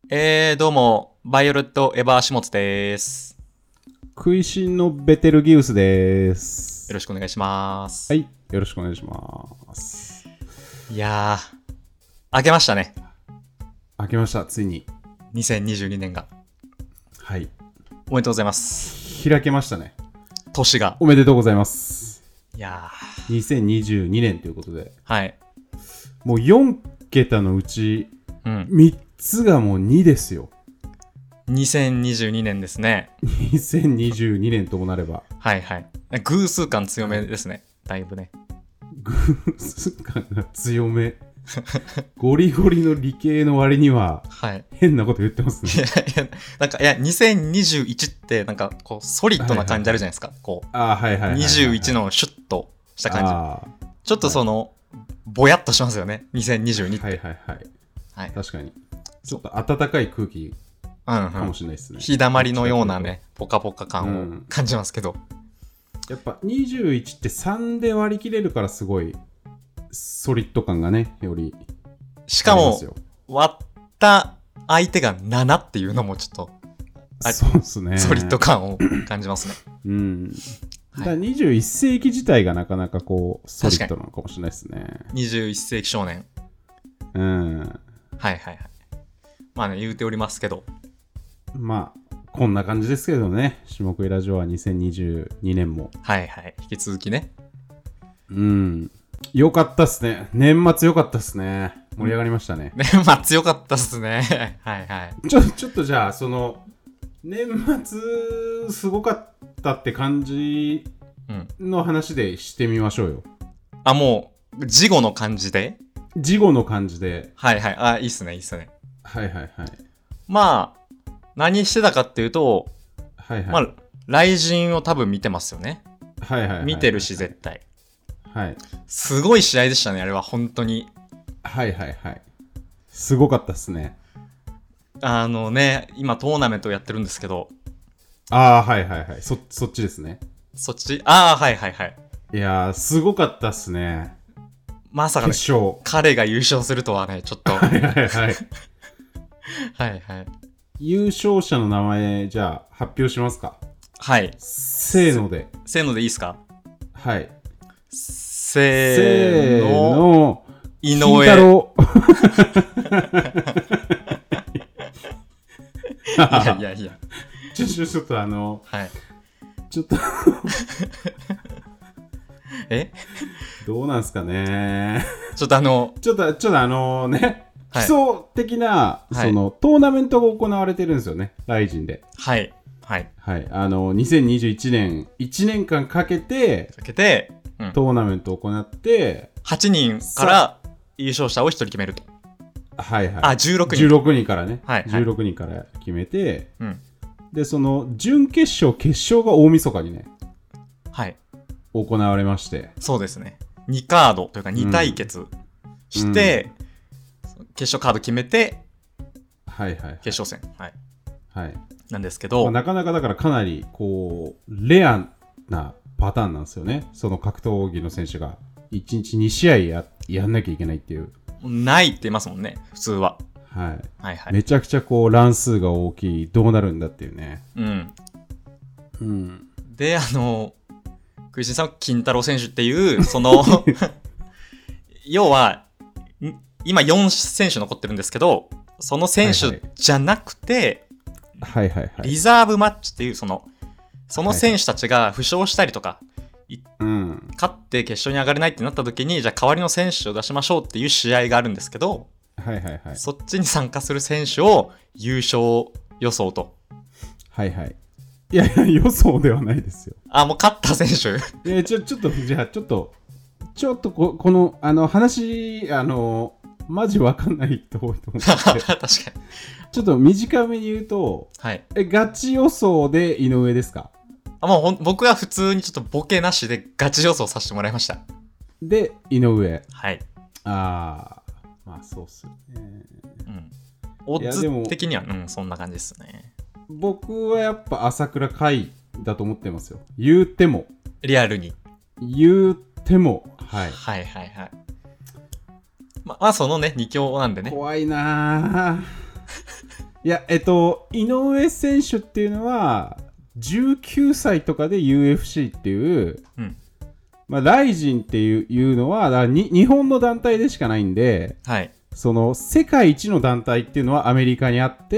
どうも、バイオレット・エヴァー・シモツです。 食いしんのベテルギウスです。 よろしくお願いします。 はい、よろしくお願いします。 いやー、明けましたね。 明けました、ついに。 2022年が。 はい。 おめでとうございます。 開けましたね。 年が。 おめでとうございます。 いやー。2022年ということで。 はい。 もう4桁のうち、3つがもう2ですよ。 2022年ですね。 2022年ともなれば。 はいはい。偶数感強めですね。だいぶね。 偶数感が強め。ゴリゴリの理系の割には、変なこと言ってますね。 2021ってなんかこうソリッドな感じあるじゃないですか。こう。21のシュッとした感じ。ちょっとその、ぼやっとしますよね。2022って。 はい。確かに。ちょっと暖かい空気かもしれないですね。 日だまりのようなね、ポカポカ感を感じますけど。 やっぱ21って3で割り切れるからすごいソリッド感がね、より。 しかも、割った相手が7っていうのもちょっと、 そうですね。 ソリッド感を感じますね。 だから21世紀自体がなかなかこう、ソリッドなのかもしれないですね。 21世紀少年。はい。まあね、言うておりますけど。 まあ、こんな感じですけどね。下食いラジオは2022年も。 はい。引き続きね。 よかったっすね。年末よかったっすね。盛り上がりましたね。 年末よかったっすね。はい。 ちょっとじゃあ、その、年末すごかったって感じの話でしてみましょうよ。 あ、もう、事後の感じで事後の感じで。 はい。あ、いいっすね。 はい。 まあ、何してたかっていうと、 まあ、 雷神を多分見てますよね。見てるし、絶対。すごい試合でしたね、あれは、本当に。 はい。すごかったっすね。 今トーナメントやってるんですけど。 はい。そっちですね。 そっちはい。 いやー、すごかったっすね。 まさかね、彼が優勝するとはね、ちょっと。はい。 優勝者の名前、じゃあ、発表しますか。 はい。 せーので。 せーのでいいですか？ はい。 せーの。 井上。金太郎。いや。ちょっとはい。 ちょっとどうなんすかね。 ちょっとね、基礎的な、その、トーナメントが行われてるんですよね、ライジンで。 はい。 2021年、1年間かけて、トーナメントを行って、 8人から優勝者を1人決めると。 はい。 16 人からね。16人から決めて、で、その、準決勝、決勝が大晦日にね、行われまして。 そうですね。2カードというか2対決して、決勝カード決めて、決勝戦。なんですけど、 なかなかだからかなり、こう、レアなパターンなんですよね。その格闘技の選手が、1日2試合やんなきゃいけないっていう。 ないって言いますもんね、普通は。 めちゃくちゃこう乱数が大きい、どうなるんだっていうね。 で、クイシンさんは金太郎選手っていう、その要は今4選手残ってるんですけど、その選手じゃなくて、リザーブマッチっていうその選手たちが負傷したりとか、勝って決勝に上がれないってなった時に、じゃあ代わりの選手を出しましょうっていう試合があるんですけど、そっちに参加する選手を優勝予想と。 いや予想ではないですよ。 もう勝った選手。 ちょっとじゃあちょっとこの話マジわかんない人多いと思って確かにちょっと短めに言うと、ガチ予想で井上ですか？ もう僕は普通にちょっとボケなしでガチ予想させてもらいました。 で井上。 まあそうっすよね。 オッズ的にはそんな感じですね。 僕はやっぱ朝倉海だと思ってますよ。言うてもリアルに言うてもまあそのね2強なんでね。 怖いないや、井上選手っていうのは、19歳とかで UFC っていう、まあ、ライジンっていうのは日本の団体でしかないんで、 はい、 その世界一の団体っていうのはアメリカにあって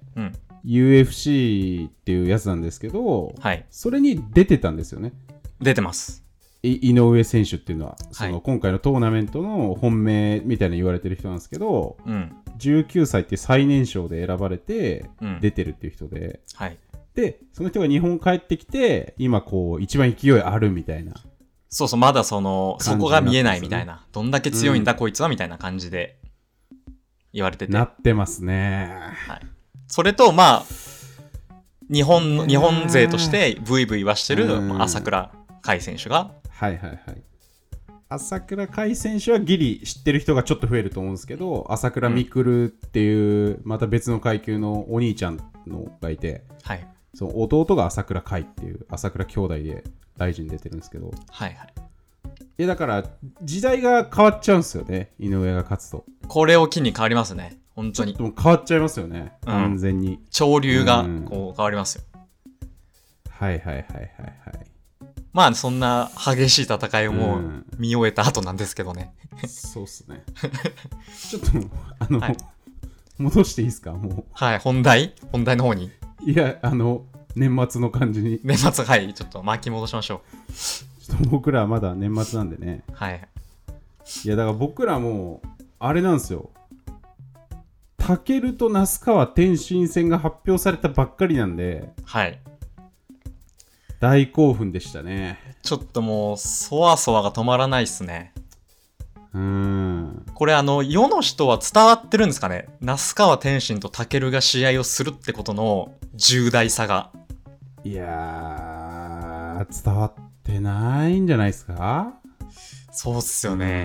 、UFC っていうやつなんですけど、 はい、 それに出てたんですよね。 出てます。 井上選手っていうのは、その今回のトーナメントの本命みたいな言われてる人なんですけど、19歳って最年少で選ばれて出てるっていう人で、 はい、 でその人が日本帰ってきて今こう一番勢いあるみたいな。 そうそう、まだそこが見えないみたいな、どんだけ強いんだ、こいつはみたいな感じで言われてて、 なってますね。 はい、それとまあ日本勢としてブイブイ言わしてる朝倉海選手が、 はいはいはい、朝倉海選手はギリ知ってる人がちょっと増えると思うんですけど、朝倉未来っていうまた別の階級のお兄ちゃんのがいて、 はい、 その弟が朝倉海っていう朝倉兄弟で大臣出てるんですけど、 はいはい、 いやだから時代が変わっちゃうんですよね、井上が勝つと。 これを機に変わりますね、本当に。 ちょっと変わっちゃいますよね、完全に。 潮流がこう変わりますよ。 はいはいはいはいはい。 まあそんな激しい戦いをもう見終えた後なんですけどね。 そうっすね。ちょっとはい、戻していいですか、もう。 はい、本題の方に。 いや年末の感じに。 年末、はい、ちょっと巻き戻しましょう。 ちょっと僕らはまだ年末なんでね。 はい。 いやだから僕らもあれなんですよ。タケルと那須川天心戦が発表されたばっかりなんで。 はい。 大興奮でしたね。 ちょっともうそわそわが止まらないっすね。これ世の人は伝わってるんですかね、那須川天心とタケルが試合をするってことの重大さが。 いやー伝わってないんじゃないですか。 そうっすよね。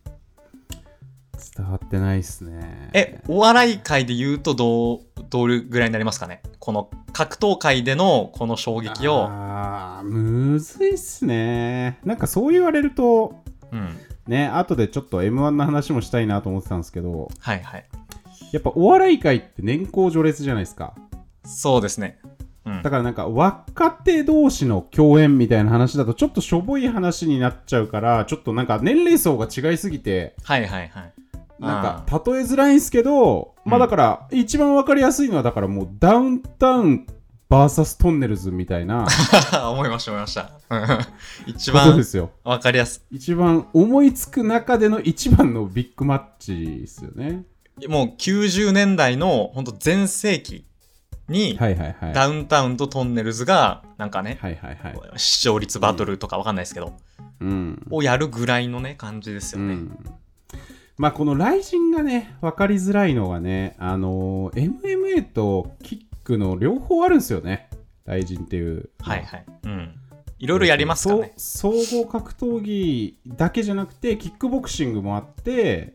伝わってないっすね。 お笑い界で言うとどれぐらいになりますかね、この格闘界でのこの衝撃を。 むずいっすね。なんかそう言われると、ね、後でちょっと M1 の話もしたいなと思ってたんですけど、 はいはい、 やっぱお笑い界って年功序列じゃないですか。 そうですね、 だからなんか若手同士の共演みたいな話だとちょっとしょぼい話になっちゃうから、ちょっとなんか年齢層が違いすぎて、 はいはいはい、 なんか例えづらいんすけど、まあだから一番わかりやすいのはだからもうダウンタウン VS トンネルズみたいな思いました一番わかりやすい、 一番思いつく中での一番のビッグマッチですよね。 もう90年代の本当全盛期に、ダウンタウンとトンネルズがなんかね、視聴率バトルとかわかんないですけど、をやるぐらいのね感じですよね。 まあこの雷神がね分かりづらいのがね、MMA とキックの両方あるんですよね、雷神っていう。はいはい、 いろいろやりますからね。 総合格闘技だけじゃなくてキックボクシングもあって、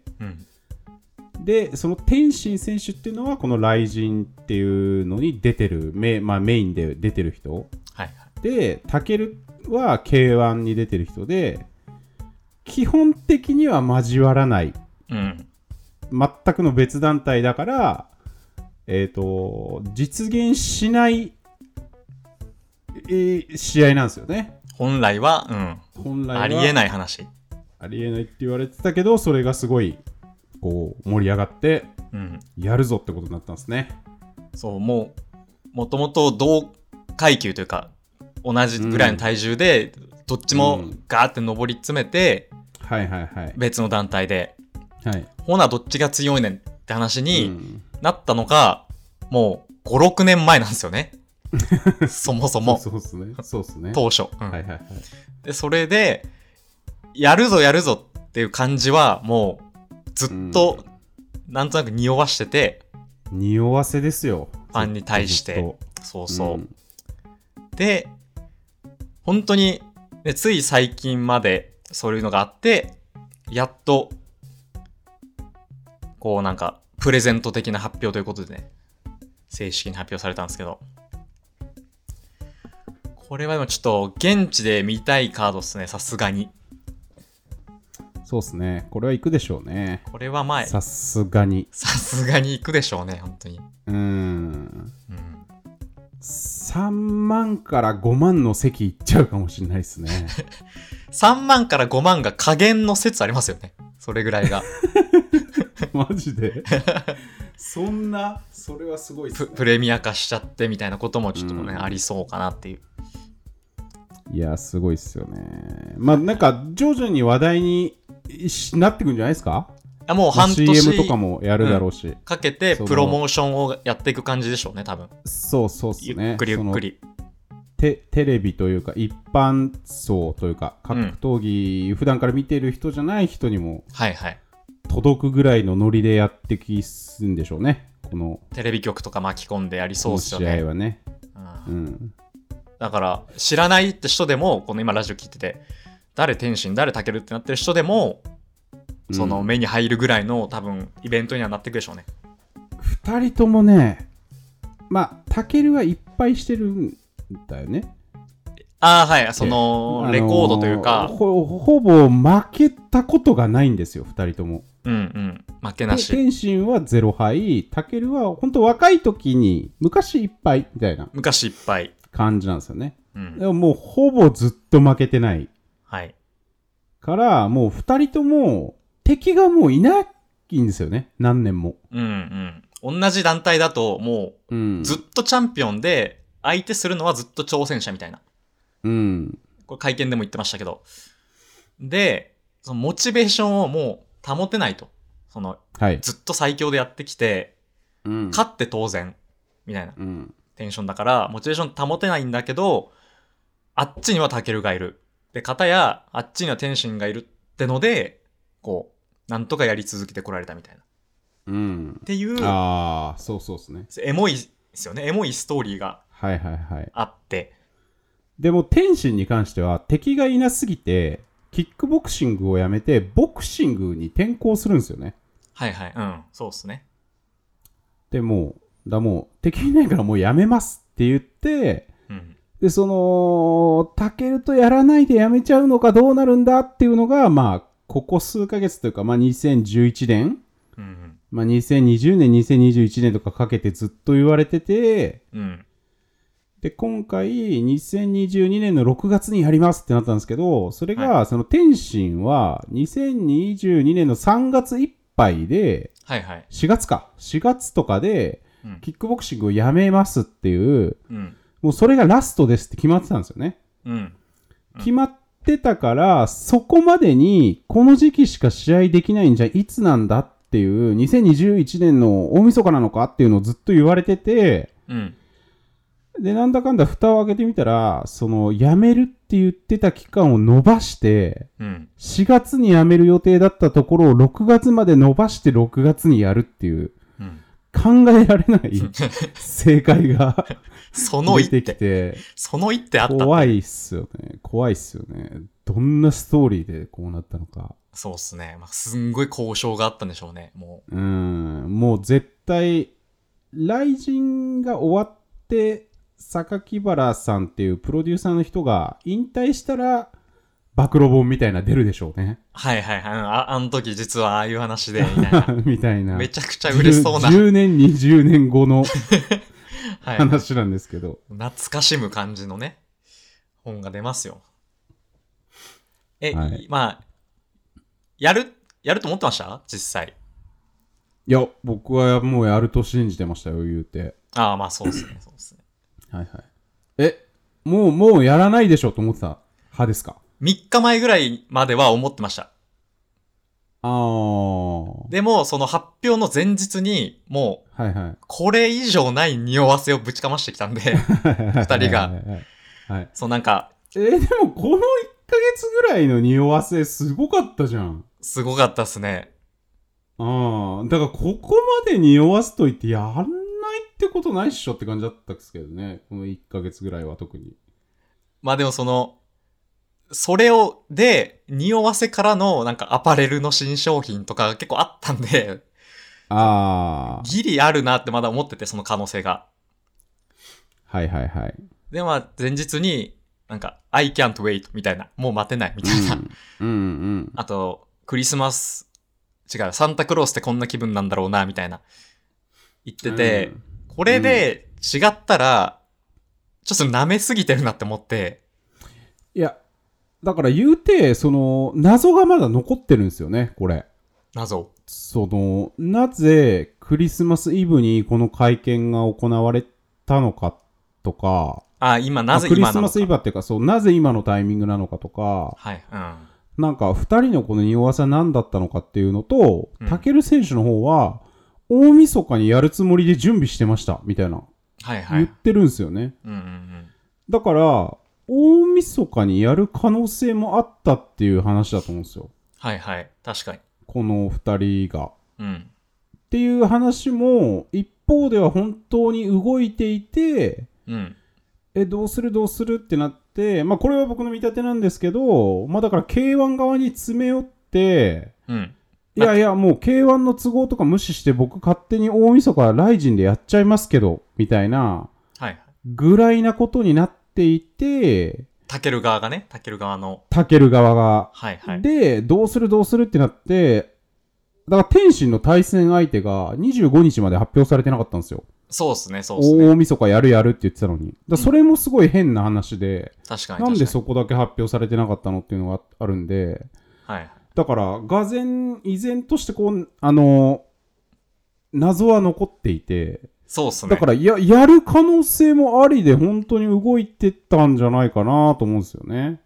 でその天心選手っていうのはこの雷神っていうのに出てるメインで出てる人、でタケルは K1 に出てる人で、基本的には交わらない、全くの別団体だから、実現しない、試合なんですよね。 本来はありえない話。 ありえないって言われてたけど、それがすごいこう盛り上がって、やるぞってことになったんですね。 そう、もともと同階級というか同じぐらいの体重で、どっちもガーって上り詰めて、別の団体で、ほなどっちが強いねんって話になったのが、もう 5,6 年前なんですよねそもそも。 そうっすね当初、でそれでやるぞっていう感じはもうずっとなんとなく匂わしてて、 匂わせですよ、 ファンに対して。そうそう、で本当に、ね、つい最近までそういうのがあって、やっとこうなんかプレゼント的な発表ということでね、正式に発表されたんですけど、これは今ちょっと現地で見たいカードっすね、さすがに。 そうですね。これは行くでしょうね。 これは前。 さすがに行くでしょうね、本当に。 3万から5万の席行っちゃうかもしれないですね。 3万から5万が加減の説ありますよね。それぐらいが。 マジでそんな、それはすごいですね。 プレミア化しちゃってみたいなこともちょっとね、ありそうかなっていう。 いや、すごいっすよね。まあなんか徐々に話題になってくんじゃないですか。 もう半年 CM とかもやるだろうし、 かけてプロモーションをやっていく感じでしょうね、多分。 そうっすね。 ゆっくりゆっくり。 テレビというか一般層というか格闘技、普段から見てる人じゃない人にも届くぐらいのノリでやってきすんでしょうね。このテレビ局とか巻き込んでやりそうですよね。 この試合はね。 だから知らないって人でも、この今ラジオ聞いてて、誰天心誰タケルってなってる人でも、その目に入るぐらいの多分イベントにはなっていくでしょうね。 2人ともね、まあタケルはいっぱいしてるんだよね。 はい、そのレコードというか、 ほぼ負けたことがないんですよ、2人とも。 負けなし。 天心は0敗、タケルは本当若い時に昔いっぱいみたいな。 昔いっぱい感じなんですよね。でももうほぼずっと負けてない。からもう2人とも敵がもういないんですよね、何年も。 同じ団体だともうずっとチャンピオンで、相手するのはずっと挑戦者みたいな。これ会見でも言ってましたけど。で、そのモチベーションをもう保てないと。その、ずっと最強でやってきて、勝って当然みたいなテンションだから、モチベーション保てないんだけど、あっちにはタケルがいる。で、片やあっちには天心がいるってので、こう、なんとかやり続けてこられたみたいな。っていう、 そうそうですね。 エモいですよね。エモいストーリーがあって。 でも天心に関しては敵がいなすぎて、キックボクシングをやめてボクシングに転向するんですよね。 そうですね。 でもう敵いないからもうやめますって言って、でそのタケルとやらないでやめちゃうのかどうなるんだっていうのが、まあここ数ヶ月というか、まあ2011年、まあ2020年2021年とかかけてずっと言われてて、で今回2022年の6月にやりますってなったんですけど、それがその天心は2022年の3月いっぱいで、4月とかでキックボクシングをやめますっていう、もうそれがラストですって決まってたんですよね。決まってたから、そこまでにこの時期しか試合できないんじゃいつなんだっていう、2021年の大晦日なのかっていうのをずっと言われてて、でなんだかんだ蓋を開けてみたら、その辞めるって言ってた期間を延ばして、4月に辞める予定だったところを6月まで延ばして6月にやるっていう、考えられない正解が出てきて、 その一手あったって。 怖いっすよね。どんなストーリーでこうなったのか。 そうっすね。すんごい交渉があったんでしょうね。もう絶対ライジンが終わって榊原さんっていうプロデューサーの人が引退したら暴露本みたいな出るでしょうね。 あの時実はああいう話でみたいなみたいな。 めちゃくちゃ嬉しそうな 10年20年後の話なんですけど、 懐かしむ感じのね本が出ますよ。まあやると思ってました？実際。 いや、僕はもうやると信じてましたよ、言うて。 まあそうですね。 もうやらないでしょと思ってた派ですか ？3日前ぐらいまでは思ってました。でもその発表の前日にもうこれ以上ない匂わせをぶちかましてきたんで2人がそうなんかでもこの1ヶ月ぐらいの匂わせすごかったじゃん。 すごかったっすね。 だからここまで匂わすといてやんないってことないっしょって感じだったんですけどね、この1ヶ月ぐらいは特に。 まあでもそれをで匂わせからのなんかアパレルの新商品とか結構あったんで、ギリあるなってまだ思ってて、その可能性が。でまあ前日になんか I can't wait みたいな、もう待てないみたいな、あとクリスマス、サンタクロースってこんな気分なんだろうな、みたいな言ってて、これで違ったら、ちょっと舐めすぎてるなって思って。 いや、だから言うて、謎がまだ残ってるんですよね、これ。 謎？ なぜクリスマスイブにこの会見が行われたのかとか、 なぜ今なのか。 クリスマスイブっていうか、なぜ今のタイミングなのかとか、 はい、 なんか二人のこの匂わせは何だったのかっていうのと、タケル選手の方は、大晦日にやるつもりで準備してました、みたいな。言ってるんですよね。だから、大晦日にやる可能性もあったっていう話だと思うんですよ。 はいはい。確かに。 この二人が。っていう話も、一方では本当に動いていて、どうするってなって、まあこれは僕の見立てなんですけど、まあだから K1 側に詰め寄って、いやもう K1 の都合とか無視して僕勝手に大晦日はライジンでやっちゃいますけど、みたいな、ぐらいなことになっていて、 タケル側がね、タケル側が。 で、どうするってなって、だから天心の対戦相手が25日まで発表されてなかったんですよ。 そうっすね。 大晦日やるって言ってたのに。それもすごい変な話で、 確かになんでそこだけ発表されてなかったのっていうのがあるんで、だから、依然として謎は残っていて、 そうっすね。 だからやる可能性もありで本当に動いてたんじゃないかなと思うんですよね。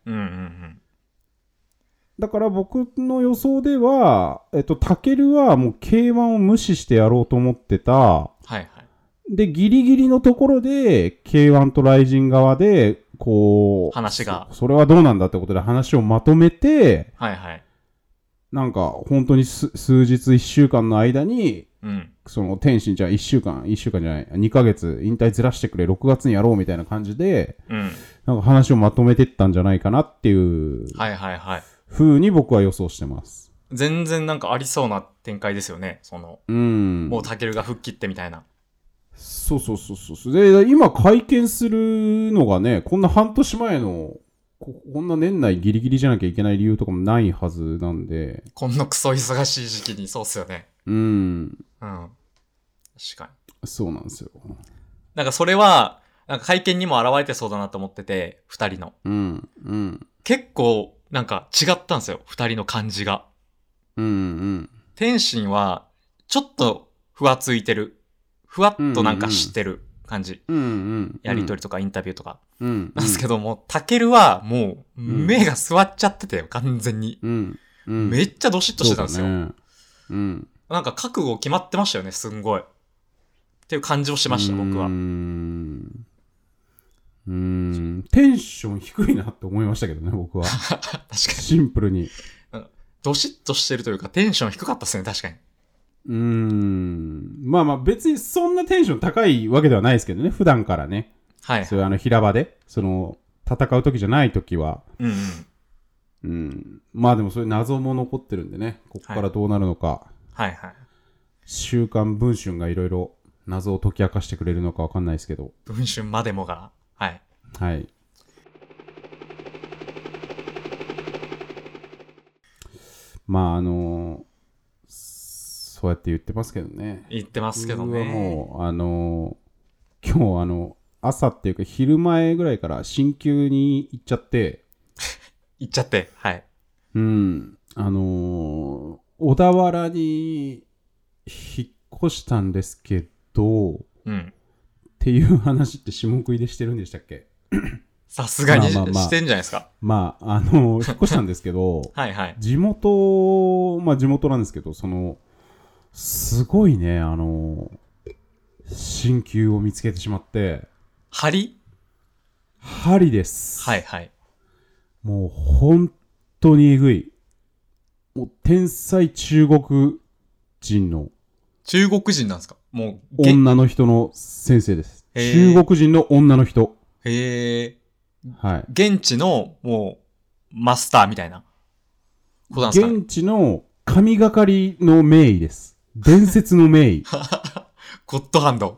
だから僕の予想では、タケルはもう K1 を無視してやろうと思ってた。で、ギリギリのところで K1 とライジン側で、 話が。 それはどうなんだってことで話をまとめて、なんか本当に数日1週間の間に、天心じゃあ1週間じゃない、2ヶ月引退ずらしてくれ、6月にやろうみたいな感じで、なんか話をまとめてったんじゃないかなっていう、風に僕は予想してます。 全然なんかありそうな展開ですよね。もうタケルが復帰ってみたいな。 そう。で、今会見するのがね、こんな半年前の、こんな年内ギリギリじゃなきゃいけない理由とかもないはずなんで。 こんなクソ忙しい時期にそうっすよね。確かに。 そうなんですよ。 なんかそれは、なんか会見にも現れてそうだなと思ってて、二人の。結構、なんか違ったんですよ。二人の感じが。天心は、ちょっとふわついてる。ふわっとなんか知ってる感じ。やりとりとかインタビューとか。なんですけども、タケルはもう、目が座っちゃっててよ、完全に。めっちゃドシッとしてたんですよ。なんか覚悟決まってましたよね、すんごい。っていう感じをしました、僕は。 テンション低いなって思いましたけどね、僕は。 確かに。 シンプルに。 ドシッとしてるというか、テンション低かったですね、確かに。 まあ別にそんなテンション高いわけではないですけどね、普段からね。そういう平場で、戦う時じゃない時は。まあでもそういう謎も残ってるんでね、ここからどうなるのか。週刊文春がいろいろ謎を解き明かしてくれるのかわかんないですけど。 文春までもが。 まあそうやって言ってますけどね。 言ってますけどね。 もう今日朝っていうか昼前ぐらいから新旧に行っちゃって。小田原に引っ越したんですけど、っていう話って下食いでしてるんでしたっけ？ さすがにしてんじゃないですか。 引っ越したんですけど、地元なんですけど、すごいね、新旧を見つけてしまって。針です。もう本当にえぐい。もう天才中国人の。 中国人なんですか？もう女の人の先生です。中国人の女の人。 現地のもうマスターみたいなことなんですかね。 現地の神がかりの名医です。伝説の名医。 ゴッドハンド。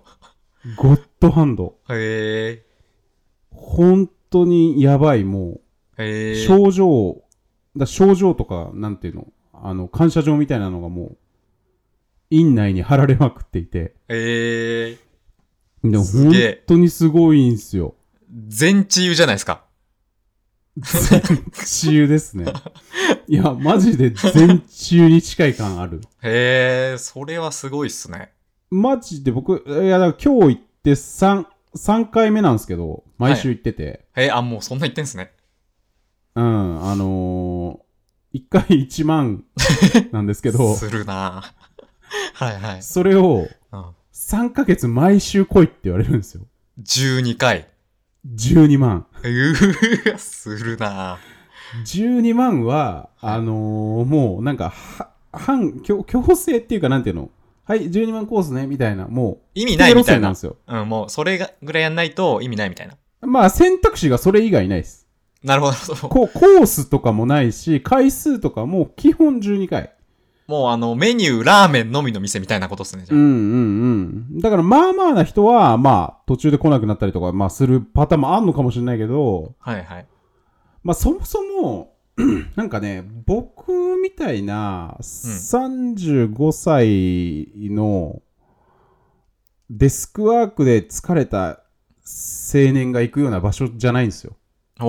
本当にやばい、もう。症状とか、なんていうの、 感謝状みたいなのがもう、院内に貼られまくっていて。 でも本当にすごいんすよ。 全治癒じゃないですか。 全治癒ですね。いや、マジで全治癒に近い感ある。 それはすごいっすね。 マジで僕、だから今日行って3回目なんですけど、毎週行ってて。 もうそんな行ってんすね。 うん、1回1万なんですけど。 するなはいはい。 それを、3ヶ月毎週来いって言われるんですよ。 12回。 12万。 するな 12万は、もうなんか、強制っていうかなんていうの、はい、12万コースね、みたいな、もう、 意味ないみたいな。 なんですよ。 もう、それぐらいやんないと意味ないみたいな。 まあ、選択肢がそれ以外ないです。 なるほど。 コースとかもないし、回数とかも基本12回。 もうメニュー、ラーメンのみの店みたいなことっすね、じゃあ。だから、まあまあな人は、まあ、途中で来なくなったりとか、まあ、するパターンもあんのかもしれないけど、 はいはい。 まあ、そもそも、なんかね、僕みたいな35歳のデスクワークで疲れた青年が行くような場所じゃないんですよ。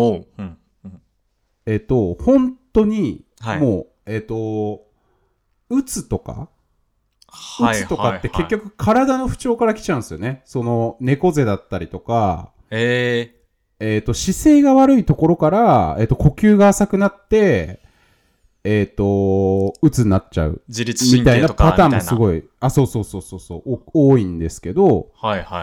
本当に、もう、うつとかって結局体の不調から来ちゃうんですよね。その、猫背だったりとか、姿勢が悪いところから、呼吸が浅くなって、うつになっちゃう。 自律神経とかみたいなパターンもすごい、そう、多いんですけど、 はいはい。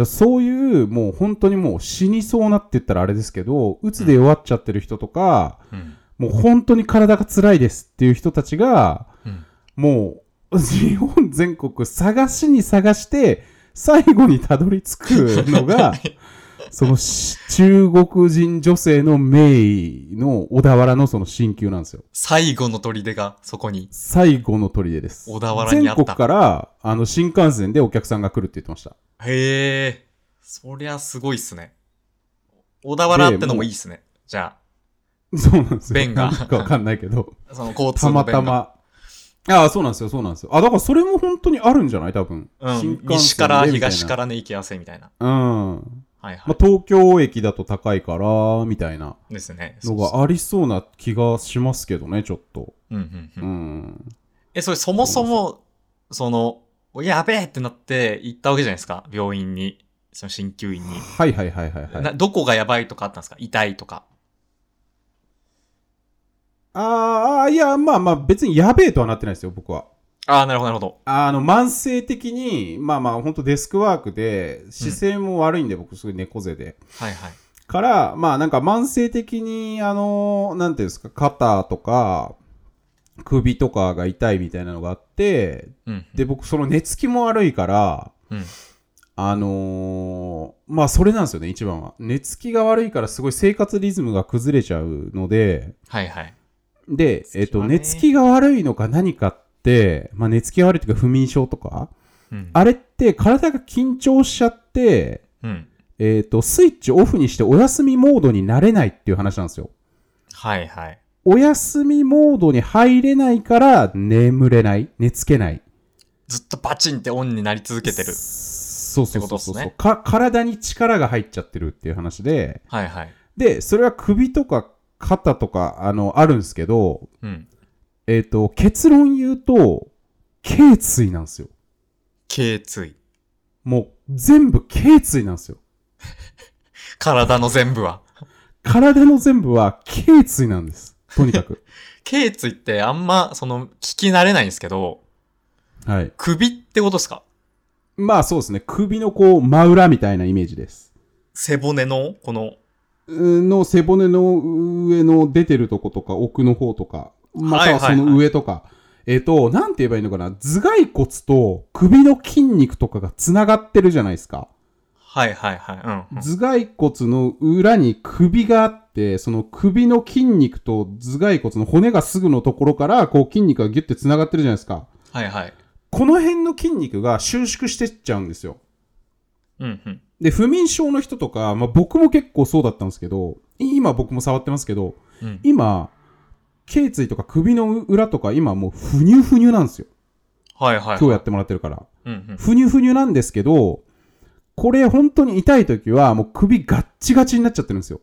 そういう、もう本当にもう死にそうなって言ったらあれですけど、うつで弱っちゃってる人とか、もう本当に体が辛いですっていう人たちが、もう、日本全国探して、最後にたどり着くのが、その中国人女性の名医の小田原のその鍼灸なんですよ。 最後の砦がそこに。 最後の砦です。 小田原にあった。 全国から新幹線でお客さんが来るって言ってました。 そりゃすごいっすね。小田原ってのもいいっすね。じゃあ。そうなんですよ。 便が。 なんかわかんないけど。 その交通の便が。 たまたま。そうなんですよ。だからそれも本当にあるんじゃない多分。 西から東からね、行きやすいみたいな。はいはい。 東京駅だと高いから、みたいな。 ですね。 のがありそうな気がしますけどね、ちょっと。 それそもそも、やべえってなって行ったわけじゃないですか。病院に。その鍼灸院に。 はい。 どこがやばいとかあったんですか？痛いとか。 いや、まあ別にやべえとはなってないですよ、僕は。 なるほど。 慢性的に、本当デスクワークで、姿勢も悪いんで、僕すごい猫背で。 はいはい。 から、なんか慢性的に、なんていうんですか、肩とか、首とかが痛いみたいなのがあって、で、僕その寝つきも悪いから、それなんですよね、一番は。寝つきが悪いからすごい生活リズムが崩れちゃうので、 はいはい。 で、寝つきが悪いのか何かって、寝つきが悪いというか不眠症とか、あれって体が緊張しちゃって、スイッチオフにしてお休みモードになれないっていう話なんですよ。 はいはい。 お休みモードに入れないから眠れない、寝つけない。 ずっとバチンってオンになり続けてる。 そう。体に力が入っちゃってるっていう話で、 はいはい。 で、それは首とか肩とか、あるんですけど、結論言うと、頸椎なんですよ。 頸椎。 もう、全部頸椎なんですよ。 体の全部は。 体の全部は頸椎なんです。とにかく。 頸椎ってあんま、聞き慣れないんですけど、 はい。 首ってことですか？ そうですね。首の真裏みたいなイメージです。 背骨の背骨の上の出てるとことか奥の方とか、またはその上とか、なんて言えばいいのかな、頭蓋骨と首の筋肉とかが繋がってるじゃないですか。 頭蓋骨の裏に首があって、その首の筋肉と頭蓋骨の骨がすぐのところから、筋肉がギュッて繋がってるじゃないですか。この辺の筋肉が収縮してっちゃうんですよ。で、不眠症の人とか、僕も結構そうだったんですけど、今僕も触ってますけど、今、 頸椎とか首の裏とか今もうふにゅふにゅなんですよ。 はいはい、はい。 今日やってもらってるから。 うんうん、 ふにゅふにゅなんですけど、これ本当に痛い時はもう首ガッチガチになっちゃってるんですよ。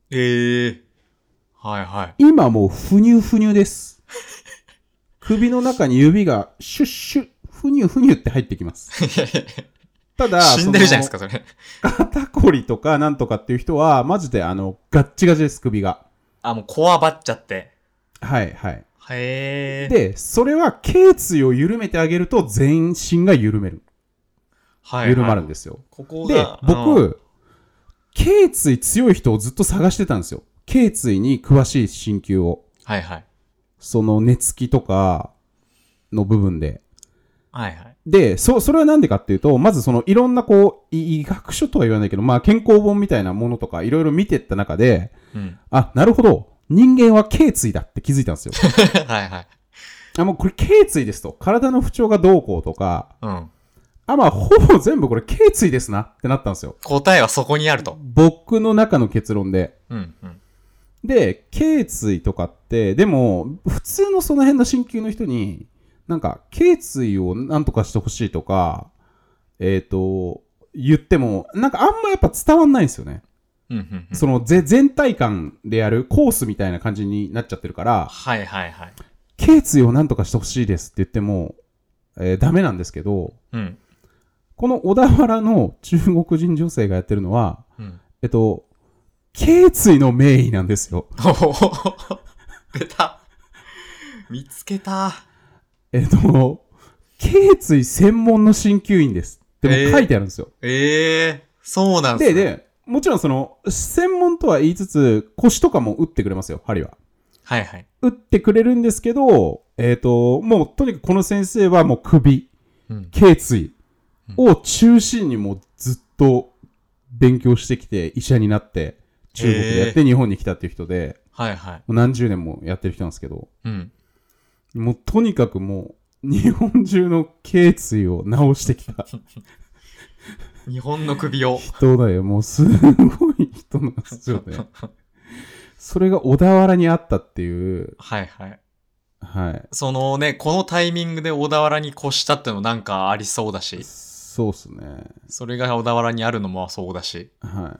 はいはい。 今もうふにゅふにゅです。首の中に指がシュッシュッ、ふにゅふにゅって入ってきます。ただ、 死んでるじゃないですか、それ。 肩こりとかなんとかっていう人は、マジでガッチガチです、首が。 もうこわばっちゃって。 はいはい。 へー。 で、それは頸椎を緩めてあげると全身が緩める。はい、はい。緩まるんですよ。 ここで、僕、頸椎強い人をずっと探してたんですよ。頸椎に詳しい鍼灸を。 はいはい。 その寝つきとかの部分で。 はいはい。 で、それはなんでかっていうと、まずそのいろんなこう、医学書とは言わないけど、まあ健康本みたいなものとかいろいろ見てった中で、うん、なるほど。人間は頸椎だって気づいたんですよ。 はいはい。 もうこれ頸椎ですと。体の不調がどうこうとか、 うん。 まあほぼ全部これ頸椎ですなってなったんですよ。 答えはそこにあると。 僕の中の結論で。 うんうん。 で、頸椎とかって、でも、普通のその辺の鍼灸の人に、なんか、頸椎をなんとかしてほしいとか、言っても、なんかあんまやっぱ伝わんないんですよね。その全体感でやるコースみたいな感じになっちゃってるから、 はいはいはい。 頸椎をなんとかしてほしいですって言っても、ダメなんですけど、 うん、 この小田原の中国人女性がやってるのは、 うん、 頸椎の名医なんですよ。 出た。見つけた。 頸椎専門の鍼灸院です。でも書いてあるんですよ。 そうなんですね。 で、もちろんその、専門とは言いつつ、腰とかも打ってくれますよ、針は。 はいはい。 打ってくれるんですけど、もうとにかくこの先生はもう首、頸椎を中心にもうずっと勉強してきて、医者になって、中国でやって日本に来たっていう人で、 はいはい。 もう何十年もやってる人なんですけど、 うん。 もうとにかくもう、日本中の頸椎を治してきた。 日本の首を。 人だよ。もうすごい人なんですよね。それが小田原にあったっていう。 はいはい。 はい。 そのね、このタイミングで小田原に越したってのなんかありそうだし。 そうっすね。 それが小田原にあるのもそうだし。 はい。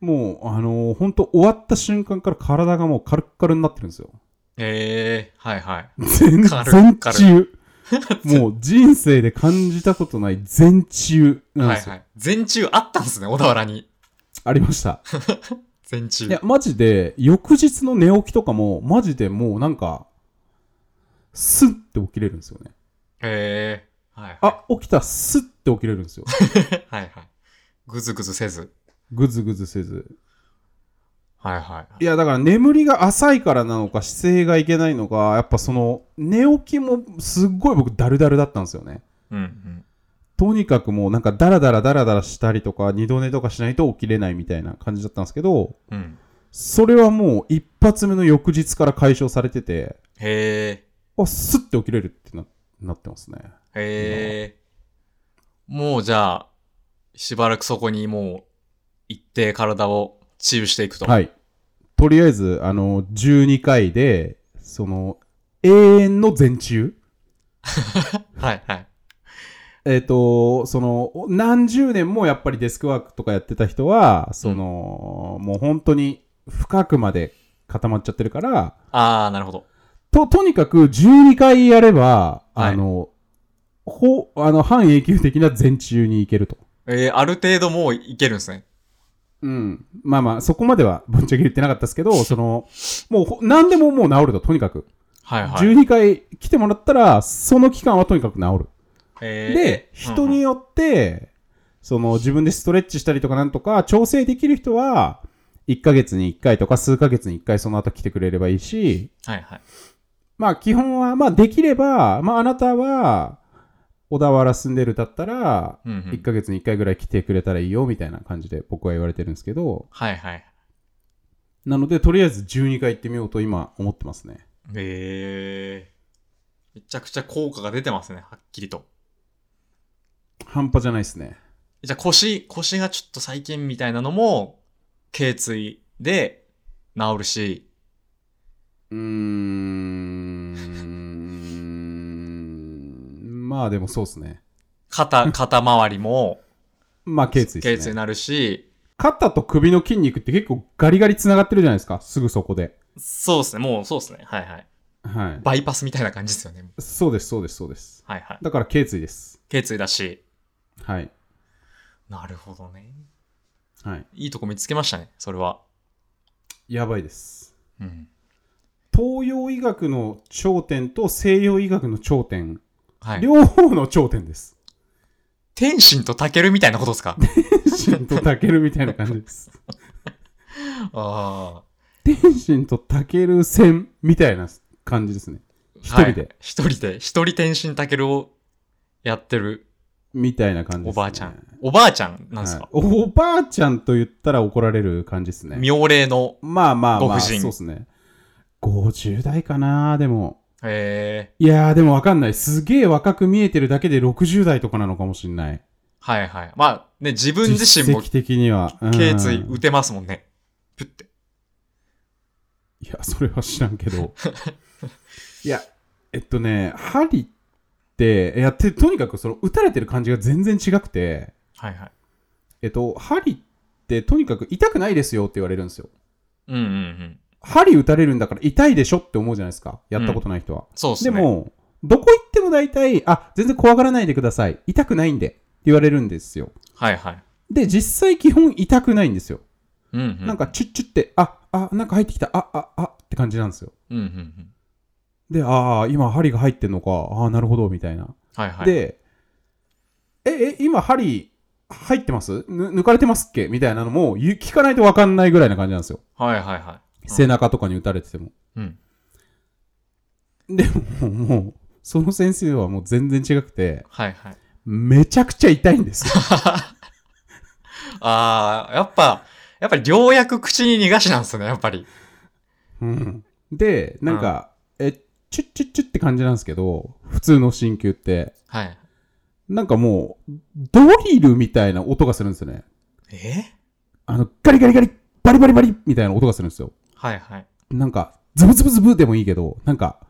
もう、ほんと終わった瞬間から体がもうカルッカルになってるんですよ。 はいはい。 全中。もう人生で感じたことない全中なんですよ。はいはい。 全中あったんですね、小田原に。 ありました。 全中。 いや、マジで、翌日の寝起きとかも、マジでもうなんか、スッって起きれるんですよね。 はいはい。 起きた、スッって起きれるんですよ。 はいはい。ぐずぐずせず。 ぐずぐずせず。 はいはい。 いや、だから眠りが浅いからなのか、姿勢がいけないのか、やっぱその、寝起きもすっごい僕ダルダルだったんですよね。 うんうん。 とにかくもうなんかダラダラしたりとか、二度寝とかしないと起きれないみたいな感じだったんですけど、 うん。 それはもう一発目の翌日から解消されてて、スッて起きれるってなってますね。 もうじゃあ、しばらくそこにもう、行って体を治癒していくと。 はい。とりあえず、12回で、その、永遠の全中はいはい。 その、何十年もやっぱりデスクワークとかやってた人は、その、もう本当に深くまで固まっちゃってるから、 なるほど。 とにかく12回やれば、はい、半永久的な全中に行けると。 ある程度もういけるんですね。 うん。まあまあ、そこまではぶっちゃけ言ってなかったですけど、その、もう何でももう治ると、とにかく。 はいはい。 12回来てもらったら、その期間はとにかく治る。で、人によって、その自分でストレッチしたりとかなんとか調整できる人は、1ヶ月に1回とか数ヶ月に1回その後来てくれればいいし、 はいはい。 まあ基本は、まあできれば、まああなたは、小田原住んでるだったら、1ヶ月に1回ぐらい来てくれたらいいよみたいな感じで僕は言われてるんですけど、 はいはい。 なので、とりあえず12回行ってみようと今思ってますね。 めちゃくちゃ効果が出てますね、はっきりと。 半端じゃないですね。 じゃあ腰がちょっと最近みたいなのも、頸椎で治るし、 まあでもそうですね。 肩周りも、 まあ頸椎ですね。 頸椎になるし、 肩と首の筋肉って結構ガリガリ繋がってるじゃないですか。すぐそこで。 そうですね。もうそうですね。はいはい。 はい。 バイパスみたいな感じですよね。 そうです、そうです、そうです。 はいはい。 だから頸椎です。 頸椎だし。 はい。 なるほどね。 はい。 いいとこ見つけましたね、それは。 やばいです。 うん。 東洋医学の頂点と西洋医学の頂点。 はい。 両方の頂点です。 天心とタケルみたいなことですか？ 天心とタケルみたいな感じです。 ああ。 天心とタケル戦みたいな感じですね。一人で。はい、 一人天心タケルをやってる。 みたいな感じです、ね。 おばあちゃん。おばあちゃんなんですか、はい、 おばあちゃんと言ったら怒られる感じですね。 妙齢の。 まあまあまあ、 ご婦人。 そうですね。50代かなでも。 へいやーでもわかんない。すげえ若く見えてるだけで60代とかなのかもしんない。 はいはい。まあね、自分自身も。 実績的には。 頸椎打てますもんね。プッて。 いや、それは知らんけど。いや、針って、とにかくその打たれてる感じが全然違くて。 はいはい。 針ってとにかく痛くないですよって言われるんですよ。 うんうんうん。 針打たれるんだから痛いでしょって思うじゃないですか。やったことない人は。 そうですね。 でも、どこ行っても大体、全然怖がらないでください。痛くないんでって言われるんですよ。 はいはい。 で、実際基本痛くないんですよ。 うんうん、 なんかチュッチュって、なんか入ってきた、って感じなんですよ。 うんうんうん、 で、今針が入ってんのか、なるほど、みたいな。 はいはい。 で、今針入ってます抜かれてますっけみたいなのも聞かないと分かんないぐらいな感じなんですよ。 はいはいはい。 背中とかに打たれてても。 うん。 でもう、その先生はもう全然違くて、 はいはい。 めちゃくちゃ痛いんですよ。 やっぱりようやく口に逃がしなんですね、やっぱり。 うん。で、なんか、チュッチュッチュッって感じなんですけど、普通の鍼灸って。 はい。 なんかもう、ドリルみたいな音がするんですよね。ガリガリガリ、バリバリバリみたいな音がするんですよ。 はいはい。 なんか、ズブズブズブでもいいけど、なんか、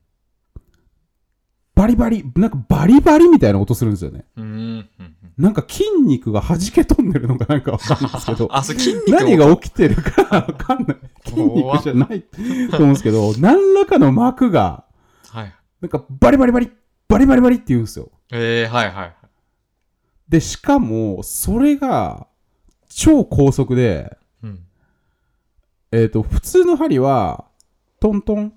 バリバリ、なんかバリバリみたいな音するんですよね。なんか筋肉が弾け飛んでるのかなんかわかんないですけど、 筋肉何が起きてるかわかんない。筋肉じゃないと思うんですけど、何らかの膜が、なんかバリバリバリ、バリバリバリって言うんですよ。 はいはい。 で、しかも、それが、超高速で、普通の針は、トントン、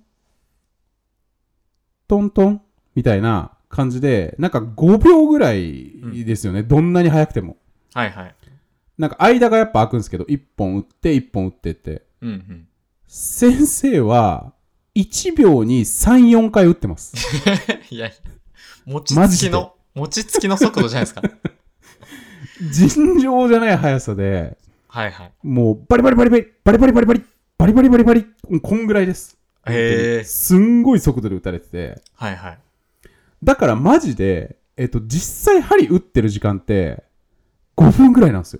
トントン、みたいな感じで、なんか5秒ぐらいですよね。どんなに速くても。 はいはい。 なんか間がやっぱ空くんですけど、1本打って、1本打ってって。先生は、1秒に3、4回打ってます。 いや、餅つきの速度じゃないですか。 尋常じゃない速さで、 はいはい。 もうバリバリバリバリ、バリバリバリバリ、バリバリバリバリ、こんぐらいです。すんごい速度で打たれてて。 はいはい。 だからマジで、実際針打ってる時間って、5分ぐらいなんですよ。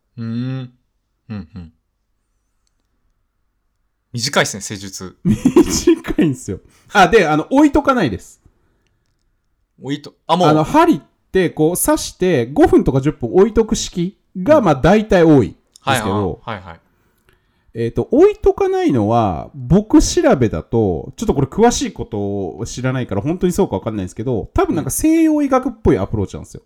短いですね、施術。 短いんですよ。で、置いとかないです。 もう。 針ってこう刺して5分とか10分置いとく式が、まあ大体多いですけど、置いとかないのは、僕調べだと、ちょっとこれ詳しいことを知らないから本当にそうかわかんないんですけど、多分なんか西洋医学っぽいアプローチなんですよ。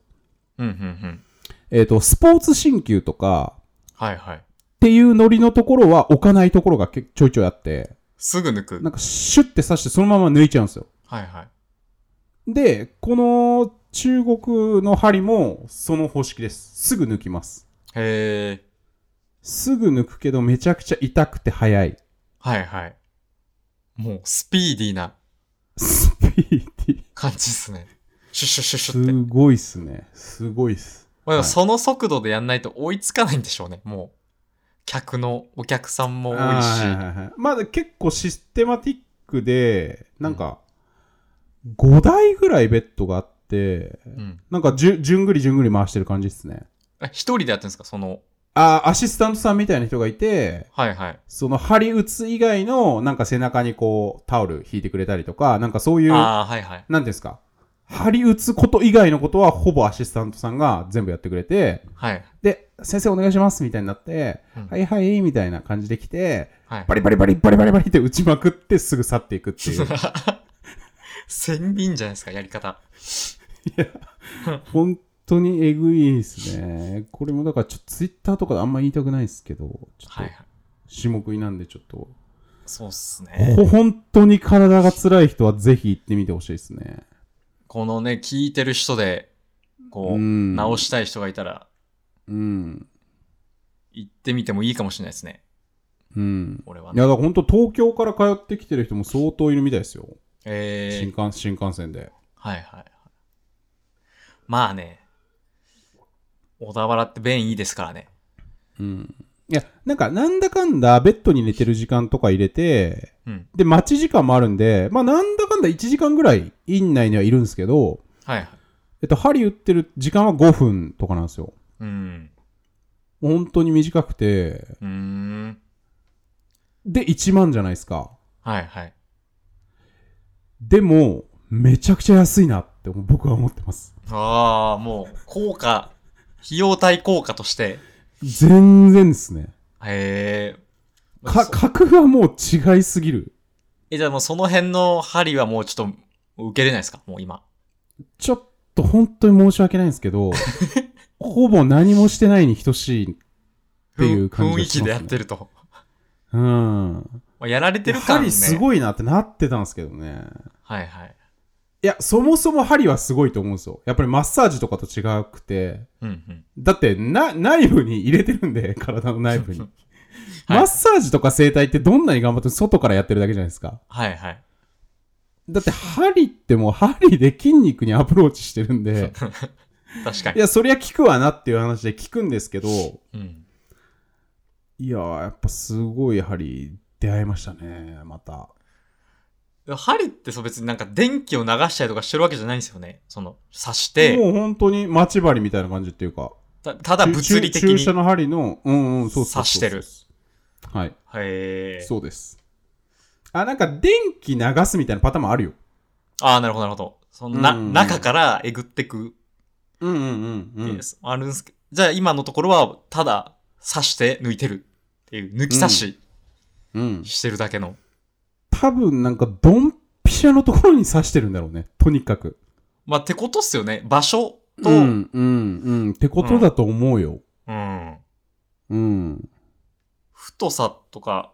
スポーツ鍼灸とか、っていうノリのところは置かないところがちょいちょいあって、 すぐ抜く。 なんかシュッて刺してそのまま抜いちゃうんですよ。で、この中国の針もその方式です。すぐ抜きます。すぐ抜くけどめちゃくちゃ痛くて早い。 もうスピーディーな感じっすね。シュッシュッシュッシュッって。 すごいっすね。すごいっす。 その速度でやんないと追いつかないんでしょうね。もうお客さんも多いし。 まだ結構システマティックで、なんか5台ぐらいベッドがあって、なんかじゅんぐりじゅんぐり回してる感じっすね。 一人でやってるんですか？ アシスタントさんみたいな人がいて、 はいはい。 その針打つ以外のなんか背中にこうタオル引いてくれたりとか、なんかそういう、 はいはい。 なんですか、針打つこと以外のことはほぼアシスタントさんが全部やってくれて、 はい。 で、先生お願いしますみたいになって、はいはいみたいな感じで来て、バリバリって打ちまくってすぐ去っていくっていう。 千便じゃないですか、やり方。 いや、本当にえぐいですね。これもだからちょっとツイッターとかであんま言いたくないですけど、ちょっと下食いなんでちょっと。 そうっすね。 本当に体が辛い人はぜひ行ってみてほしいですね。 このね、聞いてる人で、こう、直したい人がいたら、行ってみてもいいかもしれないですね。俺はね。 いや、だから本当東京から通ってきてる人も相当いるみたいですよ。新幹線で。 はいはい。まあね、小田原って便いいですからね。 いや、なんだかんだベッドに寝てる時間とか入れて、で、待ち時間もあるんで、まあなんだかんだ1時間ぐらい院内にはいるんですけど、 はいはい。 針打ってる時間は5分とかなんですよ。本当に短くて、で、1万じゃないですか。 はいはい。 でも、めちゃくちゃ安いなって僕は思ってます。 ああ、もう、費用対効果として。 全然ですね。 へえ。 格がもう違いすぎる。 じゃあもうその辺の針はもうちょっと受けれないですかもう今。 ちょっと本当に申し訳ないんですけど、ほぼ何もしてないに等しいっていう感じがします、ね。雰囲気でやってると。やられてる感ね。 針すごいなってなってたんですけどね。 はいはい。 いや、そもそも針はすごいと思うんですよ。やっぱりマッサージとかと違くて。だって、内部に入れてるんで、体の内部に。マッサージとか整体ってどんなに頑張っても外からやってるだけじゃないですか。 はいはい。 だって針ってもう針で筋肉にアプローチしてるんで。 確かに。 いや、そりゃ効くわなっていう話で効くんですけど、いやー、やっぱすごい針出会いましたね、また。 針って別になんか電気を流したりとかしてるわけじゃないんですよね。刺して。 もう本当に待ち針みたいな感じっていうか。 ただ物理的に。 注射の針の、 そう刺してる。 はい。 へー。 そうです。なんか電気流すみたいなパターンもあるよ。 なるほどなるほど。中からえぐってく。あるんすけど。じゃあ今のところは、ただ刺して抜いてるっていう、抜き刺ししてるだけの。 多分なんかドンピシャのところに刺してるんだろうね。とにかく。 まあ、ってことっすよね。場所と。 ってことだと思うよ。 太さとか、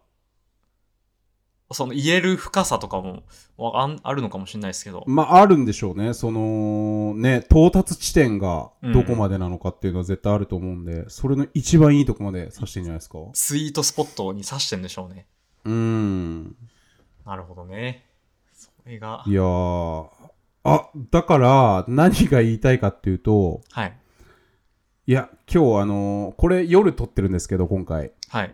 入れる深さとかもあるのかもしれないですけど。 まあ、あるんでしょうね。到達地点がどこまでなのかっていうのは絶対あると思うんで、それの一番いいとこまで刺してんじゃないですか。 スイートスポットに刺してんでしょうね。なるほどね。それが。 いやー。だから、何が言いたいかっていうと、 はい。 いや、今日これ夜撮ってるんですけど、今回。 はい。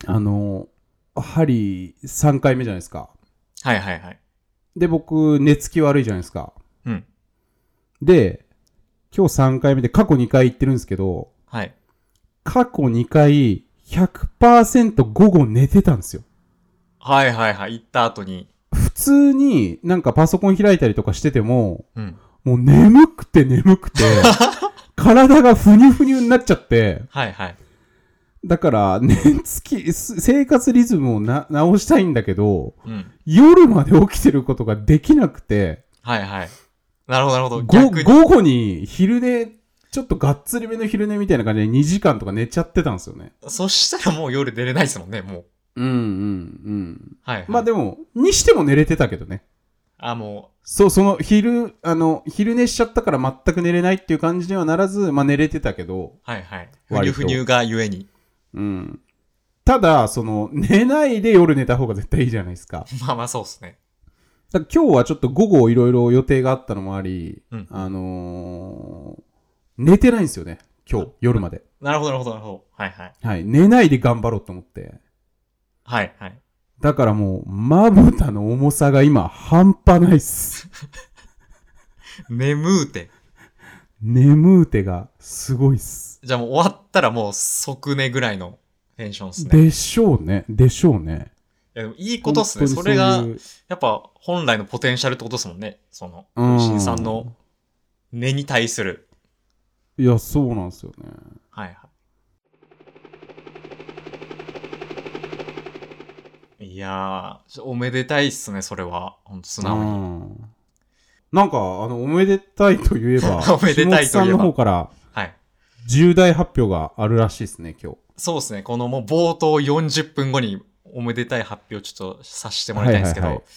針3回目じゃないですか。 はいはいはい。 で、僕、寝つき悪いじゃないですか。で、今日3回目で過去2回行ってるんですけど、 はい。 過去2回 100% 午後寝てたんですよ。 はいはいはい。行った後に。 普通になんかパソコン開いたりとかしてても、もう眠くて体がふにゅふにゅになっちゃって、 はいはい。 だから、生活リズムを直したいんだけど、夜まで起きてることができなくて、 はいはい。なるほどなるほど。 午後に昼寝、ちょっとがっつりめの昼寝みたいな感じで2時間とか寝ちゃってたんですよね。 そしたらもう夜寝れないですもんね、もう。 はい。まあでも、にしても寝れてたけどね。 もう。 そう、昼寝しちゃったから全く寝れないっていう感じにはならず、まあ寝れてたけど。 はいはい。ふにゅふにゅがゆえに。 ただ、寝ないで夜寝た方が絶対いいじゃないですか。 まあまあそうですね。 だから今日はちょっと午後いろいろ予定があったのもあり、寝てないんですよね。今日、夜まで。 なるほどなるほどなるほど。はいはい。 はい。寝ないで頑張ろうと思って。 はいはい。 だからもう、まぶたの重さが今、半端ないっす。 眠うてが、すごいっす。 じゃあもう終わったらもう即寝ぐらいのテンションですね。 でしょうね。でしょうね。 いやでもいいことっすね。それが、やっぱ本来のポテンシャルってことですもんね。その、新さんの寝に対する。 いや、そうなんですよね。 はいはい。いやー、おめでたいっすね、それは。ほんと素直に。 なんか、おめでたいと言えば、 おめでたいと言えば、 さんの方から、 はい。 重大発表があるらしいですね、今日。 そうですね。このもう冒頭40分後におめでたい発表をちょっとさせてもらいたいんですけど、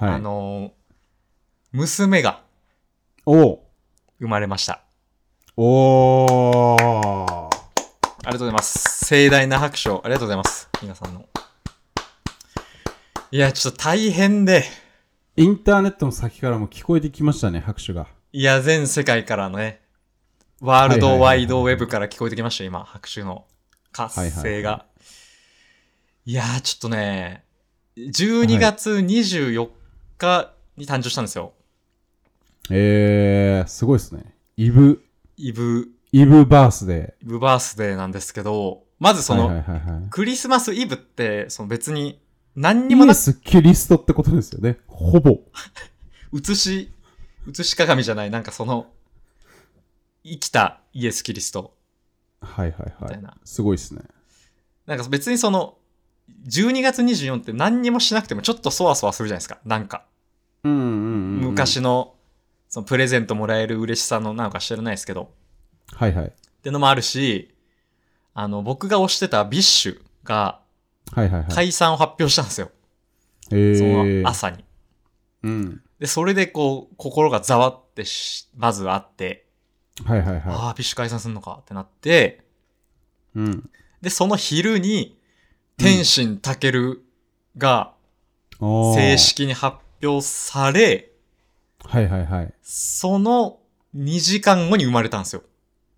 娘が生まれました。 おー。 ありがとうございます。盛大な拍手をありがとうございます。皆さんの。いや、ちょっと大変で。 インターネットの先からも聞こえてきましたね、拍手が。 いや、全世界からね、ワールドワイドウェブから聞こえてきました、今、拍手の活性が。いやー、ちょっとね、12月24日に誕生したんですよ。 すごいですね。イブバースデー。 イブバースデーなんですけど、まずその、クリスマスイブって、その別に何にもイエス・キリストってことですよね。ほぼ。 写し鏡じゃない、なんかその、生きたイエス・キリスト。 はいはいはい。みたいな。すごいですね。 なんか別にその、12月24って何にもしなくてもちょっとそわそわするじゃないですか。なんか。昔の、そのプレゼントもらえる嬉しさのなんか知らないですけど。 はいはい。 ってのもあるし、僕が推してたビッシュが、解散を発表したんですよ。その朝に。で、それでこう、心がざわってまずあって、ああ、ビッシュ解散すんのかってなって、で、その昼に、天心たけるが、正式に発表され、その2時間後に生まれたんですよ。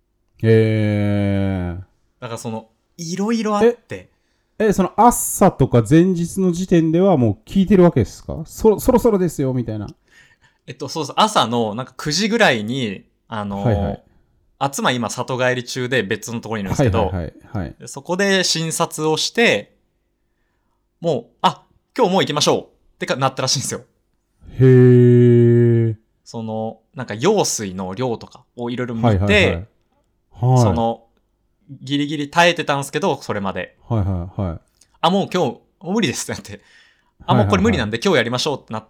だからその、いろいろあって。 その朝とか前日の時点ではもう聞いてるわけですか？そろそろですよ、みたいな。 そうそう、朝のなんか9時ぐらいに、妻今里帰り中で別のところにいるんですけど、そこで診察をして、もう、今日もう行きましょうってなったらしいんですよ。その、なんか用水の量とかをいろいろ見て、その、ギリギリ耐えてたんですけど、それまで。もう今日、無理ですってなって。もうこれ無理なんで今日やりましょうってなって、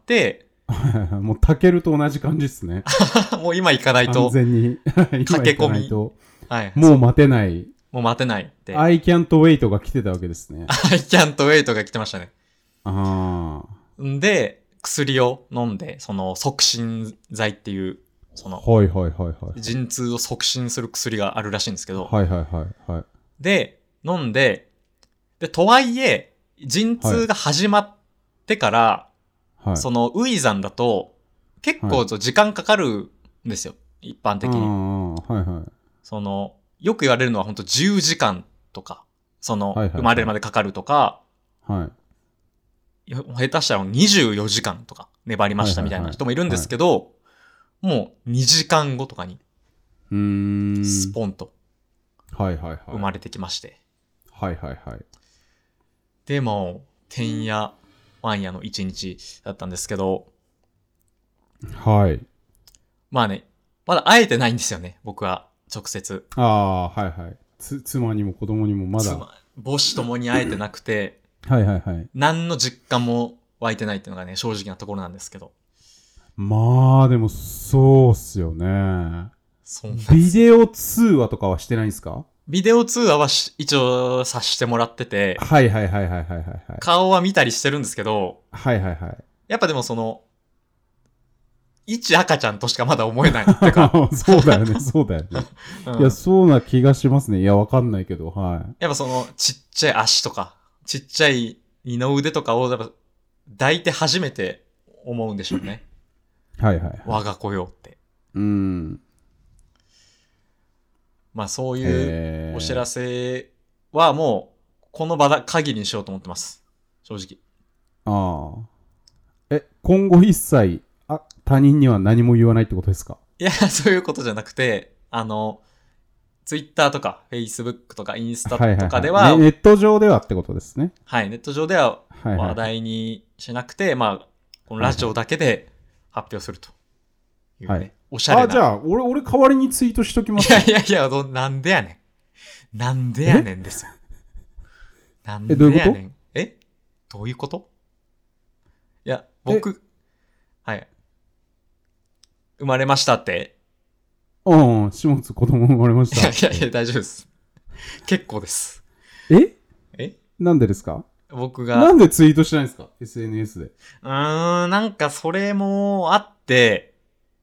もうタケルと同じ感じですね。 もう今行かないと。 完全に。 駆け込み。 もう待てない。 もう待てないって。 I can't wait が来てたわけですね。 I can't wait が来てましたね。で、薬を飲んで、その促進剤っていう、その、陣痛を促進する薬があるらしいんですけど、で、飲んで、とはいえ、陣痛が始まってから、その、ウイザンだと、結構時間かかるんですよ。一般的に。その、よく言われるのは本当10時間とか、その、生まれるまでかかるとか、下手したら24時間とか粘りましたみたいな人もいるんですけど、もう2時間後とかに、スポンと、生まれてきまして。でも、てんやわんやの一日だったんですけど、まあね、まだ会えてないんですよね、僕は、直接。 妻にも子供にもまだ。 母子ともに会えてなくて、何の実感も湧いてないっていうのがね、正直なところなんですけど。 まあ、でも、そうっすよね。ビデオ通話とかはしてないんですか？ ビデオ通話は一応させてもらってて、顔は見たりしてるんですけど、やっぱでもその、一赤ちゃんとしかまだ思えないってか。 そうだよね。いや、そうな気がしますね。いや、わかんないけど、 やっぱその、ちっちゃい足とか、ちっちゃい二の腕とかを、やっぱ、抱いて初めて思うんでしょうね。我が子よって。まあそういうお知らせはもう、この場限りにしようと思ってます。正直。 今後一切、他人には何も言わないってことですか？ いや、そういうことじゃなくて、 ツイッターとか、フェイスブックとか、インスタとかでは、 ネット上ではってことですね。 はい、ネット上では話題にしなくて、まあ、このラジオだけで発表するという、ね。はい。おしゃれな。 じゃあ、俺代わりにツイートしときます。 いや、なんでやねん。なんでやねんですよ。なんでやねん。どういうこといや、僕、はい。生まれましたって。 下津子供生まれました。 いや、大丈夫です。結構です。 なんでですか？ 僕が。 なんでツイートしないんですか？ SNS で。 なんかそれもあって、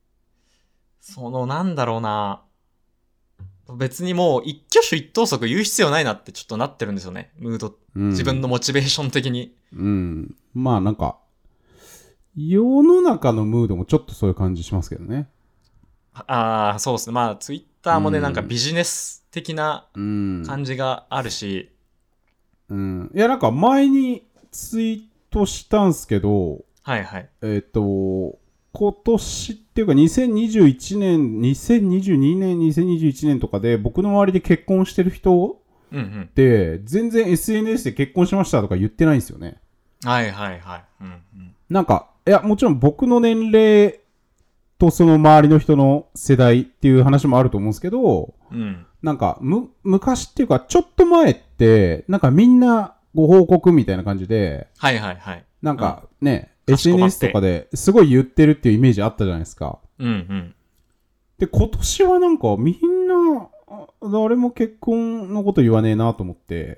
なんだろうな。別にもう一挙手一投足言う必要ないなってちょっとなってるんですよね。ムード。自分のモチベーション的に。 まあなんか、世の中のムードもちょっとそういう感じしますけどね。 そうですね。まあツイッターもね、なんかビジネス的な感じがあるし。 いやなんか前にツイートしたんすけど、 はいはい。 今年っていうか2021年、2022年、2021年とかで僕の周りで結婚してる人って全然 SNS で結婚しましたとか言ってないんですよね。 はいはいはい。 なんか、いやもちろん僕の年齢とその周りの人の世代っていう話もあると思うんですけど、なんか昔っていうかちょっと前ってなんかみんなご報告みたいな感じで、 はいはいはい。 なんかね、SNS とかですごい言ってるっていうイメージあったじゃないですか。で、今年はなんかみんな、誰も結婚のこと言わねえなと思って、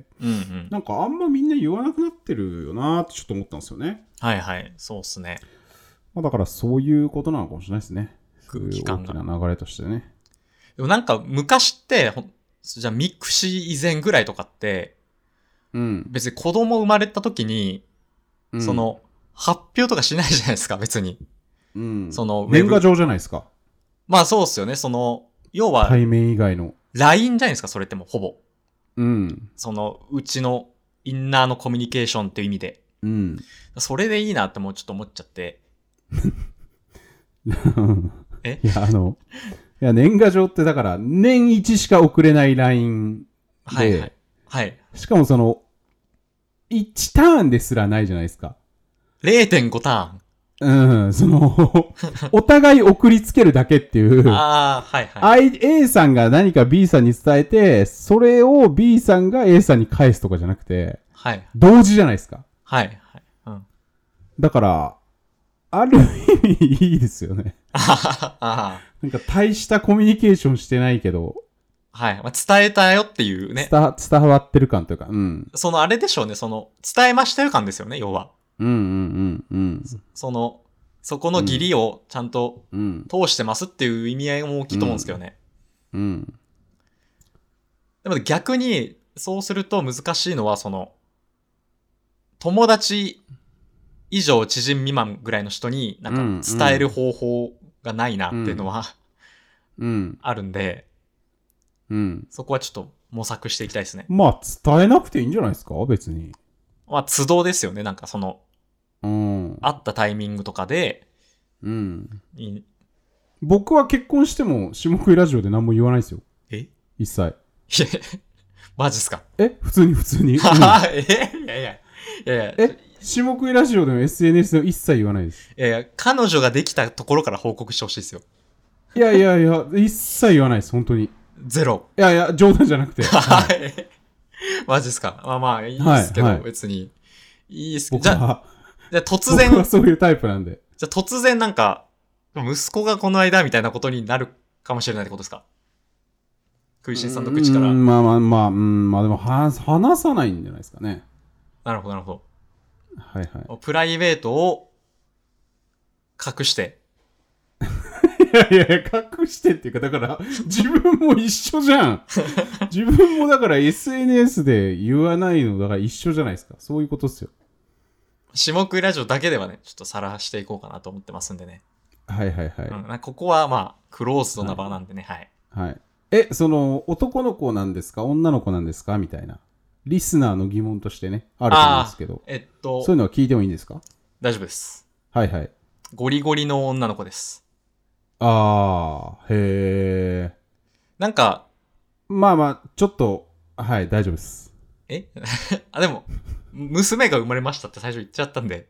なんかあんまみんな言わなくなってるよなってちょっと思ったんですよね。 はいはい、そうっすね。 まあ、だからそういうことなのかもしれないですね。空気感が。大きな流れとしてね。 でもなんか昔って、じゃあミクシー以前ぐらいとかって、別に子供生まれた時に、発表とかしないじゃないですか、別に。 年賀状じゃないですか。 まあそうっすよね。要は、 対面以外の。 LINE じゃないですか、それってもほぼ。うちのインナーのコミュニケーションっていう意味で。それでいいなってもうちょっと思っちゃって。 いや、年賀状ってだから、年一しか送れない LINE で、 はい。 しかも1ターンですらないじゃないですか。 0.5 ターン。 お互い送りつけるだけっていう。A さんが何か B さんに伝えて、それを B さんが A さんに返すとかじゃなくて、同時じゃないですか。だから、ある意味いいですよね。なんか大したコミュニケーションしてないけど。 はい。まあ、伝えたよっていうね。 伝わってる感というか、 あれでしょうね。伝えましたよ感ですよね、要は。そこの義理をちゃんと通してますっていう意味合いも大きいと思うんですけどね。でも逆に、そうすると難しいのは、友達以上知人未満ぐらいの人になんか伝える方法がないなっていうのは、あるんで、そこはちょっと模索していきたいですね。 まあ伝えなくていいんじゃないですか、別に。 まあ都度ですよね、なんか会ったタイミングとかで、 僕は結婚しても下食いラジオで何も言わないですよ。一切。 マジっすか？ 普通に。 いや。 下食いラジオでも SNS でも一切言わないです。 彼女ができたところから報告してほしいですよ。 いや、一切言わないです、本当に。 ゼロ。 いや、冗談じゃなくて。 マジっすか？まあ、いいですけど、別に。いいっすけど。じゃあ突然。 僕はそういうタイプなんで。 じゃあ突然なんか、息子がこの間みたいなことになるかもしれないってことですか？食いしんさんの口から。 まあでも話さないんじゃないですかね。 なるほど。 はい。 プライベートを隠して。 いや、隠してっていうか、だから、自分も一緒じゃん。自分もだから SNS で言わないの、だから一緒じゃないですか。そういうことっすよ。 下食いラジオだけではね、ちょっと晒していこうかなと思ってますんでね。 はい。 ここはまあ、クローズドな場なんでね、 はい。男の子なんですか？女の子なんですか？みたいな。リスナーの疑問としてね、あると思うんですけど。そういうのは聞いてもいいんですか？ 大丈夫です。 はい。 ゴリゴリの女の子です。 へー。 なんか、 まあまあ、ちょっと、はい、大丈夫です。 でも、娘が生まれましたって最初言っちゃったんで。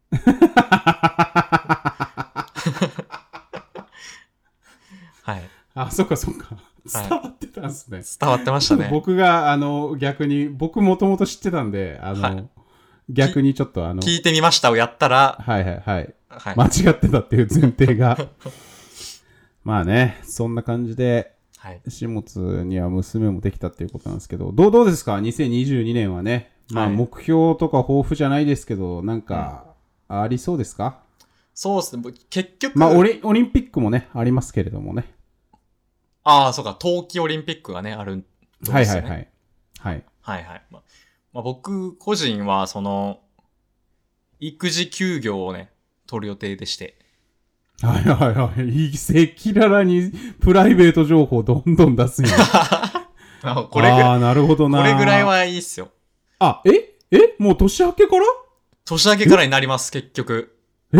はい。 そっかそっか。伝わってたんですね。 伝わってましたね。 僕が、逆に、僕もともと知ってたんで、逆にちょっと聞いてみましたをやったら、 はい。間違ってたっていう前提が。まあね、そんな感じで、始末には娘もできたっていうことなんですけど、どうですか ?2022 年はね。まあ、目標とか抱負じゃないですけど、なんか、ありそうですか？ そうですね。結局。 まあオリンピックもね、ありますけれどもね。 そうか。冬季オリンピックがね、あるんですよね。はい。まあ、僕個人は、育児休業をね、取る予定でして。赤裸々にプライベート情報どんどん出すんや。なるほどな。 これぐらいはいいっすよ。 もう年明けから？ 年明けからになります、結局。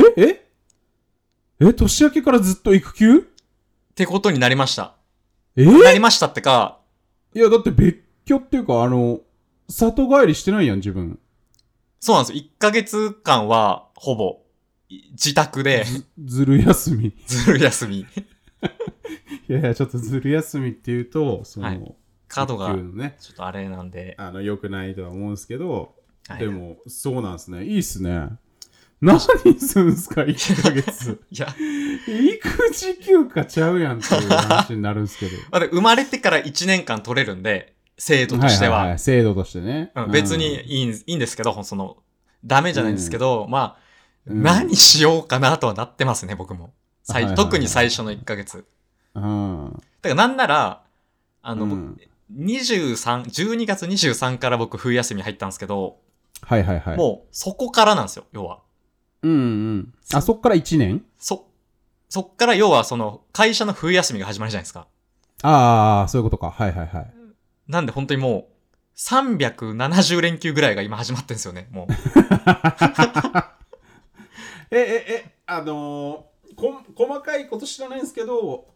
年明けからずっと育休？ ってことになりました。なりましたってか。 いや、だって別居っていうか、里帰りしてないやん、自分。 そうなんですよ。1ヶ月間は、ほぼ、自宅で。 ずる休み。 いや、ちょっとずる休みっていうと、 角が、ちょっとあれなんで。 良くないとは思うんですけど、でも、そうなんですね。いいっすね。何するんすか ?1 ヶ月。 いや、 育児休暇ちゃうやんっていう話になるんですけど。 生まれてから1年間取れるんで、制度としては。 制度としてね。 別にいいんですけど、ダメじゃないんですけど、まあ、何しようかなとはなってますね、僕も。特に最初の1ヶ月。だからなんなら、12月23から僕冬休み入ったんですけど、もうそこからなんですよ、要は。 そっから1年？ そっから要は会社の冬休みが始まるじゃないですか。 そういうことか。 なんで本当にもう、370連休ぐらいが今始まってんですよね、もう。 細かいこと知らないんですけど、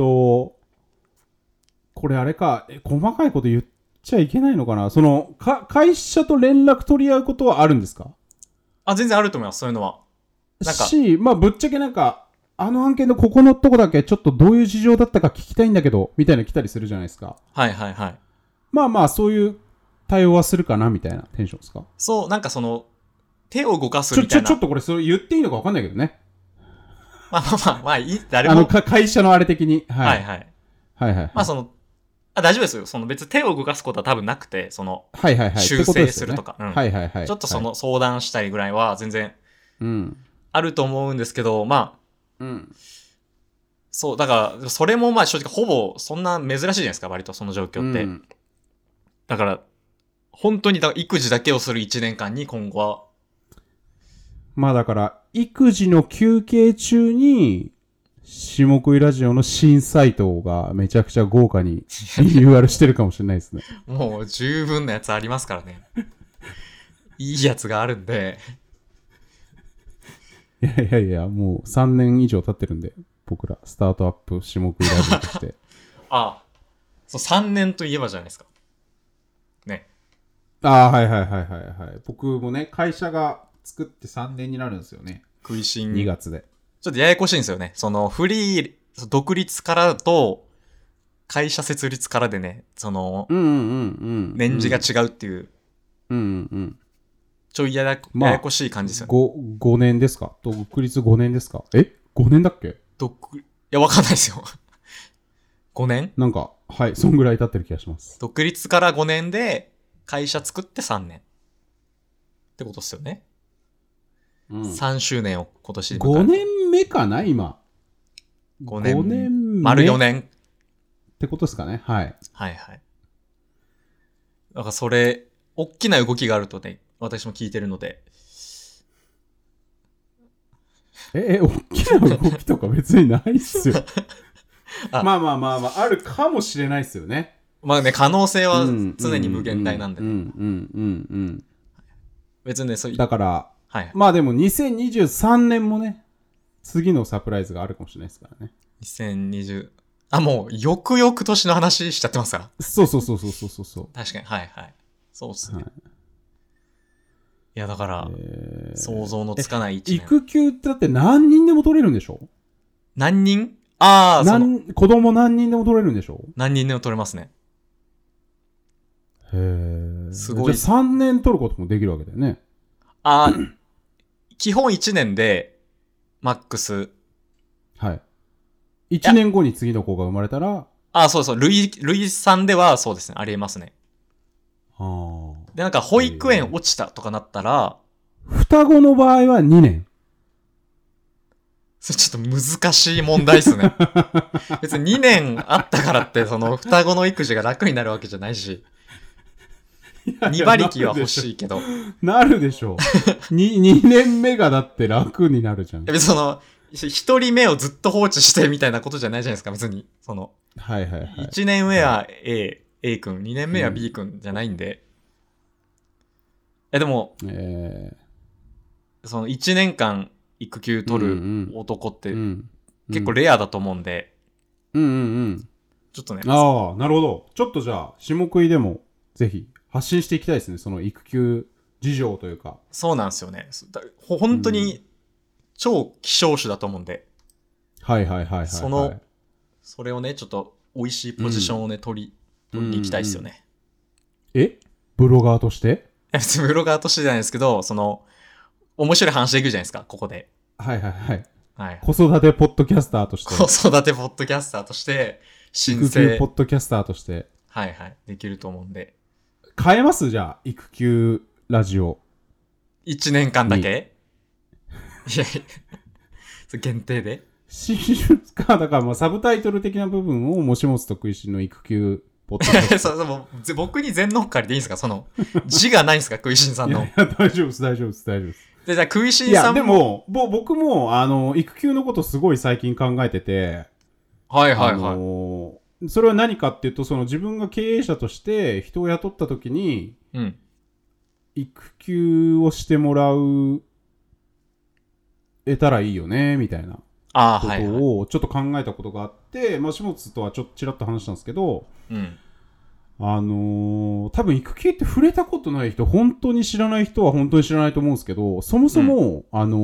これあれか、細かいこと言っちゃいけないのかな？会社と連絡取り合うことはあるんですか？ 全然あると思います、そういうのは。 まあ、ぶっちゃけ案件のここのとこだけちょっとどういう事情だったか聞きたいんだけど、みたいなの来たりするじゃないですか。まあまあ、そういう対応はするかな、みたいなテンションですか？ そう、手を動かすみたいな。 ちょっとこれ、それ言っていいのか分かんないけどね。 まあ、いい、誰も。 会社のあれ的に。 まあ、大丈夫ですよ。別に手を動かすことは多分なくて、修正するとか。ちょっと相談したりぐらいは全然、あると思うんですけど、まあ、そう、だから、それもまあ正直ほぼそんな珍しいじゃないですか、割とその状況って。だから、本当に育児だけをする1年間に今後は。 まあだから、育児の休憩中に、下食いラジオの新サイトがめちゃくちゃ豪華にリニューアルしてるかもしれないですね。 もう十分なやつありますからね。いいやつがあるんで。 いや、もう3年以上経ってるんで、僕ら、スタートアップ下食いラジオとして。 そう、3年といえばじゃないですか。ね。 僕もね、会社が作って3年になるんですよね。 食いしん。 2月で。 ちょっとややこしいんですよね。独立からと、会社設立からでね、年次が違うっていう。ちょいややこしい感じですよね。 5年ですか？独立5年ですか？5年だっけ？ いや、わかんないですよ。5年？ そんぐらい経ってる気がします。 独立から5年で、会社作って3年。ってことですよね。3周年を今年で 5年目かな今。 5年。丸4年。 ってことですかね。はい。 だからそれ、大きな動きがあるとね、私も聞いてるので。 大きな動きとか別にないっすよ。まあ、あるかもしれないっすよね。 まあね、可能性は常に無限大なんでね。別にね、そういう。 だから、まあでも2023年もね、次のサプライズがあるかもしれないですからね。 2020、 あ、もう、よくよく年の話しちゃってますか？ そうそうそうそうそうそう。 確かに、はいはい。そうっすね。はい、いや、だから、想像のつかない1年。 育休ってだって何人でも取れるんでしょ？ 何人？ああ、 子供何人でも取れるんでしょ？ 何人でも取れますね。 へえ。 すごい。 じゃあ3年取ることもできるわけだよね。 ああ、基本1年で、マックス。 はい。1年後に次の子が生まれたら。 そうそう。類さんではそうですね。ありえますね。で、なんか保育園落ちたとかなったら。 双子の場合は2年。 それちょっと難しい問題ですね。別に2年あったからって、その双子の育児が楽になるわけじゃないし。2馬力は欲しいけど。 なるでしょう。2年目がだって楽になるじゃん。 別にその、1人目をずっと放置してみたいなことじゃないじゃないですか、別に。その、 はいはいはい。 1年目は A 君、2年目は B 君じゃないんで。でも、その1年間育休取る男って結構レアだと思うんで。ちょっとね。 ああ、なるほど。ちょっとじゃあ、下食いでもぜひ発信していきたいですね。その育休事情というか。 そうなんですよね。本当に超希少種だと思うんで。 はいはいはいはい、はい。 それをね、ちょっと美味しいポジションをね、取りに行きたいですよね。 ブロガーとして？ 別にブロガーとしてじゃないですけど、その、面白い話できるじゃないですか、ここで。 はいはいはい。 はい、 子育てポッドキャスターとして。 子育てポッドキャスターとして、 育休ポッドキャスターとして。 はいはい、できると思うんで。 変えますじゃあ、育休ラジオ。 1年間だけ？いやいや、限定でだからサブタイトル的な部分を、もしもつと食いしんの育休ポッドキャスター。 そう僕に全乗っかりでいいんですか？その、字がないんですか？食いしんさんの。 いや、大丈夫です、大丈夫です、大丈夫です。 で、じゃあ食いしんさんも。 いや、でも、僕も、育休のことすごい最近考えてて。 はいはいはい。 それは何かっていうと、その自分が経営者として人を雇った時に、育休をしてもらえたらいいよね、みたいなことをちょっと考えたことがあって、まあ、下津とはちょっとちらっと話したんですけど、多分育休って触れたことない人、本当に知らない人は本当に知らないと思うんですけど、そもそも、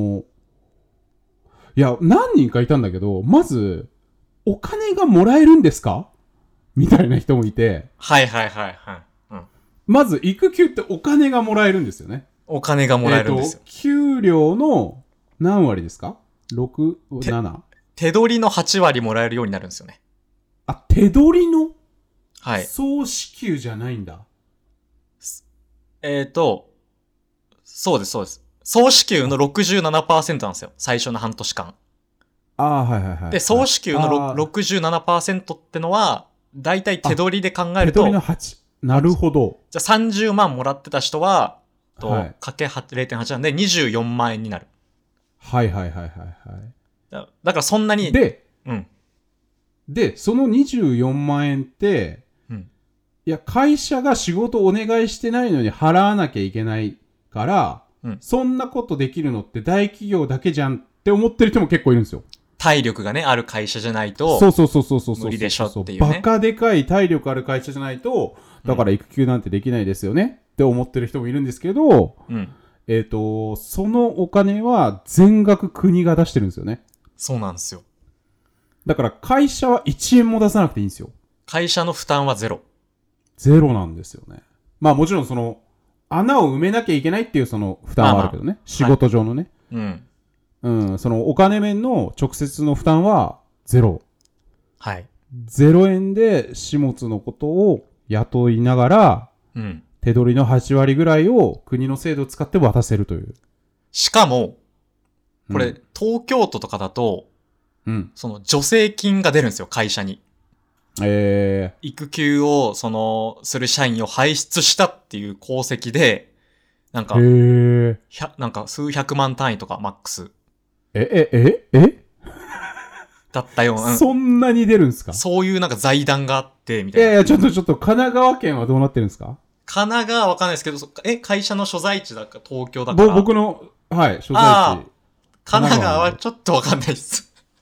いや、何人かいたんだけど、まず、お金がもらえるんですかみたいな人もいて。 はいはいはいはい。 まず、育休ってお金がもらえるんですよね。 お金がもらえるんですよ。 給料の何割ですか ?6、7? 手取りの8割もらえるようになるんですよね。 手取りの？ はい。 総支給じゃないんだ。 そうですそうです。総支給の 67% なんですよ。最初の半年間。 はいはいはい。 で、総支給の 67% ってのは、だいたい手取りで考えると。 手取りの8。なるほど。 じゃあ30万もらってた人は、かけ 0.8 なんで24万円になる。 はいはいはいはいはい。 だからそんなに。 で、その24万円って、いや、会社が仕事お願いしてないのに払わなきゃいけないから、そんなことできるのって大企業だけじゃんって思ってる人も結構いるんですよ。 体力がね、ある会社じゃないと、無理でしょっていうね。 バカでかい体力ある会社じゃないと、だから育休なんてできないですよねって思ってる人もいるんですけど、そのお金は全額国が出してるんですよね。 そうなんですよ。 だから会社は1円も出さなくていいんですよ。 会社の負担はゼロ。 ゼロなんですよね。まあもちろんその、穴を埋めなきゃいけないっていうその負担はあるけどね。仕事上のね。そのお金面の直接の負担はゼロ。 はい。 0円で下津のことを雇いながら、手取りの8割ぐらいを国の制度を使って渡せるという。 しかも、これ、東京都とかだと、その助成金が出るんですよ、会社に。育休を、する社員を輩出したっていう功績で、なんか、なんか数百万単位とか、マックス。だったような。 そんなに出るんですか？ そういうなんか財団があって、みたいな。 いや、ちょっと、神奈川県はどうなってるんですか？ 神奈川はわかんないですけど、会社の所在地だか、東京だから。 僕の、はい、所在地。 神奈川はちょっとわかんないです。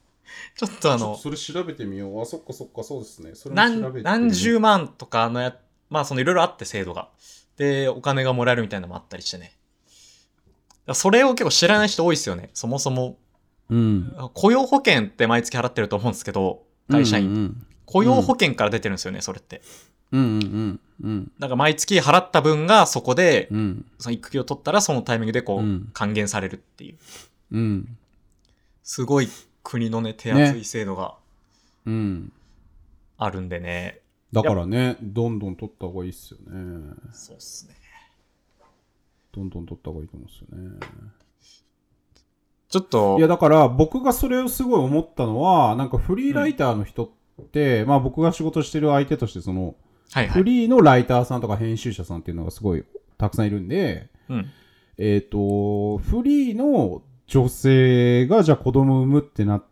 ちょっとそれ調べてみよう。あ、そっかそっか、そうですね。それ調べて何十万とかまあそのいろいろあって制度が。で、お金がもらえるみたいなのもあったりしてね。それを結構知らない人多いですよね。そもそも。 うん。 雇用保険って毎月払ってると思うんですけど、会社員。うんうん、雇用保険から出てるんですよね、それって。 うんうんうん。 だから毎月払った分がそこで、 うん、 その育休を取ったらそのタイミングでこう、 うん、 還元されるっていう。 うん。 すごい国のね、手厚い制度が、 うん。 あるんでね。 だからね、どんどん取った方がいいっすよね。 そうっすね。 どんどん取った方がいいと思うんですよね。 ちょっと。 いや、だから僕がそれをすごい思ったのは、なんかフリーライターの人って、まあ僕が仕事してる相手としてその、 はいはい、 フリーのライターさんとか編集者さんっていうのがすごいたくさんいるんで、 うん、 フリーの女性がじゃあ子供を産むってなって、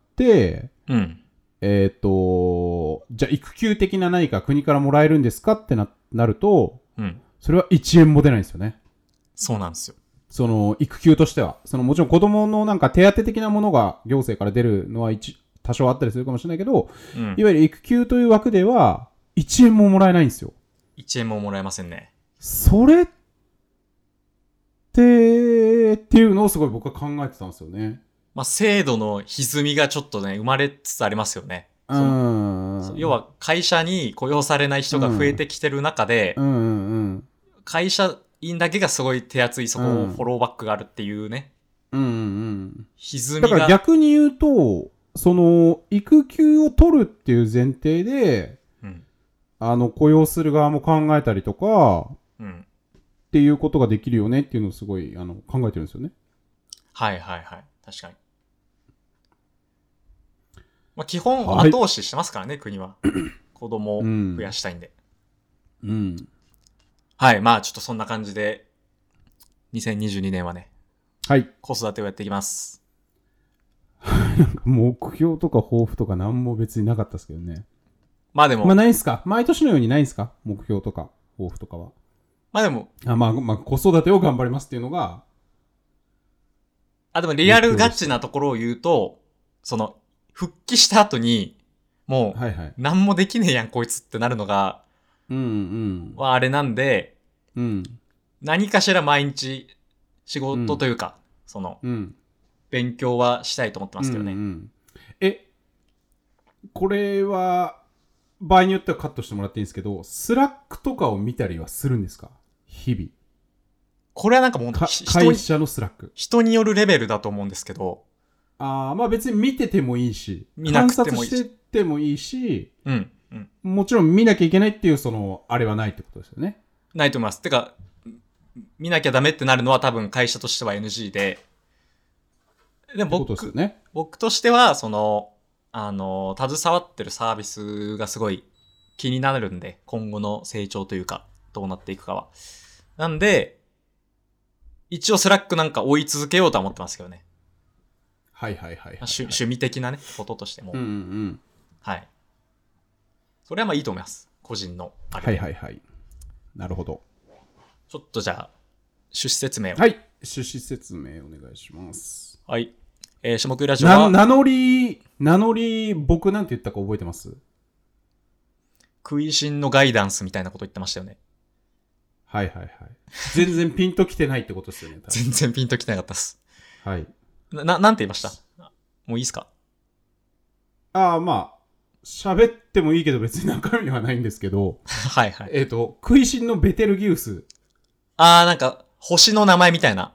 うん、 じゃあ育休的な何か国からもらえるんですかってなると、 うん、 それは1円も出ないんですよね。 そうなんですよ。 その育休としては。そのもちろん子供のなんか手当的なものが行政から出るのは多少あったりするかもしれないけど、 うん、 いわゆる育休という枠では1円ももらえないんですよ。 1円ももらえませんね。 それっていうのをすごい僕は考えてたんですよね。 まあ、制度の歪みがちょっとね、生まれつつありますよね。要は会社に雇用されない人が増えてきてる中で、会社員だけがすごい手厚いそこをフォローバックがあるっていうね。歪みが。 だから逆に言うと、その育休を取るっていう前提で、雇用する側も考えたりとか、っていうことができるよねっていうのをすごい考えてるんですよね。 はいはいはい。確かに。まあ、基本後押ししてますからね、国は。子供を増やしたいんで。はい。まあちょっとそんな感じで、2022年はね、 はい。 子育てをやっていきます。 なんか目標とか抱負とか何も別になかったですけどね。 まあでも。 まあないんすか？毎年のようにないんすか？目標とか抱負とかは。 まあでも。 まあ子育てを頑張りますっていうのが。 でもリアルガチなところを言うと、その、復帰した後に、もう、何もできねえやん、こいつってなるのが、はあれなんで、何かしら毎日仕事というか、その、勉強はしたいと思ってますけどね。 これは、場合によってはカットしてもらっていいんですけど、スラックとかを見たりはするんですか？日々。 これはなんかもう会社のスラック。 人によるレベルだと思うんですけど。 まあ別に見ててもいいし、 見なくてもいいし、 観察しててもいいし、もちろん見なきゃいけないっていうその、あれはないってことですよね。 ないと思います。てか、見なきゃダメってなるのは多分会社としては NG で、でも僕としては、その、携わってるサービスがすごい気になるんで、今後の成長というか、どうなっていくかは。なんで、一応スラックなんか追い続けようとは思ってますけどね。趣味的なね、こととしても。はい。それはまあいいと思います。個人のあれで。 なるほど。 ちょっとじゃあ、趣旨説明を。 はい。趣旨説明お願いします。 はい。下木ラジオは。 名乗り、僕なんて言ったか覚えてます？ 食いしんのガイダンスみたいなこと言ってましたよね。 全然ピンときてないってことですよね。 全然ピンときてなかったです。 はい。 なんて言いました？もういいですか？ まあ、喋ってもいいけど別に中身はないんですけど。食いしんのベテルギウス。 なんか、星の名前みたいな。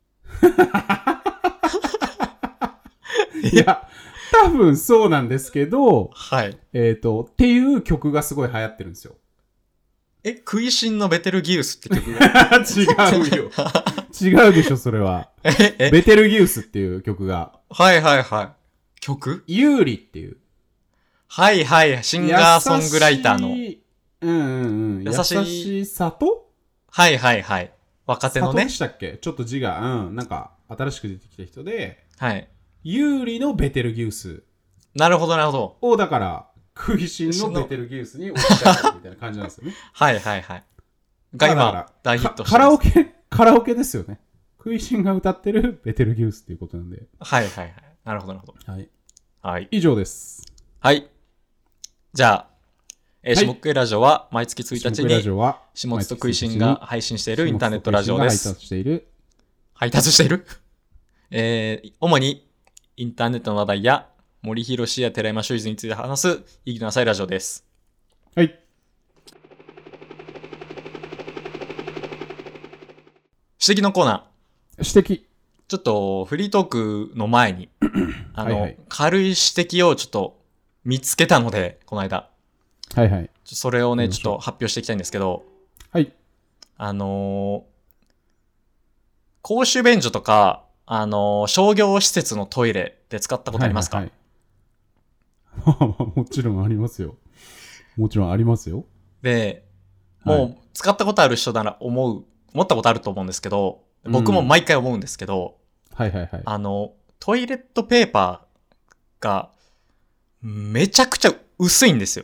いや、多分そうなんですけど、 はい。 っていう曲がすごい流行ってるんですよ。 食いしんのベテルギウスって曲が違うよ。違うでしょ、それは。ベテルギウスっていう曲が。 曲？ 有利っていう。 シンガーソングライターの。 優しさと？ 若手のね。 里でしたっけ？ちょっと字が、なんか、新しく出てきた人で、 有利のベテルギウス。 なるほど。 を、だから、食いしんのベテルギウスに置き換えたみたいな感じなんですよね。 が今、大ヒットしてます。 カラオケですよね。食いしんが歌ってるベテルギウスっていうことなんで。 なるほど。 はい。 以上です。 はい。じゃあ、下食いラジオは毎月1日に下津と食いしんが配信しているインターネットラジオです。配達している主にインターネットの話題や森博や寺山修司について話す意義の浅いラジオです。 はい。 指摘のコーナー。指摘。 ちょっとフリートークの前にはいはい、軽い指摘をちょっと見つけたので、この間。 はいはい。 それをね、ちょっと発表していきたいんですけど。 はい。 公衆便所とか、商業施設のトイレで使ったことありますか？ はいはいはい、もちろんありますよ。もちろんありますよ。 で、もう使ったことある人なら思ったことあると思うんですけど、僕も毎回思うんですけど、 はいはいはい。 トイレットペーパーがめちゃくちゃ薄いんですよ。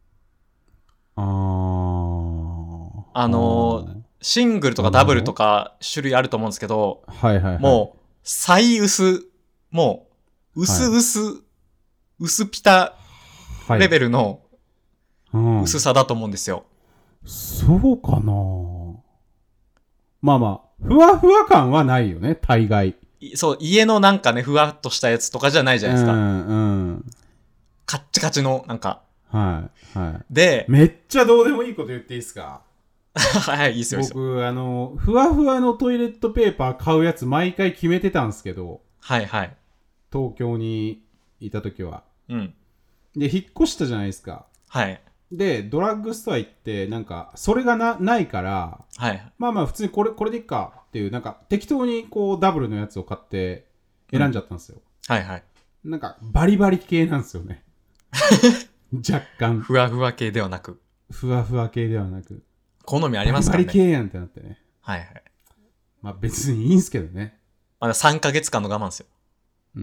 シングルとかダブルとか種類あると思うんですけど、 はいはいはい、 もう最薄、もう薄ピタレベルの薄さだと思うんですよ。 そうかな。まあまあ、ふわふわ感はないよね、大概。 そう、家のなんかね、ふわっとしたやつとかじゃないじゃないですか。カッチカチの、なんか。 はいはい。 で、 めっちゃどうでもいいこと言っていいですか？ はい、いいっすよ。 僕、ふわふわのトイレットペーパー買うやつ毎回決めてたんですけど。 はいはい。 東京にいた時は。 うん。 で、引っ越したじゃないですか。 はい。 で、ドラッグストア行って、なんか、それがないから、 はい。 まあまあ、普通にこれでいっかっていう、なんか、適当にこう、ダブルのやつを買って選んじゃったんですよ。 はいはい。 なんか、バリバリ系なんですよね。若干。 ふわふわ系ではなく。 ふわふわ系ではなく。 好みありますからね。 バリバリ系やんってなってね。 はいはい。 まあ別にいいんすけどね。 まだ3ヶ月間の我慢ですよ。 うん。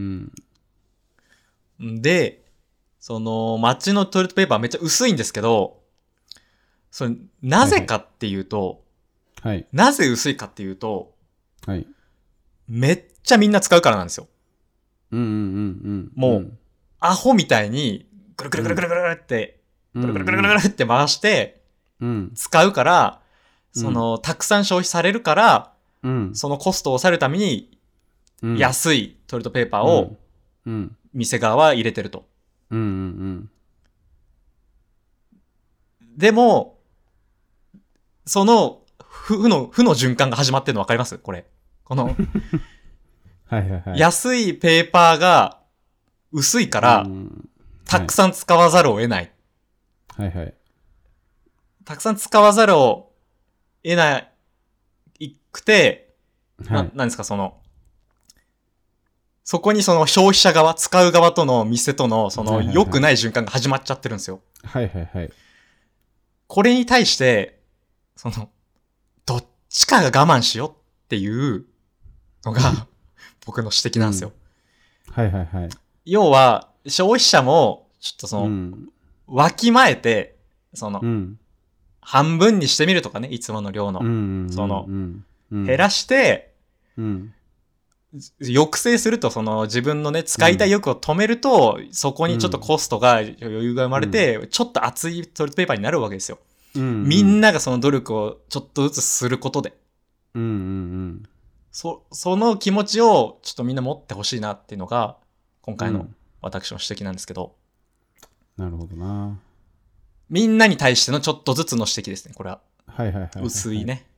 で、その、街のトイレットペーパーめっちゃ薄いんですけど、それ、なぜかっていうと、 はい。 なぜ薄いかっていうと、 はい。 めっちゃみんな使うからなんですよ。もう、 アホみたいに、ぐるぐるぐるぐるぐるって、ぐるぐるぐるぐるって回して、使うから、その、たくさん消費されるから、そのコストを抑えるために、安いトイレットペーパーを、店側は入れてると。でも、その負の循環が始まってるの分かります？これ。このはいはいはい、 安いペーパーが薄いから、たくさん使わざるを得ない。 はいはい。 たくさん使わざるを得ないくて、なんですか、そこにその消費者側、使う側との店とのその良くない循環が始まっちゃってるんですよ。 はいはいはい。 これに対して、どっちかが我慢しようっていうのが僕の指摘なんですよ。 はいはいはい。 要は、消費者も、ちょっとわきまえて、半分にしてみるとかね、いつもの量の。減らして、抑制すると、自分のね、使いたい欲を止めると、そこにちょっとコストが余裕が生まれて、ちょっと厚いトイレットペーパーになるわけですよ。みんながその努力をちょっとずつすることで。その気持ちをちょっとみんな持ってほしいなっていうのが、今回の私の指摘なんですけど。 なるほどな。 みんなに対してのちょっとずつの指摘ですね、これは。 はいはいはい。薄いね。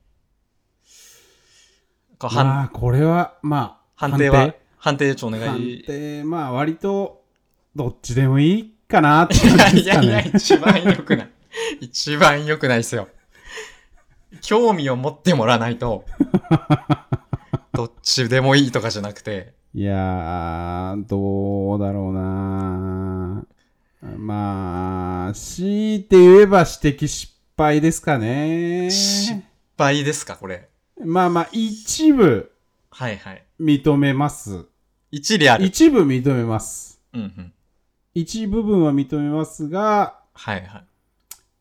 まあ、これは、まあ、 判定でちょっとお願い。 判定、まあ、割と、どっちでもいいかなって感じですかね。 いや、一番良くない。一番良くないですよ。興味を持ってもらわないと、どっちでもいいとかじゃなくて。 いやー、どうだろうな。まあ、強いて言えば指摘失敗ですかね。 失敗ですか、これ。 まあまあ、一部、 はいはい。 認めます。 一理ある。 一部認めます。 うんうん。 一部分は認めますが、 はいはい。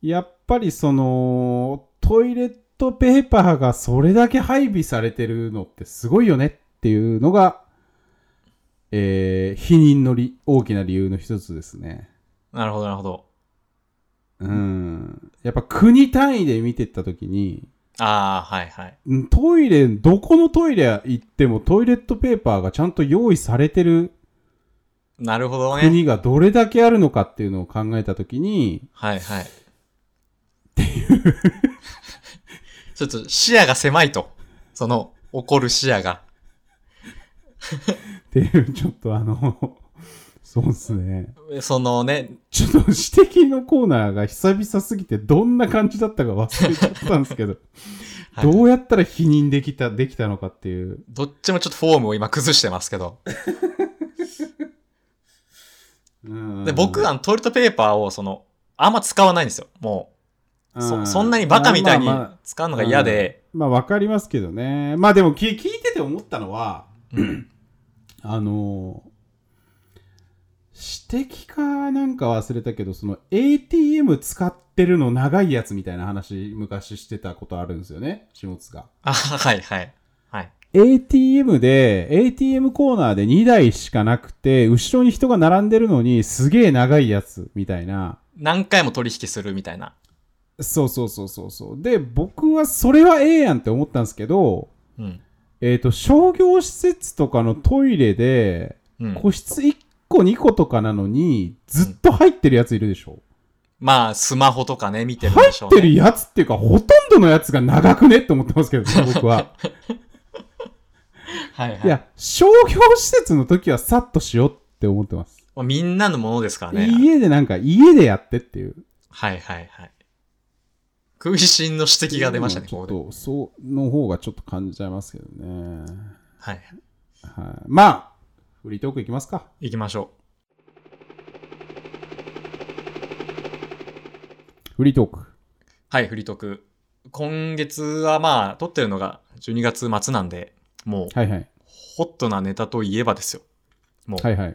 やっぱりトイレットペーパーがそれだけ配備されてるのってすごいよねっていうのが、 否認の大きな理由の一つですね。 なるほど、なるほど。 やっぱ国単位で見てったときに、 はいはい。 トイレ、どこのトイレ行ってもトイレットペーパーがちゃんと用意されてるなるほどね。 国がどれだけあるのかっていうのを考えたときに、 はいはい。 っていう。 ちょっと視野が狭いと。その、起こる視野が。 っていう、ちょっとそうですね。 そのね。 ちょっと指摘のコーナーが久々すぎてどんな感じだったか忘れちゃったんですけど、はい、どうやったら否認できたのかっていう。 どっちもちょっとフォームを今崩してますけど。で僕はトイレットペーパーをあんま使わないんですよ。もう。そんなにバカみたいに使うのが嫌で。 まあわかりますけどね。まあでも聞いてて思ったのは、指摘かなんか忘れたけど、ATM 使ってるの長いやつみたいな話昔してたことあるんですよね、下津が。 はいはい。はい。 ATM コーナーで2台しかなくて、後ろに人が並んでるのにすげえ長いやつみたいな。 何回も取引するみたいな。 そう。で、僕はそれはええやんって思ったんですけど、商業施設とかのトイレで、個室1個2個とかなのに、ずっと入ってるやついるでしょ。 まあ、スマホとかね、見てるでしょうね。 入ってるやつっていうか、ほとんどのやつが長くねって思ってますけどね、僕は。 はいはい。 いや、商業施設の時はさっとしようって思ってます。 みんなのものですからね。 家でやってっていう。 はいはいはい。空心の指摘が出ましたね、 ここで。そうの方がちょっと感じちゃいますけどね。 はい。 まあ、フリートークいきますか。 いきましょう。フリートーク。 はい、フリートーク。今月はまあ、撮ってるのが12月末なんで、もう、 はいはい、 ホットなネタといえばですよ。もう、 はいはい、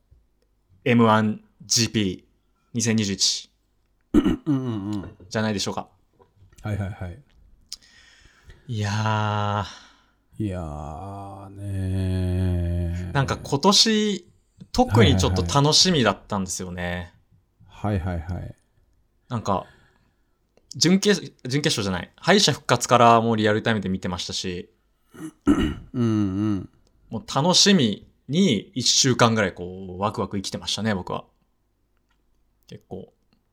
M1GP2021 じゃないでしょうか。 はいはいはい。 いやーねー。 なんか今年、特にちょっと楽しみだったんですよね。 はいはいはい。 なんか、準決勝じゃない。敗者復活からもうリアルタイムで見てましたし、もう楽しみに1週間ぐらいこう、ワクワク生きてましたね、僕は。結構。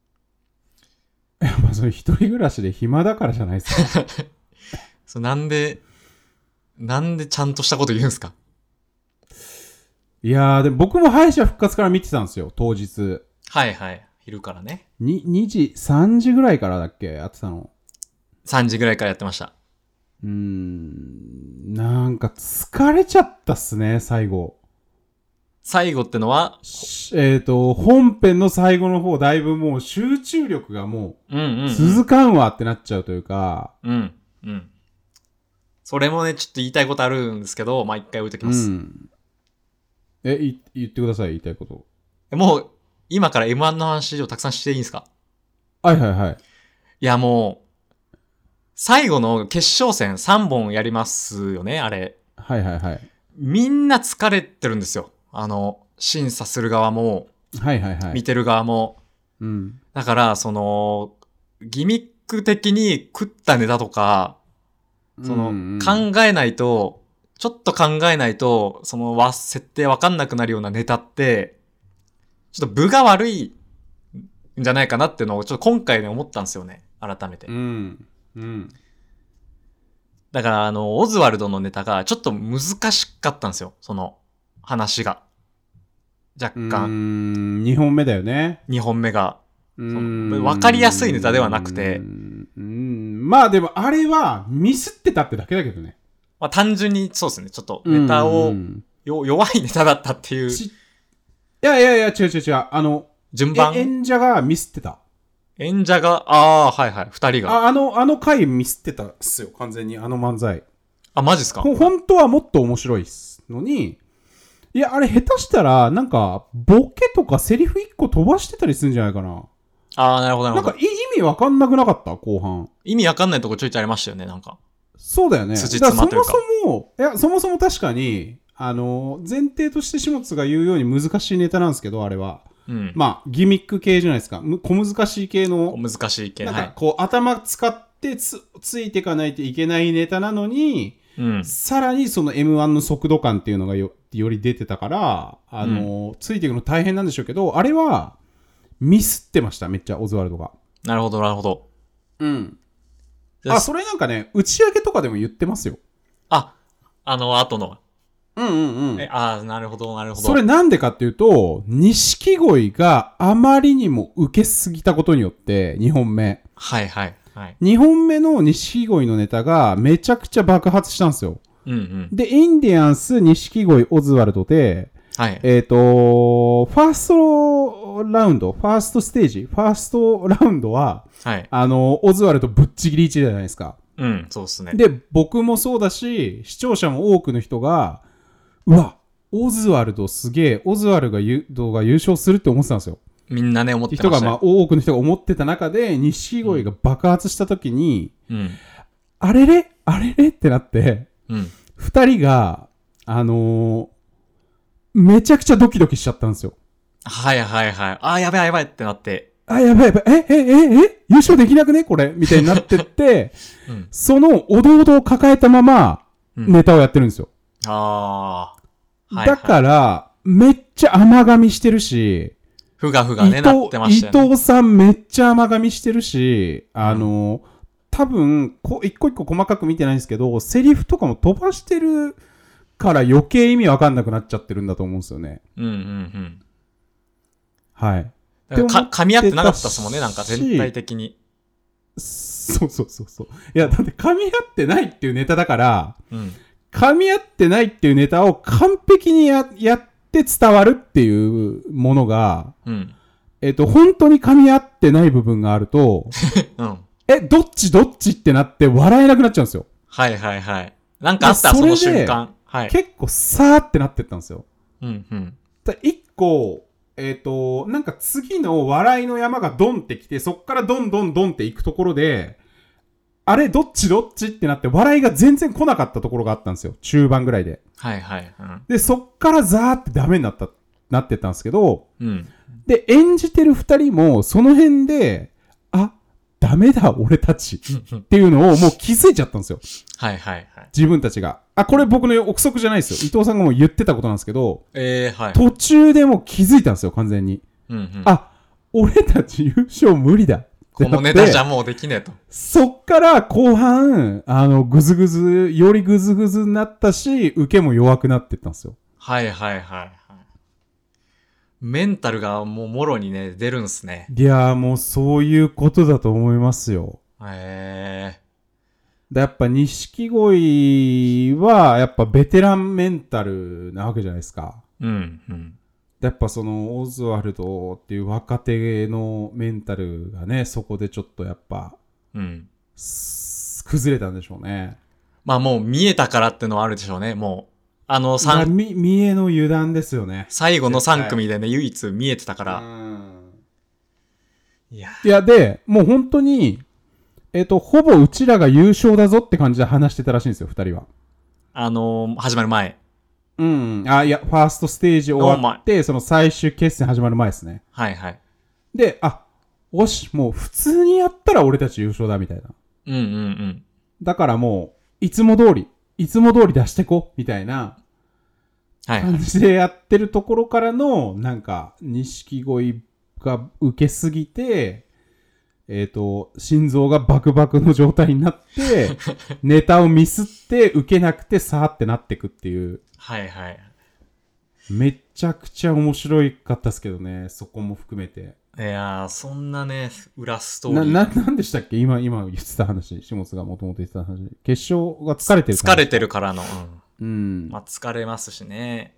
まあそれ一人暮らしで暇だからじゃないですか。 なんでちゃんとしたこと言うんすか？ いやー、でも僕も敗者復活から見てたんですよ、当日。 はいはい。昼からね。 2時、3時ぐらいからだっけやってたの。 3時ぐらいからやってました。 なんか疲れちゃったっすね、最後。 最後ってのは本編の最後の方、だいぶもう集中力がもう、続かんわってなっちゃうというか。 それもね、ちょっと言いたいことあるんですけど、まあ一回置いときます。 言ってください、言いたいこと。 もう、今から M1 の話をたくさんしていいんですか？ はいはいはい。 いやもう、最後の決勝戦3本やりますよね、あれ。 はいはいはい。 みんな疲れてるんですよ。審査する側も、 はいはいはい。 見てる側も。だから、ギミック的に食ったネタとか、考えないと、ちょっと考えないと、設定わかんなくなるようなネタって、ちょっと分が悪いんじゃないかなっていうのを、ちょっと今回ね思ったんですよね。改めて。だから、オズワルドのネタがちょっと難しかったんですよ。話が。若干。 2本目だよね。 2本目が。わかりやすいネタではなくて。 まあでも、あれはミスってたってだけだけどね。 まあ単純にそうですね。ちょっとネタを、弱いネタだったっていう。 いや、違う。 順番演者がミスってた。 演者が、はいはい。2人が。 あの回ミスってたっすよ。完全に。漫才。 マジっすか？ 本当はもっと面白いのに、いや、あれ下手したら、なんか、ボケとかセリフ1個飛ばしてたりするんじゃないかな。 なるほどなるほど。 なんか意味わかんなくなかった後半。 意味わかんないとこちょいちょいありましたよね、なんか。 そうだよね。 辻褄というか。 そもそも確かに、 前提として下津が言うように難しいネタなんですけど、あれは。 うん、 まあ、ギミック系じゃないですか。小難しい系の。 小難しい系。 なんか、こう、頭使ってついていかないといけないネタなのに、さらにその M1 の速度感っていうのがより出てたから、ついていくの大変なんでしょうけど、あれは、ミスってました、めっちゃ、オズワルドが。 なるほど、なるほど。 うん。それなんかね、打ち上げとかでも言ってますよ。 後の。 うんうんうん。 なるほど、なるほど。 それなんでかっていうと、錦鯉があまりにも受けすぎたことによって、2本目。 はいはいはい。 2本目の錦鯉のネタがめちゃくちゃ爆発したんですよ。 うんうん。 で、インディアンス、錦鯉、オズワルドで、 はい。 ファーストラウンド、ファーストステージ、ファーストラウンドは、 はい。 オズワルドぶっちぎり1じゃないですか。 うん、そうっすね。 で、僕もそうだし、視聴者も多くの人が、うわ、オズワルドすげえ、オズワルドが優勝するって思ってたんですよ。 みんなね、思ってました。 人が、多くの人が思ってた中で、錦鯉が爆発した時に、 うん、 あれれってなって、 うん、 二人が、めちゃくちゃドキドキしちゃったんですよ。 はいはいはい。やばいやばいってなって。 やばいやばい。優勝できなくねこれみたいになってって、 うん、 そのおどおどを抱えたまま、ネタをやってるんですよ。 はいはい、 だから、めっちゃ甘噛みしてるし、 ふがふがね、なってましたよね。 伊藤さんめっちゃ甘噛みしてるし、多分、一個一個細かく見てないんですけど、セリフとかも飛ばしてるから余計意味わかんなくなっちゃってるんだと思うんですよね。 うんうんうん。 はい。 噛み合ってなかったですもんね、なんか全体的に。 そう。いや、だって噛み合ってないっていうネタだから、 うん、 噛み合ってないっていうネタを完璧にやって伝わるっていうものが、 うん、 本当に噛み合ってない部分があると、 うん、 どっちってなって笑えなくなっちゃうんですよ。 はいはいはい。なんかあった、その瞬間。はい。 結構さーってなってったんですよ。 うんうん。 一個、なんか次の笑いの山がドンってきて、そっからドンっていくところで、あれどっちってなって笑いが全然来なかったところがあったんですよ。中盤ぐらいで。 はいはい。うん、 で、そっからザーってダメになってったんですけど、 うん。 で、演じてる二人もその辺で、ダメだ俺たちっていうのをもう気づいちゃったんですよ。 はいはいはい。 自分たちが。これ僕の憶測じゃないですよ。伊藤さんがもう言ってたことなんですけど、 はい。 途中でもう気づいたんですよ、完全に。 うんうん、 俺たち優勝無理だ。 このネタじゃもうできねえと。 そっから後半、よりグズグズになったし、受けも弱くなってったんですよ。 はいはいはい。メンタルがもうもろにね、出るんすね。 いやーもうそういうことだと思いますよ。やっぱ錦鯉はやっぱベテランメンタルなわけじゃないですか。 うんうん。 やっぱそのオズワルドっていう若手のメンタルがね、そこでちょっとやっぱ、崩れたんでしょうね。 まあもう見えたからってのはあるでしょうね、もう。 見えの油断ですよね。 最後の3組でね、唯一見えてたから。 いや、で、もう本当に、ほぼうちらが優勝だぞって感じで話してたらしいんですよ、二人は。 始まる前。 ファーストステージ終わって、その最終決戦始まる前ですね。 はいはい。 で、よし、もう普通にやったら俺たち優勝だ、みたいな。 うんうんうん。 だからもう、いつも通り出してこ、みたいな感じでやってるところからの、なんか、錦鯉が受けすぎて、心臓がバクバクの状態になって、ネタをミスって受けなくてさーってなってくっていう。 はいはい。 めちゃくちゃ面白かったですけどね、そこも含めて。 いやー、そんなね、裏ストーリー。 なんでしたっけ今言ってた話。下津がもともと言ってた話。決勝が疲れてるから。疲れてるからの。 うん。 まあ、疲れますしね。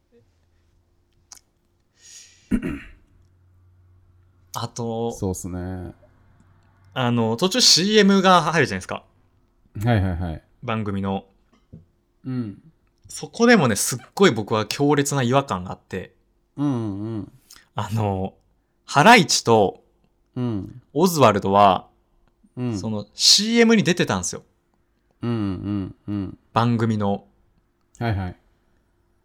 あと、 そうっすね。 途中 CM が入るじゃないですか。 はいはいはい。 番組の。 うん。 そこでもね、すっごい僕は強烈な違和感があって。 うんうん。 ハライチと、オズワルドは、 その CM に出てたんですよ。 うんうんうん。 番組の。 はいはい。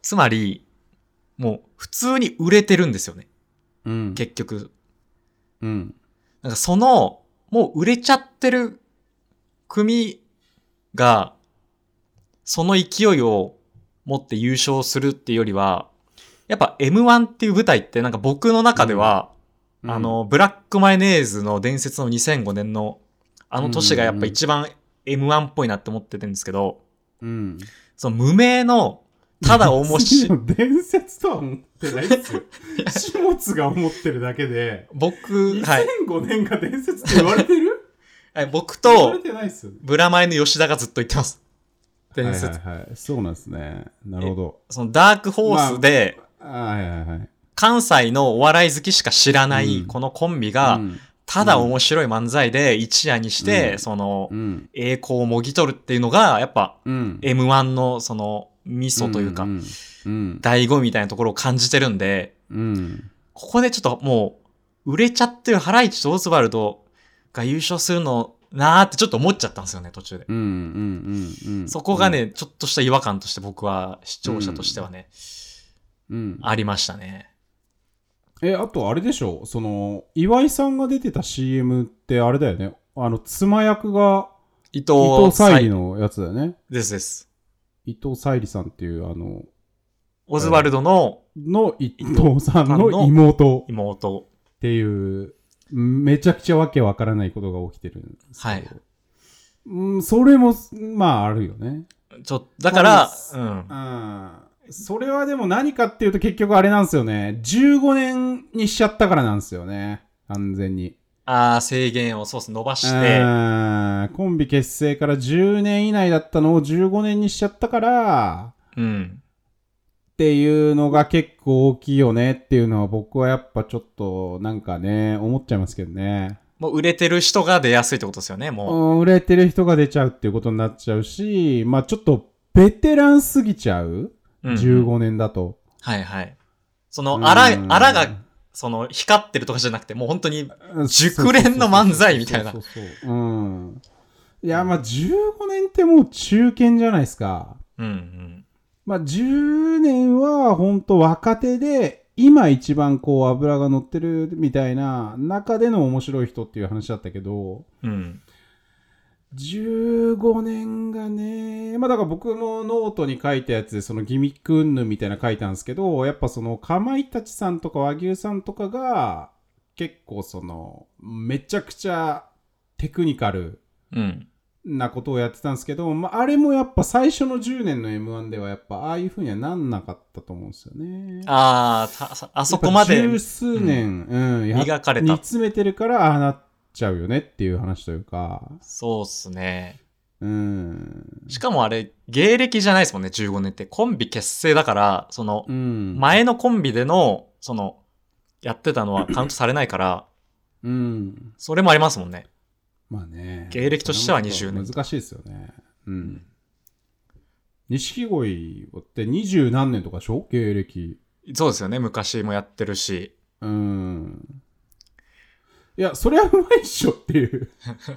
つまり、もう普通に売れてるんですよね。 うん。 結局。 うん。 なんかもう売れちゃってる組が、その勢いを持って優勝するっていうよりは、やっぱ M1 っていう舞台ってなんか僕の中では、ブラックマヨネーズの伝説の2005年のあの年がやっぱ一番 M1 っぽいなって思ってるんですけど、その無名の、ただ面白い。 伝説とは思ってないですよ。始末が思ってるだけで。 僕、 2005年が伝説って言われてる僕と、ブラマヨの吉田がずっと言ってます。伝説。 そうなんですね。なるほど。 そのダークホースで、関西のお笑い好きしか知らないこのコンビが、ただ面白い漫才で一夜にして、栄光をもぎ取るっていうのが、やっぱ、M1 のミソというか、醍醐味みたいなところを感じてるんで、ここでちょっともう、売れちゃってるハライチとオズワルドが優勝するのなーってちょっと思っちゃったんですよね、途中で。そこがね、ちょっとした違和感として僕は、視聴者としてはね、ありましたね。 あとあれでしょ、岩井さんが出てた CM ってあれだよね。妻役が伊藤沙莉のやつだよね。 です。 伊藤沙莉さんっていうオズワルドの伊藤さんの妹っていう、めちゃくちゃわけわからないことが起きてるんですけど。それも、まああるよね。 だから、 それはでも何かっていうと結局あれなんですよね。15年にしちゃったからなんですよね。完全に。 制限を伸ばして。 コンビ結成から10年以内だったのを15年にしちゃったから、っていうのが結構大きいよねっていうのは僕はやっぱちょっとなんかね、思っちゃいますけどね。 もう売れてる人が出やすいってことですよね、もう。売れてる人が出ちゃうっていうことになっちゃうし、まあちょっとベテランすぎちゃう、15年だと。 はいはい。あらが、光ってるとかじゃなくて、もう本当に、熟練の漫才みたいな。 いや、まあ、15年ってもう中堅じゃないですか。まあ、10年は本当若手で、今一番こう脂が乗ってるみたいな中での面白い人っていう話だったけど、15年がね、まあだから僕もノートに書いたやつでギミック云々みたいな書いたんですけど、やっぱかまいたちさんとか和牛さんとかが結構めちゃくちゃテクニカルなことをやってたんですけど、まああれもやっぱ最初の10年の M1 ではやっぱああいう風にはなんなかったと思うんですよね。 あそこまで十数年、 磨かれた。 煮詰めてるからああなちゃうよねっていう話というか。 そうっすね。しかもあれ、芸歴じゃないですもんね、15年って。コンビ結成だから、前のコンビでの、やってたのはカウントされないから、それもありますもんね。 まあね。 芸歴としては20年。 難しいですよね。錦鯉って20何年とかでしょ、芸歴。 そうですよね、昔もやってるし。 いや、それはうまいっしょっていう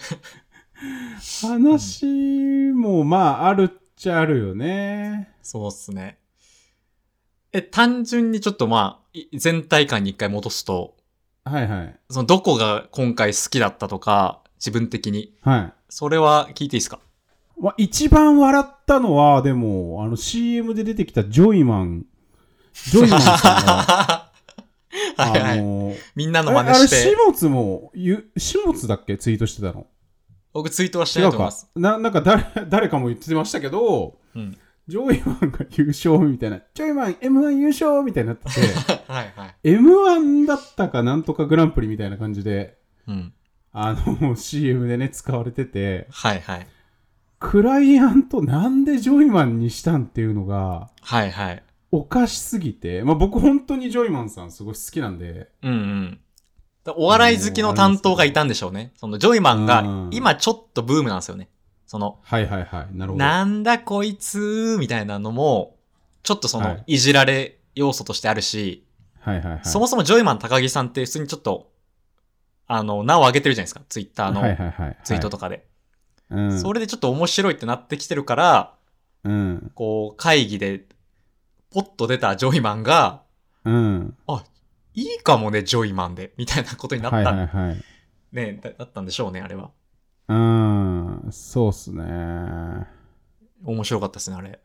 話もまああるっちゃあるよね。 そうっすね。単純にちょっとまあ全体感に一回戻すと、どこが今回好きだったとか自分的に、それは聞いていいですか？ まあ、一番笑ったのはでもCM で出てきたジョイマンさんがみんなの真似して。 始末だっけツイートしてたの。 僕ツイートはしてないと思います。 なんか誰かも言ってましたけど、ジョイマンが優勝みたいな、ジョイマン M1 優勝みたいになってて、M1 だったかなんとかグランプリみたいな感じで、CM でね、使われてて、クライアントなんでジョイマンにしたんっていうのが、おかしすぎて、まあ僕本当にジョイマンさんすごい好きなんで。 お笑い好きの担当がいたんでしょうね。ジョイマンが今ちょっとブームなんですよね。 なるほど。 なんだこいつみたいなのも、ちょっといじられ要素としてあるし、そもそもジョイマン高木さんって普通にちょっと、名を上げてるじゃないですか。ツイッターのツイートとかで。それでちょっと面白いってなってきてるから、こう会議で、 ポッと出たジョイマンが、 うん。 あ、いいかもね、ジョイマンで、みたいなことになった。 はいはいはい。 ね、だったんでしょうね、あれは。 そうっすね。 面白かったですね、あれ。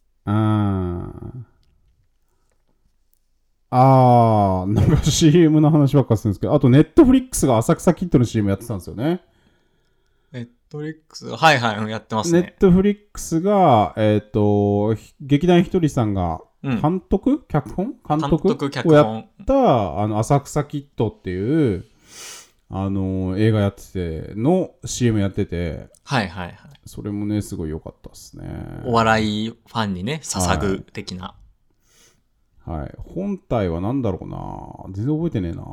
なんか CM の話ばっかするんですけど、あとネットフリックスが浅草キッドの CM やってたんですよね。 ネットフリックス、はいはい、やってますね。 ネットフリックスが、劇団ひとりさんが、監督脚本をやった、浅草キッドっていう、映画やってて、の CM やってて、 はいはいはい。 それもね、すごい良かったですね。 お笑いファンにね、捧ぐ的な。 はい。本体は何だろうな。全然覚えてねえな。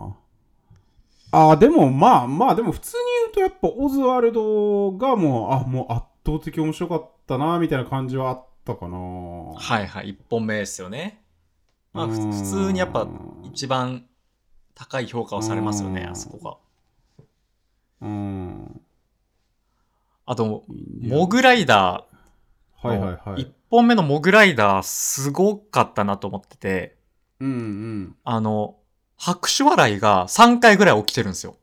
でもでも普通に言うとやっぱオズワルドがもう圧倒的面白かったな、みたいな感じはあったかな。 はいはい、1本目ですよね。まあ普通にやっぱ一番高い評価をされますよね、あそこが。あと、モグライダー。はいはいはい。1本目のモグライダーすごかったなと思ってて。拍手笑いが3回ぐらい起きてるんですよ。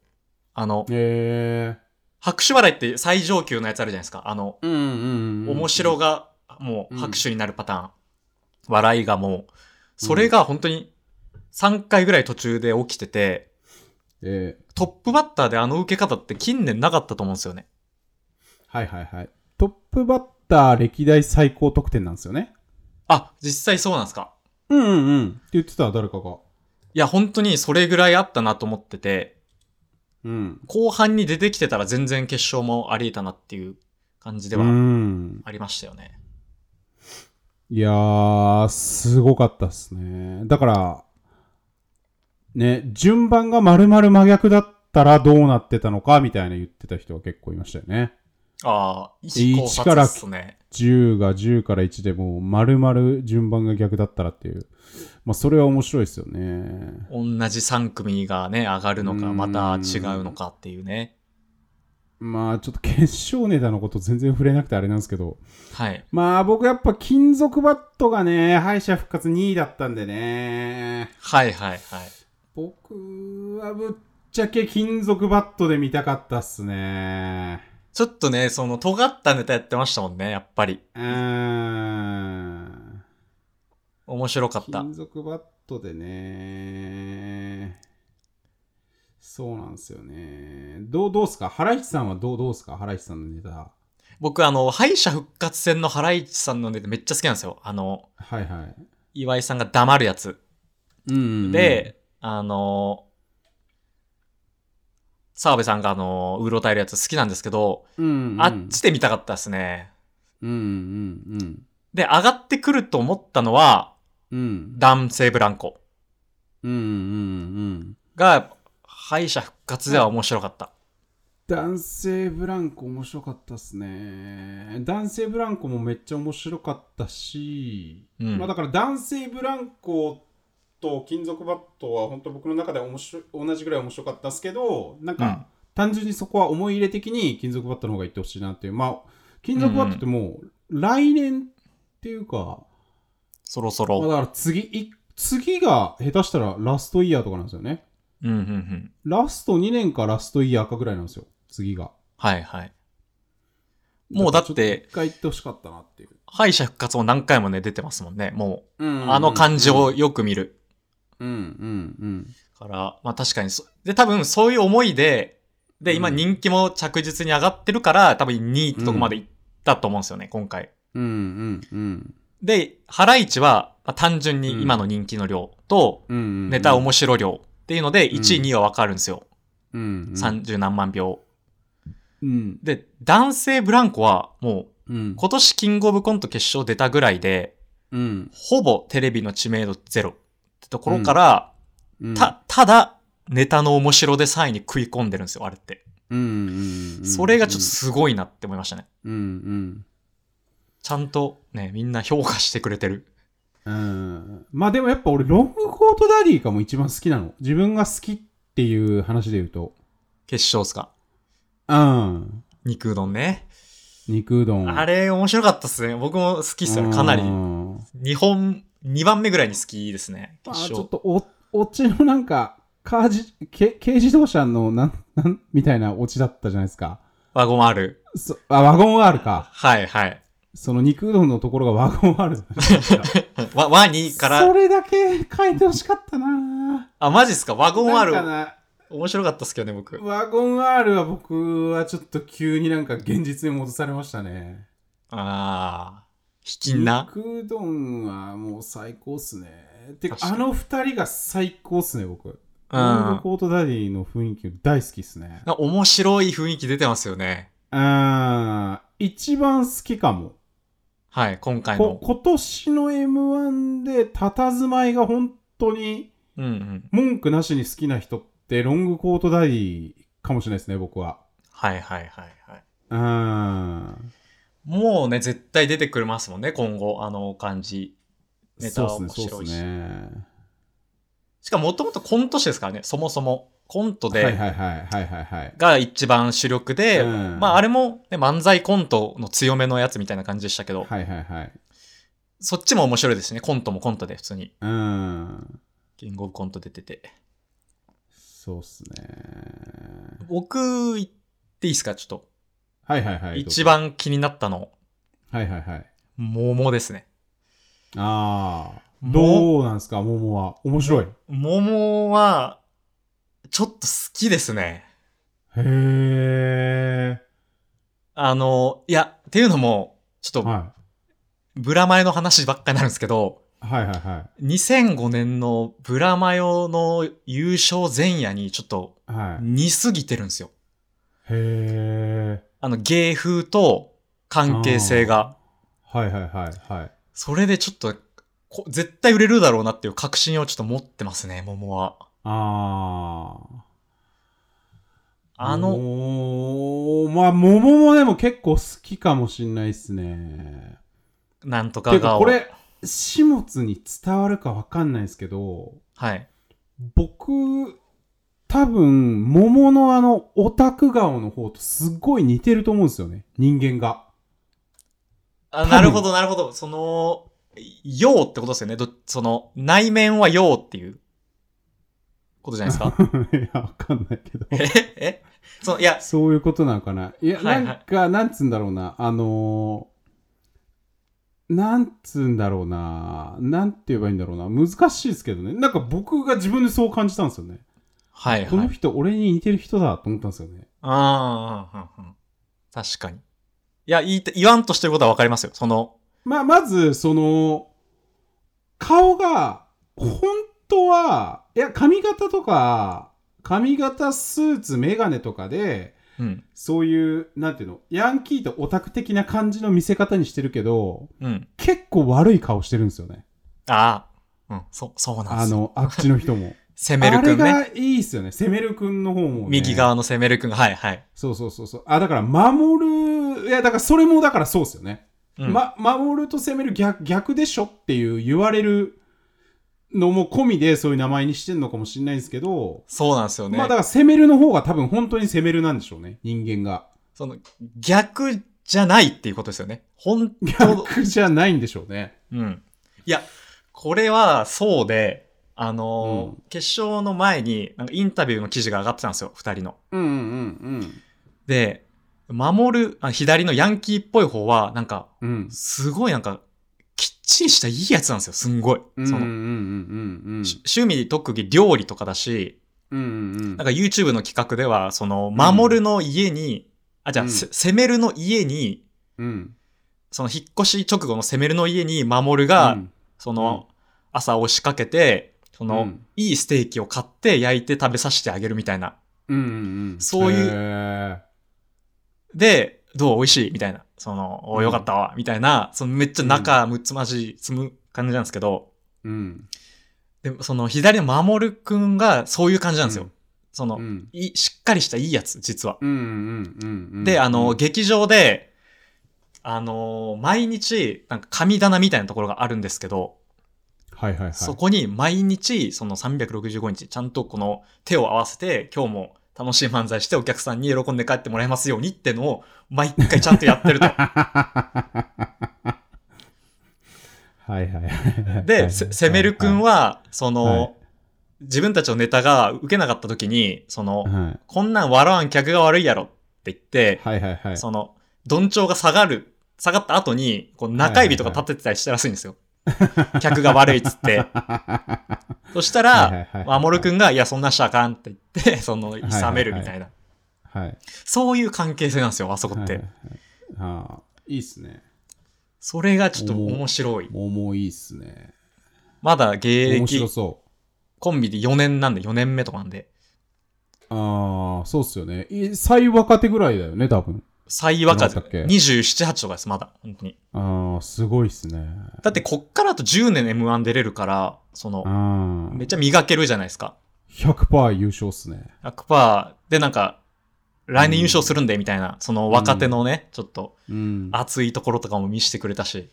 拍手笑いって最上級のやつあるじゃないですか。面白がもう拍手になるパターン。笑いがもう、それが本当に3回ぐらい途中で起きてて、トップバッターで受け方って近年なかったと思うんですよね。 はいはいはい。トップバッター歴代最高得点なんですよね。 あ、実際そうなんですか。 って言ってた、誰かが。 いや、本当にそれぐらいあったなと思ってて、後半に出てきてたら全然決勝もあり得たなっていう感じではありましたよね。 いやー、すごかったっすね。だから、ね、順番が丸々真逆だったらどうなってたのかみたいな言ってた人は結構いましたよね。 1から10 が10から1でも丸々順番が逆だったらっていう。まあそれは面白いですよね。 同じ3組がね、上がるのか、また違うのかっていうね。 まあちょっと決勝ネタのこと全然触れなくてあれなんですけど。 はい。 まあ僕やっぱ金属バットがね、敗者復活2位だったんでね。 はいはいはい。 僕はぶっちゃけ金属バットで見たかったっすね。 ちょっとね、その尖ったネタやってましたもんね、やっぱり。面白かった。 金属バットでね。そうなんですよね。どうすか？ハライチさんはどうすか？ハライチさんのネタ。 僕敗者復活戦のハライチさんのネタめっちゃ好きなんですよ。 はいはい。 岩井さんが黙るやつ。で、澤部さんがうろたえるやつ好きなんですけど、あっちで見たかったですね。で、上がってくると思ったのは、男性ブランコ。が、敗者復活では面白かった。 男性ブランコ面白かったっすね。男性ブランコもめっちゃ面白かったし、まあだから男性ブランコと金属バットは本当僕の中では同じぐらい面白かったっすけど、なんか、単純にそこは思い入れ的に金属バットの方が言ってほしいなっていう。まあ、金属バットってもう来年っていうか、 そろそろ。 まあ、だから次が下手したらラストイヤーとかなんですよね。ラスト2年かラストイヤーかぐらいなんですよ。次が。 はいはい。もうだって、 一回言ってほしかったなっていう。 敗者復活も何回もね、出てますもんね。もう、感じをよく見る。から、まあ確かにで、多分そういう思いで、今人気も着実に上がってるから、多分2位ってとこまで行ったと思うんですよね、今回。で、ハライチは、単純に今の人気の量と、ネタ面白量っていうので、1位、2位は分かるんですよ。30何万票。で、男性ブランコは、もう、今年キングオブコント決勝出たぐらいで、ほぼテレビの知名度ゼロってところから、ただ、ネタの面白で3位に食い込んでるんですよ、あれって。それがちょっとすごいなって思いましたね。ちゃんとね、みんな評価してくれてる。 まあでもやっぱ俺、ロングコートダディかも一番好きなの。自分が好きっていう話で言うと。 決勝っすか？肉うどんね。 肉うどん。 あれ面白かったっすね。僕も好きっすよね、かなり。日本 2番目ぐらいに好きですね。 ちょっとオチのなんか、軽自動車のみたいなオチだったじゃないですか。 ワゴン R。 ワゴン R か。 はいはい。 その肉うどんのところがワゴン R ワニから。 それだけ書いてほしかったな。 マジっすか？ワゴン R。面白かったっすけどね、僕。 ワゴン R は僕はちょっと急になんか現実に戻されましたね。 ひきんな。 肉うどんはもう最高っすね。てか、あの二人が最高っすね、僕。ロングコートダディの雰囲気大好きっすね。 面白い雰囲気出てますよね。 一番好きかも。 はい、今回の。 今年の M1 で佇まいが本当に文句なしに好きな人ってロングコートダディかもしれないですね、僕は。 はいはいはいはい。もうね、絶対出てくれますもんね、今後、あの感じ。ネタは面白いし。そうですね。しかももともとコント師ですからね、そもそも。コントで、が一番主力で、まああれも、ね、漫才コントの強めのやつみたいな感じでしたけど、そっちも面白いですね、コントもコントで普通に。キングオブコント出てて。 そうっすね。 僕、言っていいですか、ちょっと。一番番気になったの。桃ですね。 どうなんですか、桃は。面白い。 桃は、ちょっと好きですね。 へー。 いや、っていうのも、ちょっと、ブラマヨの話ばっかりになるんですけど、2005年のブラマヨの優勝前夜にちょっと、似すぎてるんですよ。 へー。 芸風と関係性が。それでちょっと、絶対売れるだろうなっていう確信をちょっと持ってますね、桃は。 まあ、桃もでも結構好きかもしんないっすね。 なんとかが。 これ、始末に伝わるかわかんないですけど、僕、多分、桃のオタク顔の方とすっごい似てると思うんですよね、人間が。 なるほど、なるほど。陽ってことですよね。内面は陽っていうことじゃないですか。 いや、わかんないけど。 いや。 そういうことなのかな。いや、なんか、なんつうんだろうな。なんつうんだろうな。なんて言えばいいんだろうな。難しいですけどね。なんか僕が自分でそう感じたんですよね。この人、俺に似てる人だと思ったんですよね。 確かに。いや、言わんとしてることはわかりますよ。 まず、顔が、本当は、いや、髪型とか、髪型、スーツ、メガネとかで、そういう、なんていうの、ヤンキーとオタク的な感じの見せ方にしてるけど、結構悪い顔してるんですよね。 そうなんですよ。 あっちの人も。 セメル君ね。 あれがいいっすよね。セメル君の方も、ね。 右側のセメル君が、 そう。だから、いや、だからそれもだからそうっすよね。守ると攻める逆でしょっていう言われるのも込みでそういう名前にしてんのかもしれないですけど。 そうなんですよね。 だから攻めるの方が多分本当に攻めるなんでしょうね。人間が。 逆じゃないっていうことですよね。 逆じゃないんでしょうね。 いや、これはそうで、決勝の前になんかインタビューの記事が上がってたんですよ。二人の。で、左のヤンキーっぽい方は、なんか、すごいなんか、きっちりしたいいやつなんですよ、すんごい。趣味、特技、料理とかだし、なんか YouTube の企画では、守の家に、攻めるの家に、その引っ越し直後の攻めるの家に守が、朝押しかけて、いいステーキを買って焼いて食べさせてあげるみたいな。そういう、で、どう美味しいみたいな。よかったわみたいな、めっちゃ仲むつまじい、積む感じなんですけど、で、左の守くんがそういう感じなんですよ。しっかりしたいいやつ、実は。で、劇場で、毎日、なんか神棚みたいなところがあるんですけど、そこに毎日、365日、ちゃんと手を合わせて、今日も楽しい漫才してお客さんに喜んで帰ってもらえますようにってのを、毎回ちゃんとやってると。 はいはいはい。 で、セメル君は、その、はい、自分たちのネタが受けなかった時に、その、はい、こんなん笑わん客が悪いやろって言って、はいはいはい、その、どんちょうが下がった後に、こう中指とか立ててたりしたらしいんですよ。客が悪いっつって。そしたら、マモル君が、いや、そんなしちゃあかんって言って、その、冷めるみたいな。はい。そういう関係性なんですよ、あそこって。 いいっすね。 それがちょっと面白い。 いいっすね。 まだ芸歴、 面白そう。 コンビで4年なんで、4年目とかなんで。 そうっすよね。最若手ぐらいだよね、多分。 最若手。27、8とかです、まだ。本当に。すごいっすね。 だってこっからあと10年 M1 出れるから、その、めっちゃ磨けるじゃないですか。 100% 優勝っすね。 100% でなんか、来年優勝するんで、みたいな、その若手のね、ちょっと、熱いところとかも見せてくれたし。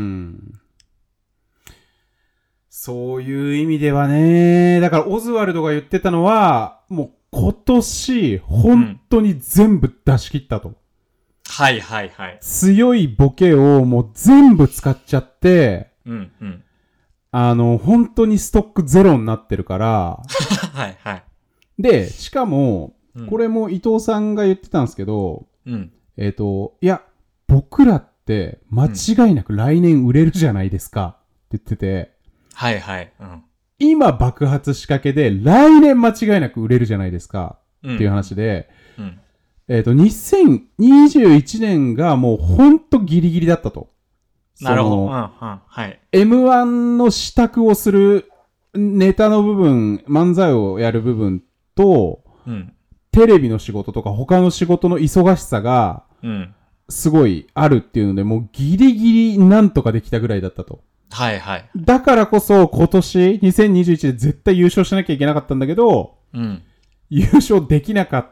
そういう意味ではね、だからオズワルドが言ってたのは、もう今年、本当に全部出し切ったと。 はいはいはい。 強いボケをもう全部使っちゃって、本当にストックゼロになってるから、 はいはい。 で、しかも、これも伊藤さんが言ってたんですけど、いや、僕らって間違いなく来年売れるじゃないですかって言ってて、 はいはい。 今爆発仕掛けで来年間違いなく売れるじゃないですかっていう話で、2021年がもうほんとギリギリだったと。 なるほど。はい。 M1 の支度をするネタの部分、漫才をやる部分と、テレビの仕事とか他の仕事の忙しさが、すごいあるっていうので、もうギリギリなんとかできたぐらいだったと。 はいはい。 だからこそ今年、2021で絶対優勝しなきゃいけなかったんだけど、優勝できなかった。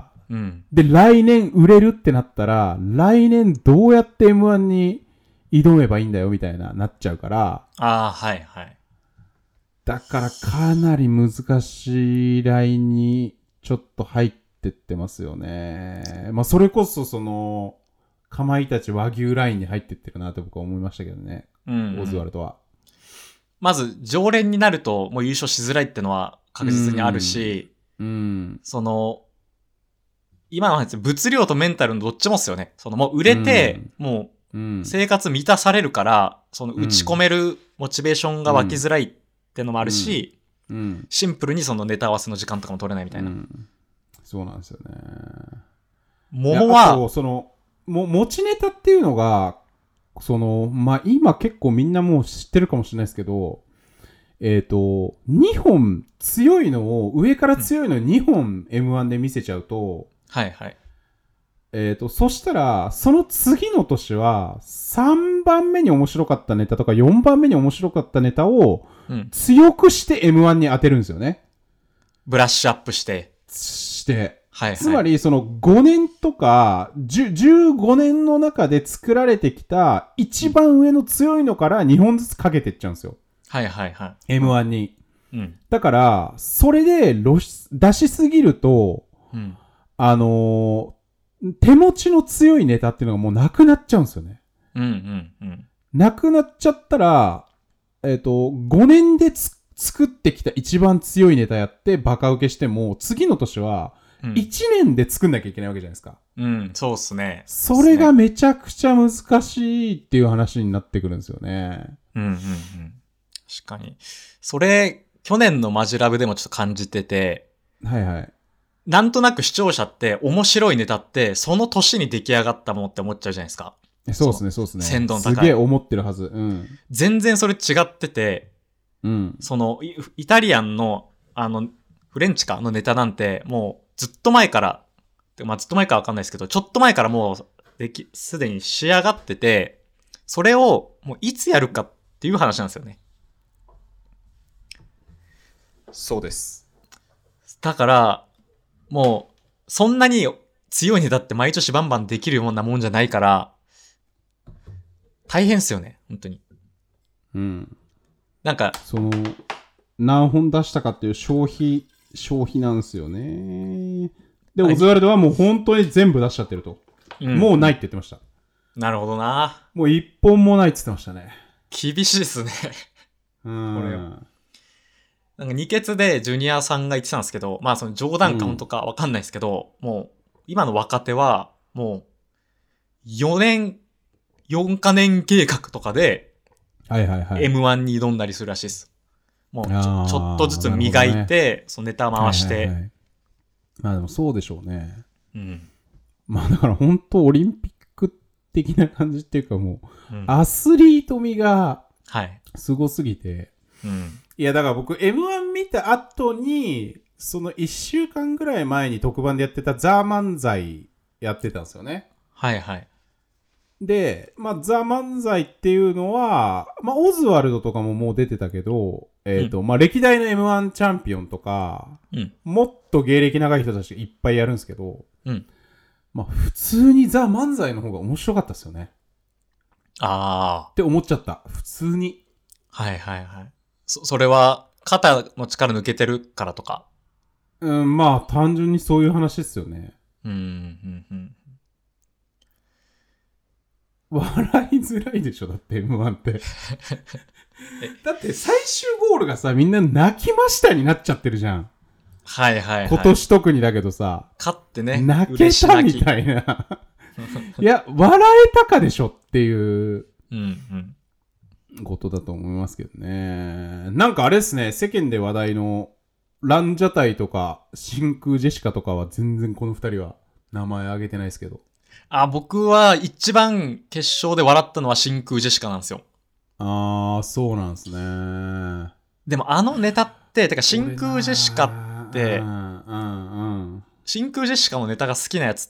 で、来年売れるってなったら、来年どうやって M1 に挑めばいいんだよみたいな、なっちゃうから。 はいはい。 だからかなり難しいラインにちょっと入ってってますよね。まあそれこそその、かまいたち和牛ラインに入ってってるなって僕は思いましたけどね。オズワルドは。 まず、常連になるともう優勝しづらいってのは確実にあるし、その、今の話、物量とメンタルのどっちもっすよね。そのもう売れて、もう生活満たされるから、その打ち込めるモチベーションが湧きづらいってのもあるし、シンプルにそのネタ合わせの時間とかも取れないみたいな。 そうなんですよね。 桃は、 その、持ちネタっていうのが、その、まあ、今結構みんなもう知ってるかもしれないですけど、2本強いのを、上から強いのを2本 M1 で見せちゃうと、 はいはい。 そしたら、その次の年は、3番目に面白かったネタとか、4番目に面白かったネタを、強くして M1 に当てるんですよね。 ブラッシュアップして。 はいはい。つまり、その5年とか、15年の中で作られてきた、一番上の強いのから2本ずつかけてっちゃうんですよ。 はいはいはい。 M1 に。だから、それで出しすぎると、手持ちの強いネタっていうのがもうなくなっちゃうんですよね。なくなっちゃったら、5年で作ってきた一番強いネタやってバカ受けしても、次の年は1年で作んなきゃいけないわけじゃないですか。 そうっすね。 それがめちゃくちゃ難しいっていう話になってくるんですよね。 確かに。それ、去年のマジラブでもちょっと感じてて、 はいはい。 なんとなく視聴者って面白いネタってその年に出来上がったものって思っちゃうじゃないですか。 そうですね、そうですね。 鮮度の高い。 すげえ思ってるはず。 全然それ違ってて、そのイタリアンのフレンチかのネタなんてもうずっと前から、まあずっと前かわかんないですけど、ちょっと前からもうすでに仕上がってて、それをもういつやるかっていう話なんですよね。 そうです。 だから、もう、そんなに強いネタって毎年バンバンできるようなもんじゃないから、大変っすよね、本当に。なんか、 その、何本出したかっていう消費なんですよね。で、オズワルドはもう本当に全部出しちゃってると。もうないって言ってました。 なるほどな。 もう一本もないって言ってましたね。 厳しいですね。 これなんか二欠でジュニアさんが言ってたんですけど、まあその冗談か本当かわかんないですけど、もう今の若手はもう4カ年計画とかで M1 に挑んだりするらしいです。もうちょっとずつ磨いて、そのネタ回して、 まあでもそうでしょうね。 うん。 まあだから本当オリンピック的な感じっていうかもう、アスリート味がすごすぎて、いやだから僕 M1 見た後にその1週間ぐらい前に特番でやってたザ・漫才やってたんですよね。 はいはい。 で、まあザ・漫才っていうのは、まあオズワルドとかももう出てたけど、まあ歴代の M1 チャンピオンとか、もっと芸歴長い人たちがいっぱいやるんですけど、まあ普通にザ・漫才の方が面白かったですよね。って思っちゃった。普通に。 はいはいはい。それは肩の力抜けてるからとか。 まあ単純にそういう話ですよね。笑いづらいでしょ、だって M1 って。だって最終ゴールがさ、みんな泣きましたになっちゃってるじゃん。 はいはいはい。 今年特にだけどさ。 勝ってね。 泣けたみたいな。いや、笑えたかでしょっていうことだと思いますけどね。なんかあれですね、世間で話題のランジャタイとか真空ジェシカとかは全然この二人は名前挙げてないですけど。 僕は一番決勝で笑ったのは真空ジェシカなんですよ。 そうなんですね。 でもあのネタって、てか真空ジェシカって、真空ジェシカのネタが好きなやつって、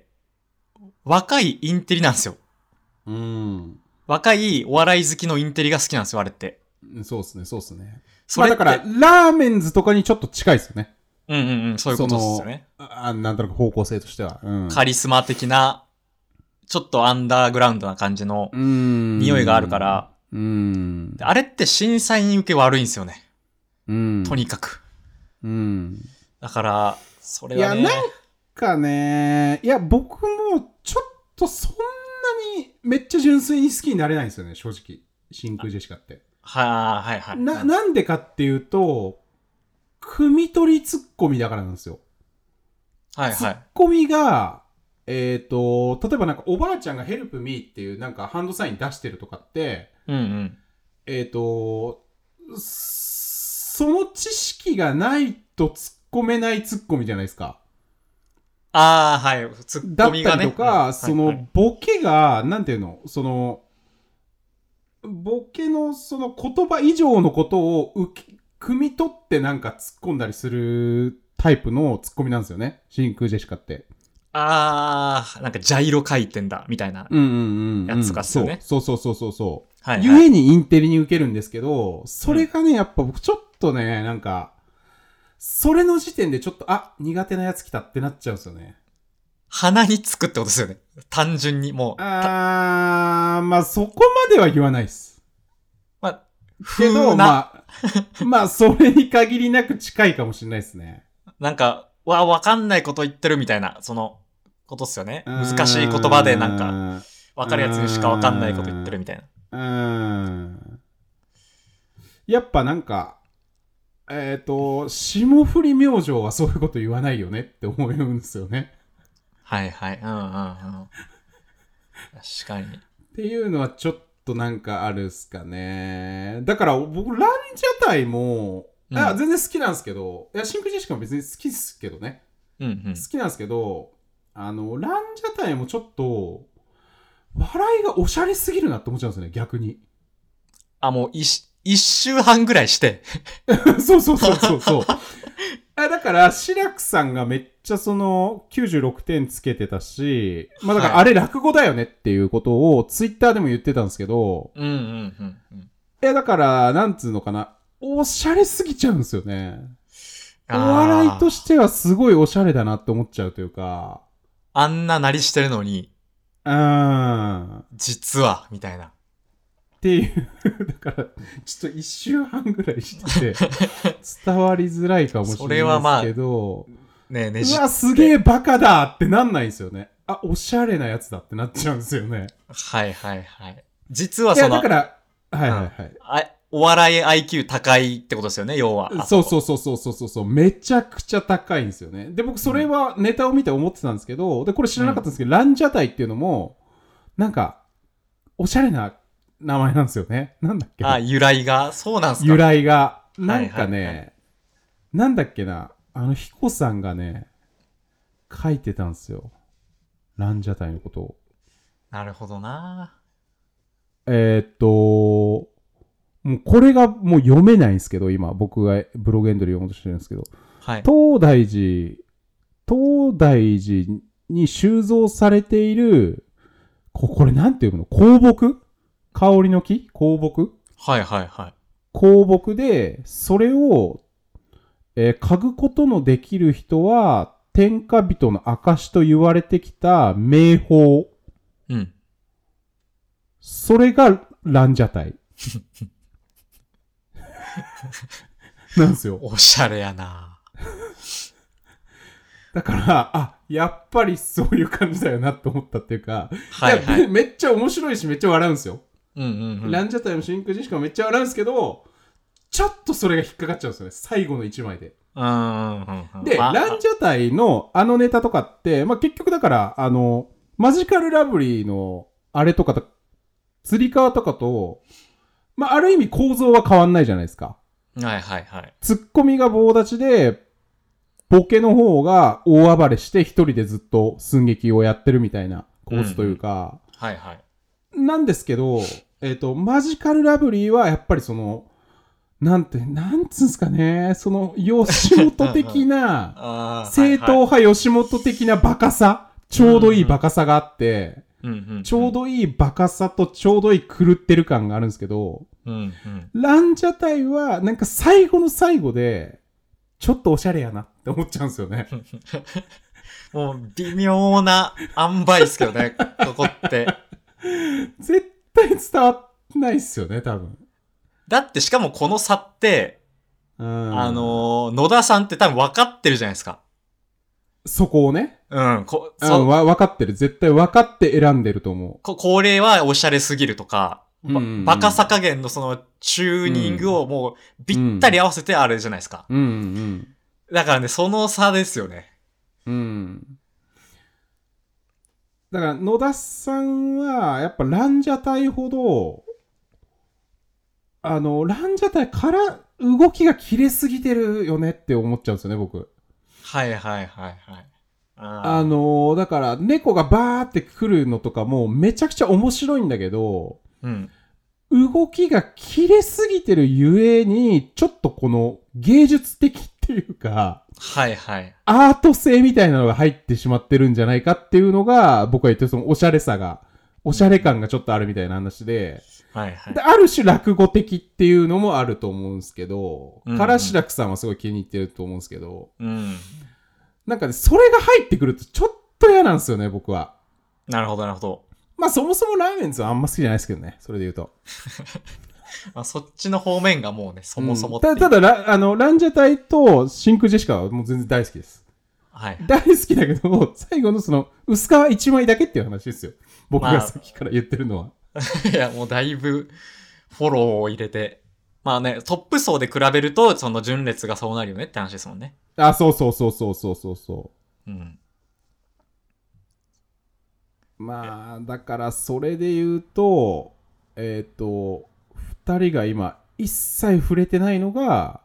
若いインテリなんですよ。若いお笑い好きのインテリが好きなんですよ、あれって。 そうですね、そうですね。まあだから、ラーメンズとかにちょっと近いですよね。 そういうことですよね。 なんとなく方向性としては。 カリスマ的な、ちょっとアンダーグラウンドな感じの匂いがあるから、あれって審査員受け悪いんですよね。とにかく。だから、それはね。 いや、なんかね、いや、僕もちょっとそんなにめっちゃ純粋に好きになれないんですよね、正直。真空ジェシカって。 はいはい。 なんでかっていうと、汲み取りツッコミだからなんですよ。 はいはい。 ツッコミが、例えばなんかおばあちゃんがヘルプミーっていうなんかハンドサイン出してるとかって、その知識がないと突っ込めないツッコミじゃないですか。 はい。ツッコミがね。 だったりとか、そのボケが、なんていうの、その、ボケのその言葉以上のことを汲み取ってなんか突っ込んだりするタイプのツッコミなんですよね。真空ジェシカって。 なんかジャイロ回転だみたいなやつがっすよね。 そう。ゆえにインテリに受けるんですけど、それがね、やっぱ僕ちょっとね、なんか、それの時点でちょっと、苦手なやつ来たってなっちゃうんですよね。 鼻につくってことですよね。単純にもう。 まあそこまでは言わないです。けど、まあそれに限りなく近いかもしれないですね。 なんか、わかんないこと言ってるみたいな、そのことっすよね。難しい言葉でなんか、わかるやつにしかわかんないこと言ってるみたいな。 やっぱなんか、霜降り明星はそういうこと言わないよねって思うんですよね。 はい。確かに。 っていうのはちょっとなんかあるっすかね。だから僕、ランジャタイも、全然好きなんですけど、いや、真空ジェシカも別に好きっすけどね。好きなんですけど、ランジャタイもちょっと、笑いがおしゃれすぎるなって思っちゃうんですよね、逆に。 もう一周半ぐらいして。 そう。だから、志らくさんがめっちゃその96点つけてたし、まあだからあれ落語だよねっていうことをツイッターでも言ってたんですけど、だから、なんつうのかな、おしゃれすぎちゃうんですよね。お笑いとしてはすごいおしゃれだなって思っちゃうというか。 あんななりしてるのに、実は、みたいな。 っていう、だから、ちょっと一周半ぐらいしてて、伝わりづらいかもしれないですけど、それはまあ、ねじって。うわ、すげえバカだってなんないんですよね。おしゃれなやつだってなっちゃうんですよね。 はい。実はその、 いや、だから、 はいはいはい。 お笑い IQ 高いってことですよね、要は。 そう。めちゃくちゃ高いんですよね。で、僕それはネタを見て思ってたんですけど、で、これ知らなかったんですけど、ランジャタイっていうのも、なんか、おしゃれな名前なんですよね。なんだっけ。 由来がそうなんすか。 由来が。なんかね、なんだっけな、彦さんがね、書いてたんですよ。ランジャタイのことを。 なるほどな。 もうこれがもう読めないんですけど、今、僕がブログエントリー読もうとしてるんですけど、 はい、 東大寺に収蔵されている、これなんていうの？香木？香りの木？香木？ はいはいはい。 香木で、それを、嗅ぐことのできる人は、天下人の証と言われてきた名宝。 うん。 それがランジャタイ。なんですよ。 おしゃれやな。 だから、やっぱりそういう感じだよなって思ったっていうか、 はいはい、 めっちゃ面白いし、めっちゃ笑うんですよ。 うんうんうん、 ランジャタイの真空ジェシカもめっちゃ笑うんですけど、ちょっとそれが引っかかっちゃうんですよね。最後の一枚で。で、ランジャタイのネタとかって、結局だから、マジカルラブリーのあれとか釣り革とかと、ある意味構造は変わんないじゃないですか。 はいはいはい。 ツッコミが棒立ちで、ボケの方が大暴れして一人でずっと寸劇をやってるみたいな構図というか、 はいはい。 なんですけど、マジカルラブリーはやっぱりその、なんつうんすかね、その、吉本的な、正統派吉本的なバカさ、ちょうどいいバカさがあって、ちょうどいいバカさとちょうどいい狂ってる感があるんですけど、ランジャタイはなんか最後の最後で、ちょっとおしゃれやなって思っちゃうんですよね。 もう微妙な塩梅ですけどね、ここって。 絶対伝わってないっすよね、多分。 だってしかもこの差って、野田さんって多分分かってるじゃないですか。 そこをね。 分かってる。絶対分かって選んでると思う。 これはおしゃれすぎるとか、バカさ加減のそのチューニングをもうぴったり合わせてあれじゃないですか。だからね、その差ですよね。 だから野田さんは、やっぱランジャタイほど、ランジャタイから動きが切れすぎてるよねって思っちゃうんですよね、僕。 はいはいはいはい。 だから猫がバーって来るのとかもめちゃくちゃ面白いんだけど、動きが切れすぎてるゆえに、ちょっとこの芸術的っていうか、 はいはい。 アート性みたいなのが入ってしまってるんじゃないかっていうのが、僕は言ってるそのおしゃれさが、おしゃれ感がちょっとあるみたいな話で、 はいはい。 である種落語的っていうのもあると思うんですけど、からしらくさんはすごい気に入ってると思うんですけど、なんかね、それが入ってくるとちょっと嫌なんですよね、僕は。 なるほどなるほど。 そもそもラーメンズはあんま好きじゃないですけどね、それで言うと。 そっちの方面がもうね、そもそもただランジャタイと真空ジェシカはもう全然大好きです。 はい。 大好きだけど、最後のその、薄皮一枚だけっていう話ですよ。僕がさっきから言ってるのは。 いや、もうだいぶフォローを入れて。トップ層で比べると、その順列がそうなるよねって話ですもんね。 そう。だからそれで言うと、二人が今、一切触れてないのが、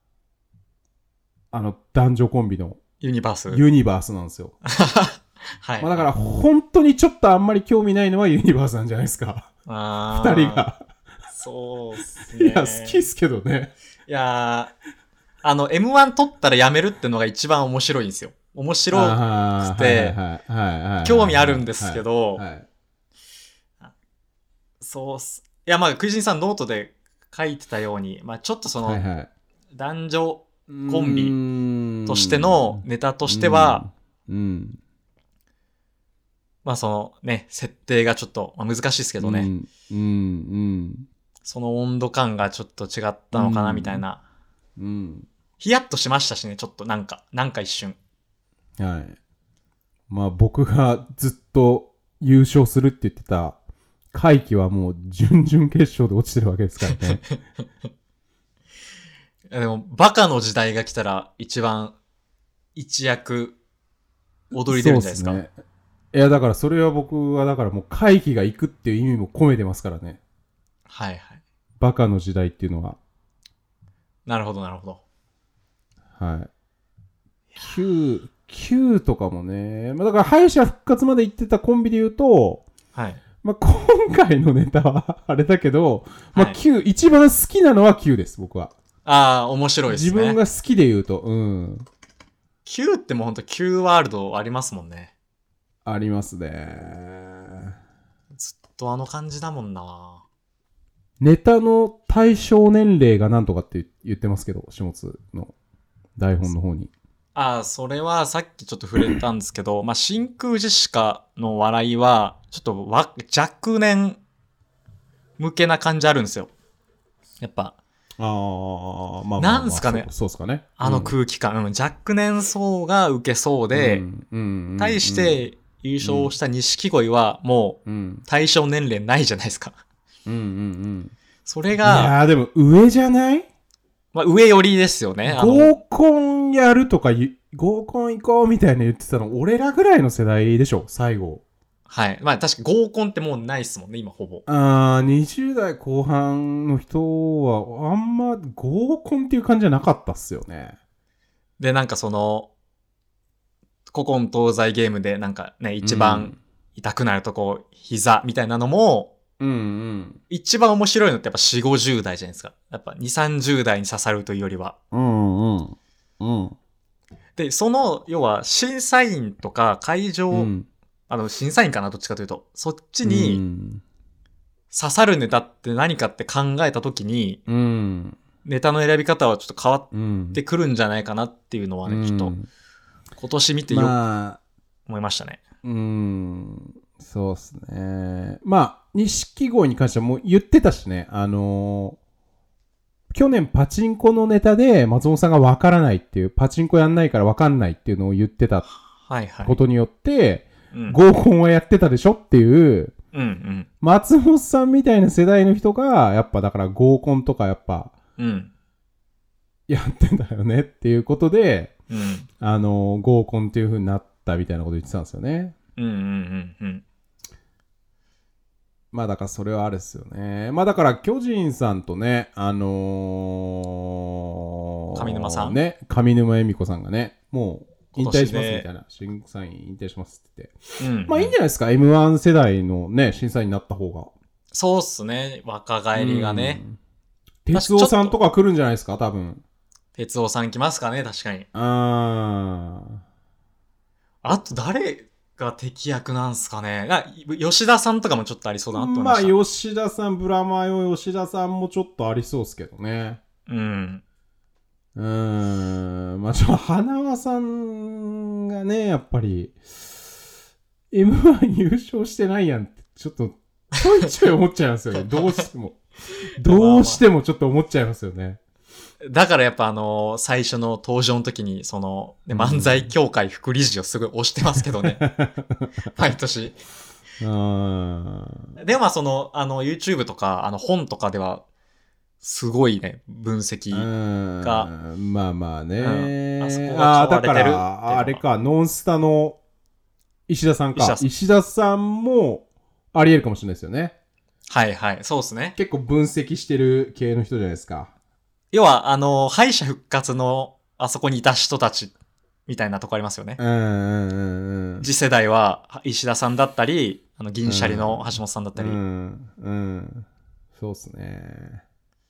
男女コンビのユニバースなんですよ。 はい。 だから本当にちょっとあんまり興味ないのはユニバースなんじゃないですか。二人が。 そうっすね。 いや、好きっすけどね。 いやM1 取ったらやめるってのが一番面白いんですよ。面白くて、興味あるんですけど、そうっす。いや、クイジンさんノートで書いてたように、ちょっとその、男女コンビとしてのネタとしては、そのね、設定がちょっと、難しいですけどね。その温度感がちょっと違ったのかなみたいな。ヒヤッとしましたしね、ちょっとなんか一瞬。 はい。僕がずっと優勝するって言ってた怪奇はもう準々決勝で落ちてるわけですからね。 でも、バカの時代が来たら一番一躍踊り出るんじゃないですか。そうですね。 いや、だからそれは僕はだからもう怪奇が行くっていう意味も込めてますからね。 はいはい。 バカの時代っていうのは。 なるほどなるほど。 はい。Q とかもね、まあ、だから敗者復活まで行ってたコンビで言うと、 はい。 まあ、今回のネタはあれだけど、まあ、Q、一番好きなのは Q です、僕は。 ああ、面白いですね。 自分が好きで言うと、うん。 Q ってもうほんと Q ワールドありますもんね。 ありますね。 ずっとあの感じだもんな。 ネタの対象年齢がなんとかって言ってますけど、下津の台本の方に。 ああ、それはさっきちょっと触れたんですけど、まあ、真空ジェシカの笑いは、ちょっと若年向けな感じあるんですよ。やっぱ。 まあ、 なんすかね。 そうですかね。 あの空気感。若年層が受けそうで、対して優勝した錦鯉はもう対象年齢ないじゃないですか。それが。 いやーでも上じゃない？ まあ、上寄りですよね。 合コンやるとか、合コン行こうみたいな言ってたの、俺らぐらいの世代でしょ、最後。 はい。まあ確か合コンってもうないっすもんね、今ほぼ。 20代後半の人は、あんま合コンっていう感じじゃなかったっすよね。 で、なんかその、古今東西ゲームでなんかね、一番痛くなるとこ、膝みたいなのも、一番面白いのってやっぱ4、50代じゃないですか。やっぱ2、30代に刺さるというよりは。で、その、要は審査員とか会場、審査員かな、どっちかというと。そっちに、刺さるネタって何かって考えたときに、ネタの選び方はちょっと変わってくるんじゃないかなっていうのはね、ちょっと、今年見て思いましたね。 そうっすね。まあ、錦鯉に関してはもう言ってたしね、去年パチンコのネタで松本さんが分からないっていう、パチンコやんないから分かんないっていうのを言ってたことによって、合コンはやってたでしょっていう、松本さんみたいな世代の人が、やっぱだから合コンとかやっぱ、やってんだよねっていうことで、合コンっていう風になったみたいなこと言ってたんですよね。まあだからそれはあれですよね。まあだから巨人さんとね、上沼さんね、上沼恵美子さんがね、もう引退しますみたいな、審査員引退しますって言って。まあいいんじゃないですか、M1 世代のね、審査員になった方が。 そうっすね、若返りがね。 哲夫さんとか来るんじゃないですか、多分。 哲夫さん来ますかね、確かに。あと誰が敵役なんすかね。吉田さんとかもちょっとありそうだなと思いました。 まあ吉田さん、ブラマヨ吉田さんもちょっとありそうですけどね。まあ花輪さんがね、やっぱり M1 優勝してないやんってちょっとちょいちょい思っちゃいますよね。どうしてもどうしてもちょっと思っちゃいますよね。 だからやっぱ最初の登場の時に、その、ね、漫才協会副理事をすごい推してますけどね。毎年。でもまあYouTube とか、本とかでは、すごいね、分析が。 まあまあね。あそこがだから、あれか、ノンスタの石田さんか。石田さんもあり得るかもしれないですよね。 はいはい、そうですね。 結構分析してる系の人じゃないですか。 要は、敗者復活の、あそこにいた人たち、みたいなとこありますよね。次世代は、石田さんだったり、銀シャリの橋本さんだったり。 そうっすね。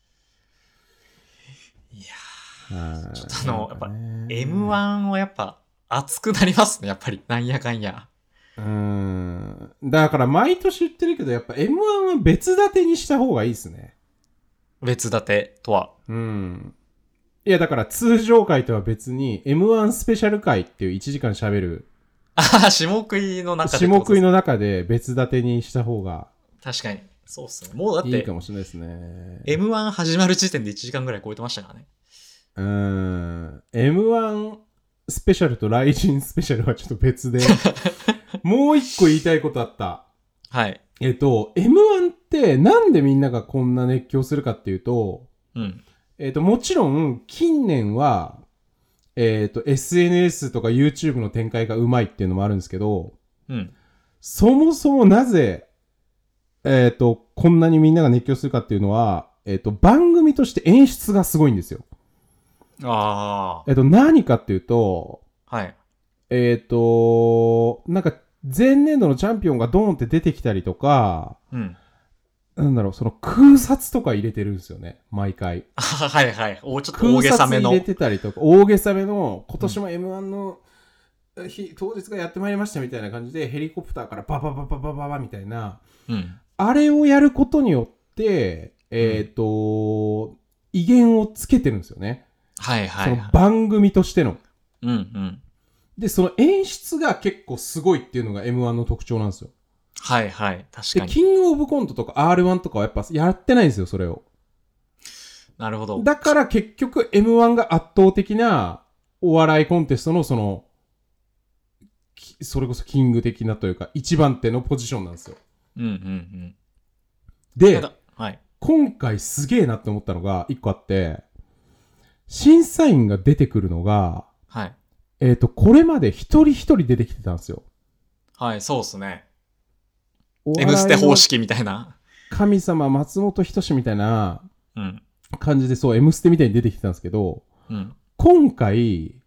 いやちょっとやっぱ、M1 はやっぱ、熱くなりますね、やっぱり。なんやかんや。 だから、毎年言ってるけど、やっぱ M1 は別立てにした方がいいっすね。 別立てとは。 いやだから通常回とは別に M1 スペシャル回っていう1時間喋る。 下食いの中で。 下食いの中で別立てにした方が。 確かに。そうっすね。もうだって。 いいかもしれないですね。 M1 始まる時点で1時間ぐらい超えてましたからね。 M1 スペシャルと雷神スペシャルはちょっと別で。もう一個言いたいことあった。 はい。 M1 ってなんでみんながこんな熱狂するかっていうと、 うん。 もちろん近年は、SNS とか YouTube の展開がうまいっていうのもあるんですけど、 うん。 そもそもなぜ、こんなにみんなが熱狂するかっていうのは、番組として演出がすごいんですよ。 ああ。 何かっていうと、 はい。 なんか、前年度のチャンピオンがドーンって出てきたりとか、 うん。 なんだろう、その空撮とか入れてるんですよね、毎回。 はいはい。ちょっと大げさめの。 空撮入れてたりとか、大げさめの、今年も M1 の日、当日がやってまいりましたみたいな感じで、ヘリコプターからバババババババみたいな、 うん。 あれをやることによって、威厳をつけてるんですよね。 はいはい、はい。 その番組としての。 うんうん。 で、その演出が結構すごいっていうのが M1 の特徴なんですよ。 はいはい。確かに。 で、キングオブコントとか R1 とかはやっぱやってないんですよ、それを。 なるほど。 だから結局 M1 が圧倒的なお笑いコンテストのそれこそキング的なというか一番手のポジションなんですよ。 うんうんうん。 で、 はい、 今回すげえなって思ったのが一個あって、審査員が出てくるのが、 はい。 これまで一人一人出てきてたんですよ。 はい、そうっすね。M ステ方式みたいな。 神様松本人志みたいな感じで、そう、M ステみたいに出てきてたんですけど、 うん、 今回、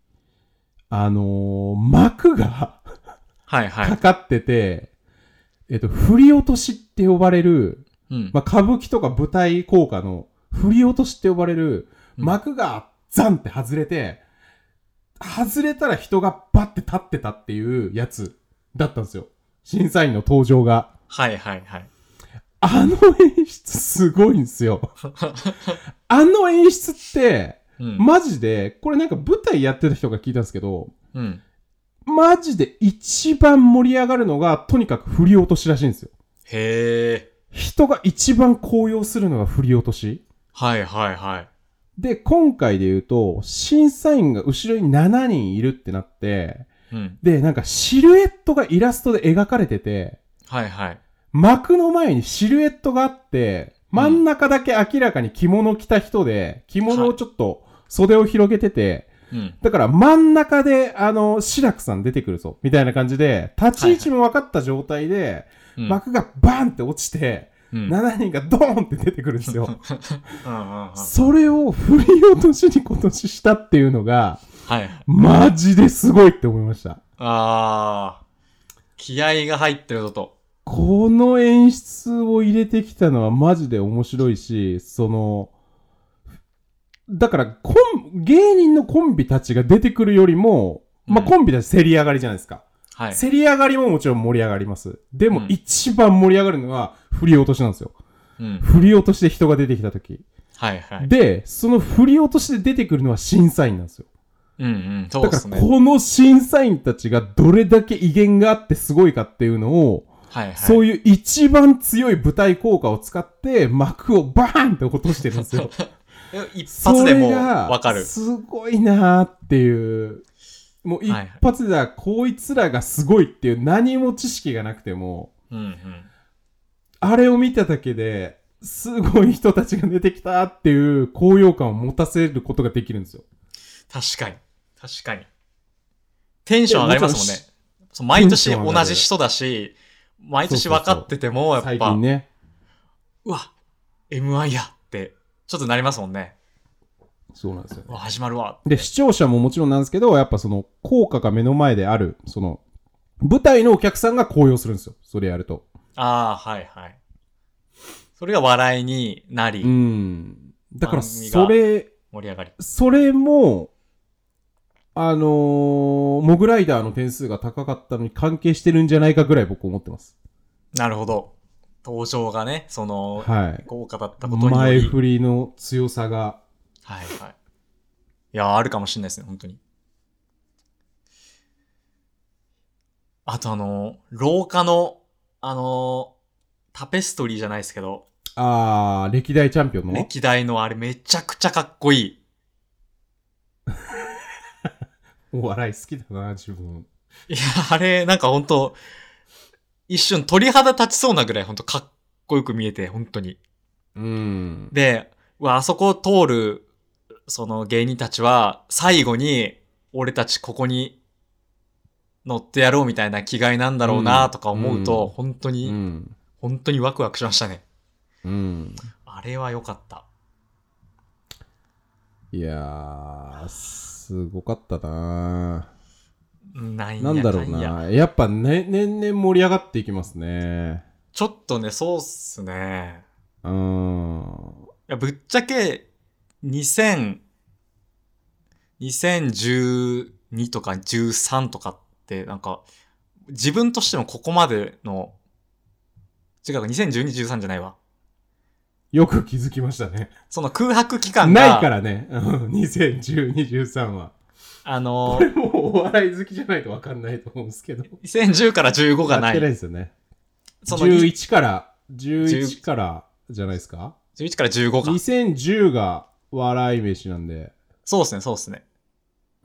幕がはいはい。 かかってて、振り落としって呼ばれる、 うん、 まあ、歌舞伎とか舞台効果の振り落としって呼ばれる、幕がザンって外れて、外れたら人がバッて立ってたっていうやつだったんですよ。審査員の登場が。 はいはいはい。 あの演出すごいんですよ。あの演出って、マジで、これなんか舞台やってた人が聞いたんですけど、 うん、 マジで一番盛り上がるのがとにかく振り落としらしいんですよ。 へー。 人が一番高揚するのが振り落とし。 はいはいはい。 で、今回で言うと、審査員が後ろに7人いるってなって、 うん、 で、なんかシルエットがイラストで描かれてて、 はいはい。 幕の前にシルエットがあって、真ん中だけ明らかに着物を着た人で、着物をちょっと袖を広げてて、だから真ん中で、志らくさん出てくるぞ、みたいな感じで、立ち位置も分かった状態で、幕がバーンって落ちて、7人がドーンって出てくるんですよ。それを振り落としに今年したっていうのが、はい、マジですごいって思いました。 あー、気合が入ってるぞと。 この演出を入れてきたのはマジで面白いし、だから芸人のコンビたちが出てくるよりも、まあ、コンビたち競り上がりじゃないですか。はい、競り上がりももちろん盛り上がります。でも、一番盛り上がるのは振り落としなんですよ。振り落としで人が出てきたとき。 はいはい。 で、その振り落としで出てくるのは審査員なんですよ。 そうですね。 だからこの審査員たちがどれだけ威厳があってすごいかっていうのを、はいはい、そういう一番強い舞台効果を使って幕をバーンって落としてるんですよ。 一発でもわかる。 すごいなーっていう。もう一発でこいつらがすごいっていう何も知識がなくても、あれを見ただけですごい人たちが出てきたっていう高揚感を持たせることができるんですよ。 確かに。確かに。テンション上がりますもんね。毎年同じ人だし、毎年分かってても、やっぱ、最近ね。うわ、M1 やって、ちょっとなりますもんね。 そうなんですよ、ね。 始まるわ。 で、視聴者ももちろんなんですけど、やっぱその、効果が目の前である、舞台のお客さんが高揚するんですよ。それやると。 ああ、はいはい。それが笑いになり。 だから、それも、モグライダーの点数が高かったのに関係してるんじゃないかぐらい僕思ってます。 なるほど。登場がね、豪華だったことにより。 前振りの強さが。 はいはい。いや、あるかもしれないですね、本当に。あと廊下の、タペストリーじゃないですけど。 歴代チャンピオンの？ 歴代のあれめちゃくちゃかっこいい。 お笑い好きだな、自分。 いや、あれ、なんかほんと、 一瞬鳥肌立ちそうなぐらいほんとかっこよく見えて、本当に。で、あそこを通る、その芸人たちは、最後に、俺たちここに乗ってやろうみたいな気概なんだろうなとか思うと、本当にワクワクしましたね。あれは良かった。 いやー、すごかったな。 なんだろうな。やっぱ、ね、年々盛り上がっていきますね。 ちょっとね、そうっすね。 いやぶっちゃけ、2012とか13とかって、なんか、自分としてもここまでの、違うか、2012、13じゃないわ。 よく気づきましたね。 その空白期間が。 ないからね。2012、13は。これもうお笑い好きじゃないと分かんないと思うんですけど。 2010から15がない。 やってないですよね。11からじゃないですか ?11 から15か。 2010が笑い飯なんで。 そうですね、そうですね。で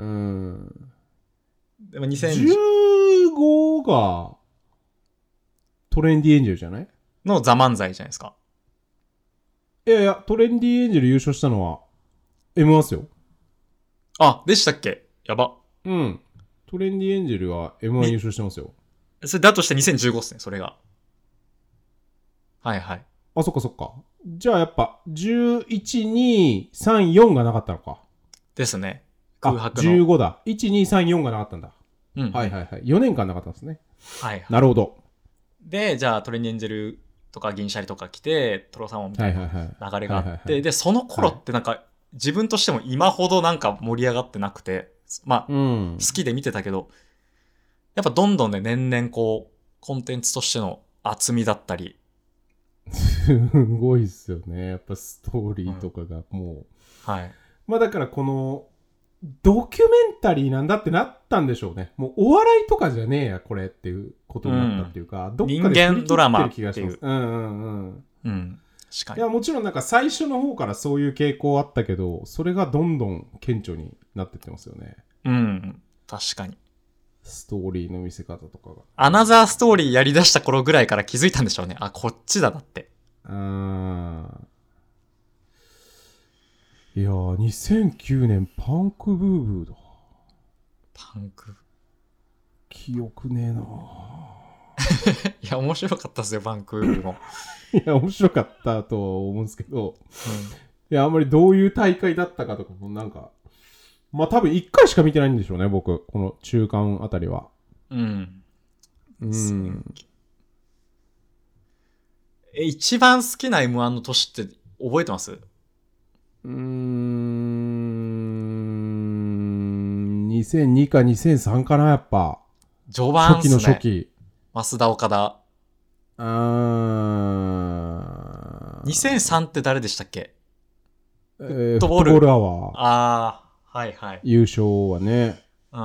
も 2015がトレンディエンジェルじゃないのザ・漫才じゃないですか。 いやいや、トレンディエンジェル優勝したのは M1 っすよ。 あ、でしたっけ？やば。 トレンディエンジェルは M1 優勝してますよ。 それだとして2015っすね、それが。はいはい。 あ、そっかそっか。じゃあやっぱ、11、2、3、4がなかったのか。 ですね。空白の。15だ。1、2、3、4がなかったんだ。 はいはいはい。4年間なかったんですね。 はいはい。 なるほど。 で、じゃあトレンディエンジェルとか銀シャリとか来て、トロサーモンみたいな流れがあって、で、その頃ってなんか、自分としても今ほどなんか盛り上がってなくて、好きで見てたけど、やっぱどんどんね、年々こう、コンテンツとしての厚みだったり。 すごいっすよね。やっぱストーリーとかがもう。はい。 まあだからこの、ドキュメンタリーなんだってなったんでしょうね。もうお笑いとかじゃねえや、これっていうことになったっていうか、どっかで人間ドラマっていう。 確かに。いや、もちろんなんか最初の方からそういう傾向あったけど、それがどんどん顕著になってってますよね。 確かに。 ストーリーの見せ方とかが。 アナザーストーリーやり出した頃ぐらいから気づいたんでしょうね。あ、こっちだなって。 いやー、2009年パンクブーブーだ。 パンク。 記憶ねえな。 いや、面白かったっすよ、パンクブーブーも。 いや、面白かったとは思うんですけど、いや、あんまりどういう大会だったかとかもなんか、まあ多分1回しか見てないんでしょうね、僕。この中間あたりは。 一番好きな M1 の年って覚えてます？ 2002か2003かな、やっぱ。 序盤っすね。 初期。 増田岡田。2003って誰でしたっけ？ フットボールアワー。 はいはい。 優勝はね。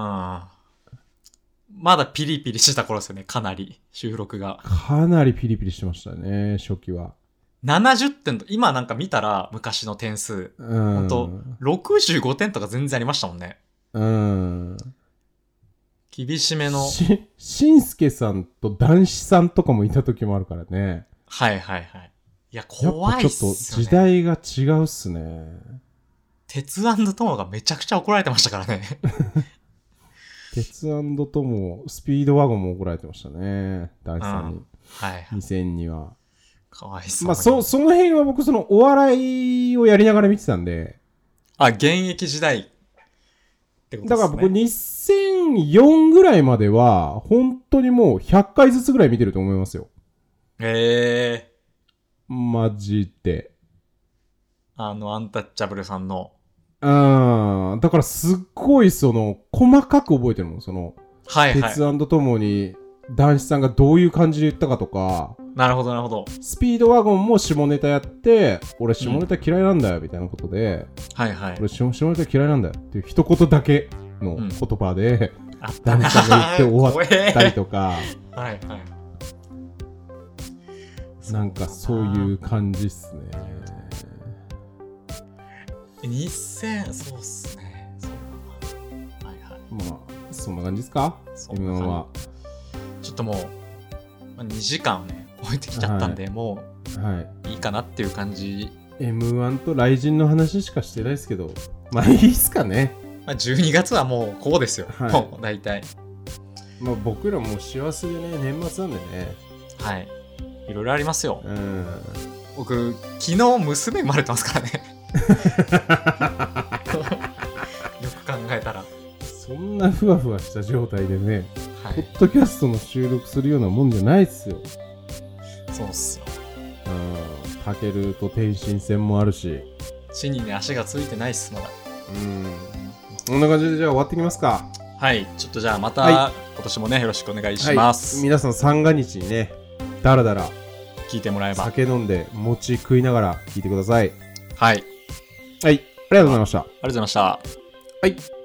まだピリピリしてた頃ですよね、かなり。収録が。 かなりピリピリしてましたね、初期は。 70点と、今なんか見たら昔の点数。ほんと、65点とか全然ありましたもんね。厳しめの。 しんすけさんと男子さんとかもいた時もあるからね。 はいはいはい。いや、怖いっすよね。 ちょっと時代が違うっすね。 鉄&トモがめちゃくちゃ怒られてましたからね。 鉄&トモ、スピードワゴンも怒られてましたね。男子さんに。 はい。 2002は。 かわいそう。 まあ、その辺は僕、お笑いをやりながら見てたんで。 現役時代ってことですね。 だから僕、2004ぐらいまでは、本当にもう100回ずつぐらい見てると思いますよ。マジで。 アンタッチャブルさんの。 だからすっごい細かく覚えてるもん。 はいはい。 鉄&トモに男子さんがどういう感じで言ったかとか。 なるほどなるほど。 スピードワゴンも下ネタやって、俺下ネタ嫌いなんだよみたいなことで、 はいはい。 俺下ネタ嫌いなんだよっていう一言だけの言葉で、男子さんが言って終わったりとか。 はいはい。 なんかそういう感じっすね。 そうっすね。はいはい。 まあそんな感じですか？ M1 は。 ちょっともう 2時間ね超えてきちゃったんで、もういいかなっていう感じ。 M1 と雷神の話しかしてないですけど、まあいいっすかね。 12月はもうこうですよ、もう大体。 まあ僕らもう幸せでね、年末なんでね。 はい。いろいろありますよ。僕、昨日娘生まれてますからね。よく考えたら。 そんなふわふわした状態でね、ポッドキャストの収録するようなもんじゃないっすよ。 そうっすよ。 タケルと天心戦もあるし。 地にね、足がついてないっす、まだ。 こんな感じでじゃあ終わってきますか。 はい。ちょっとじゃあまた、今年もね、よろしくお願いします。 皆さん三が日にね、だらだら聞いてもらえば。 酒飲んで、餅食いながら聞いてください。 はい。 はい。ありがとうございました。ありがとうございました。 はい。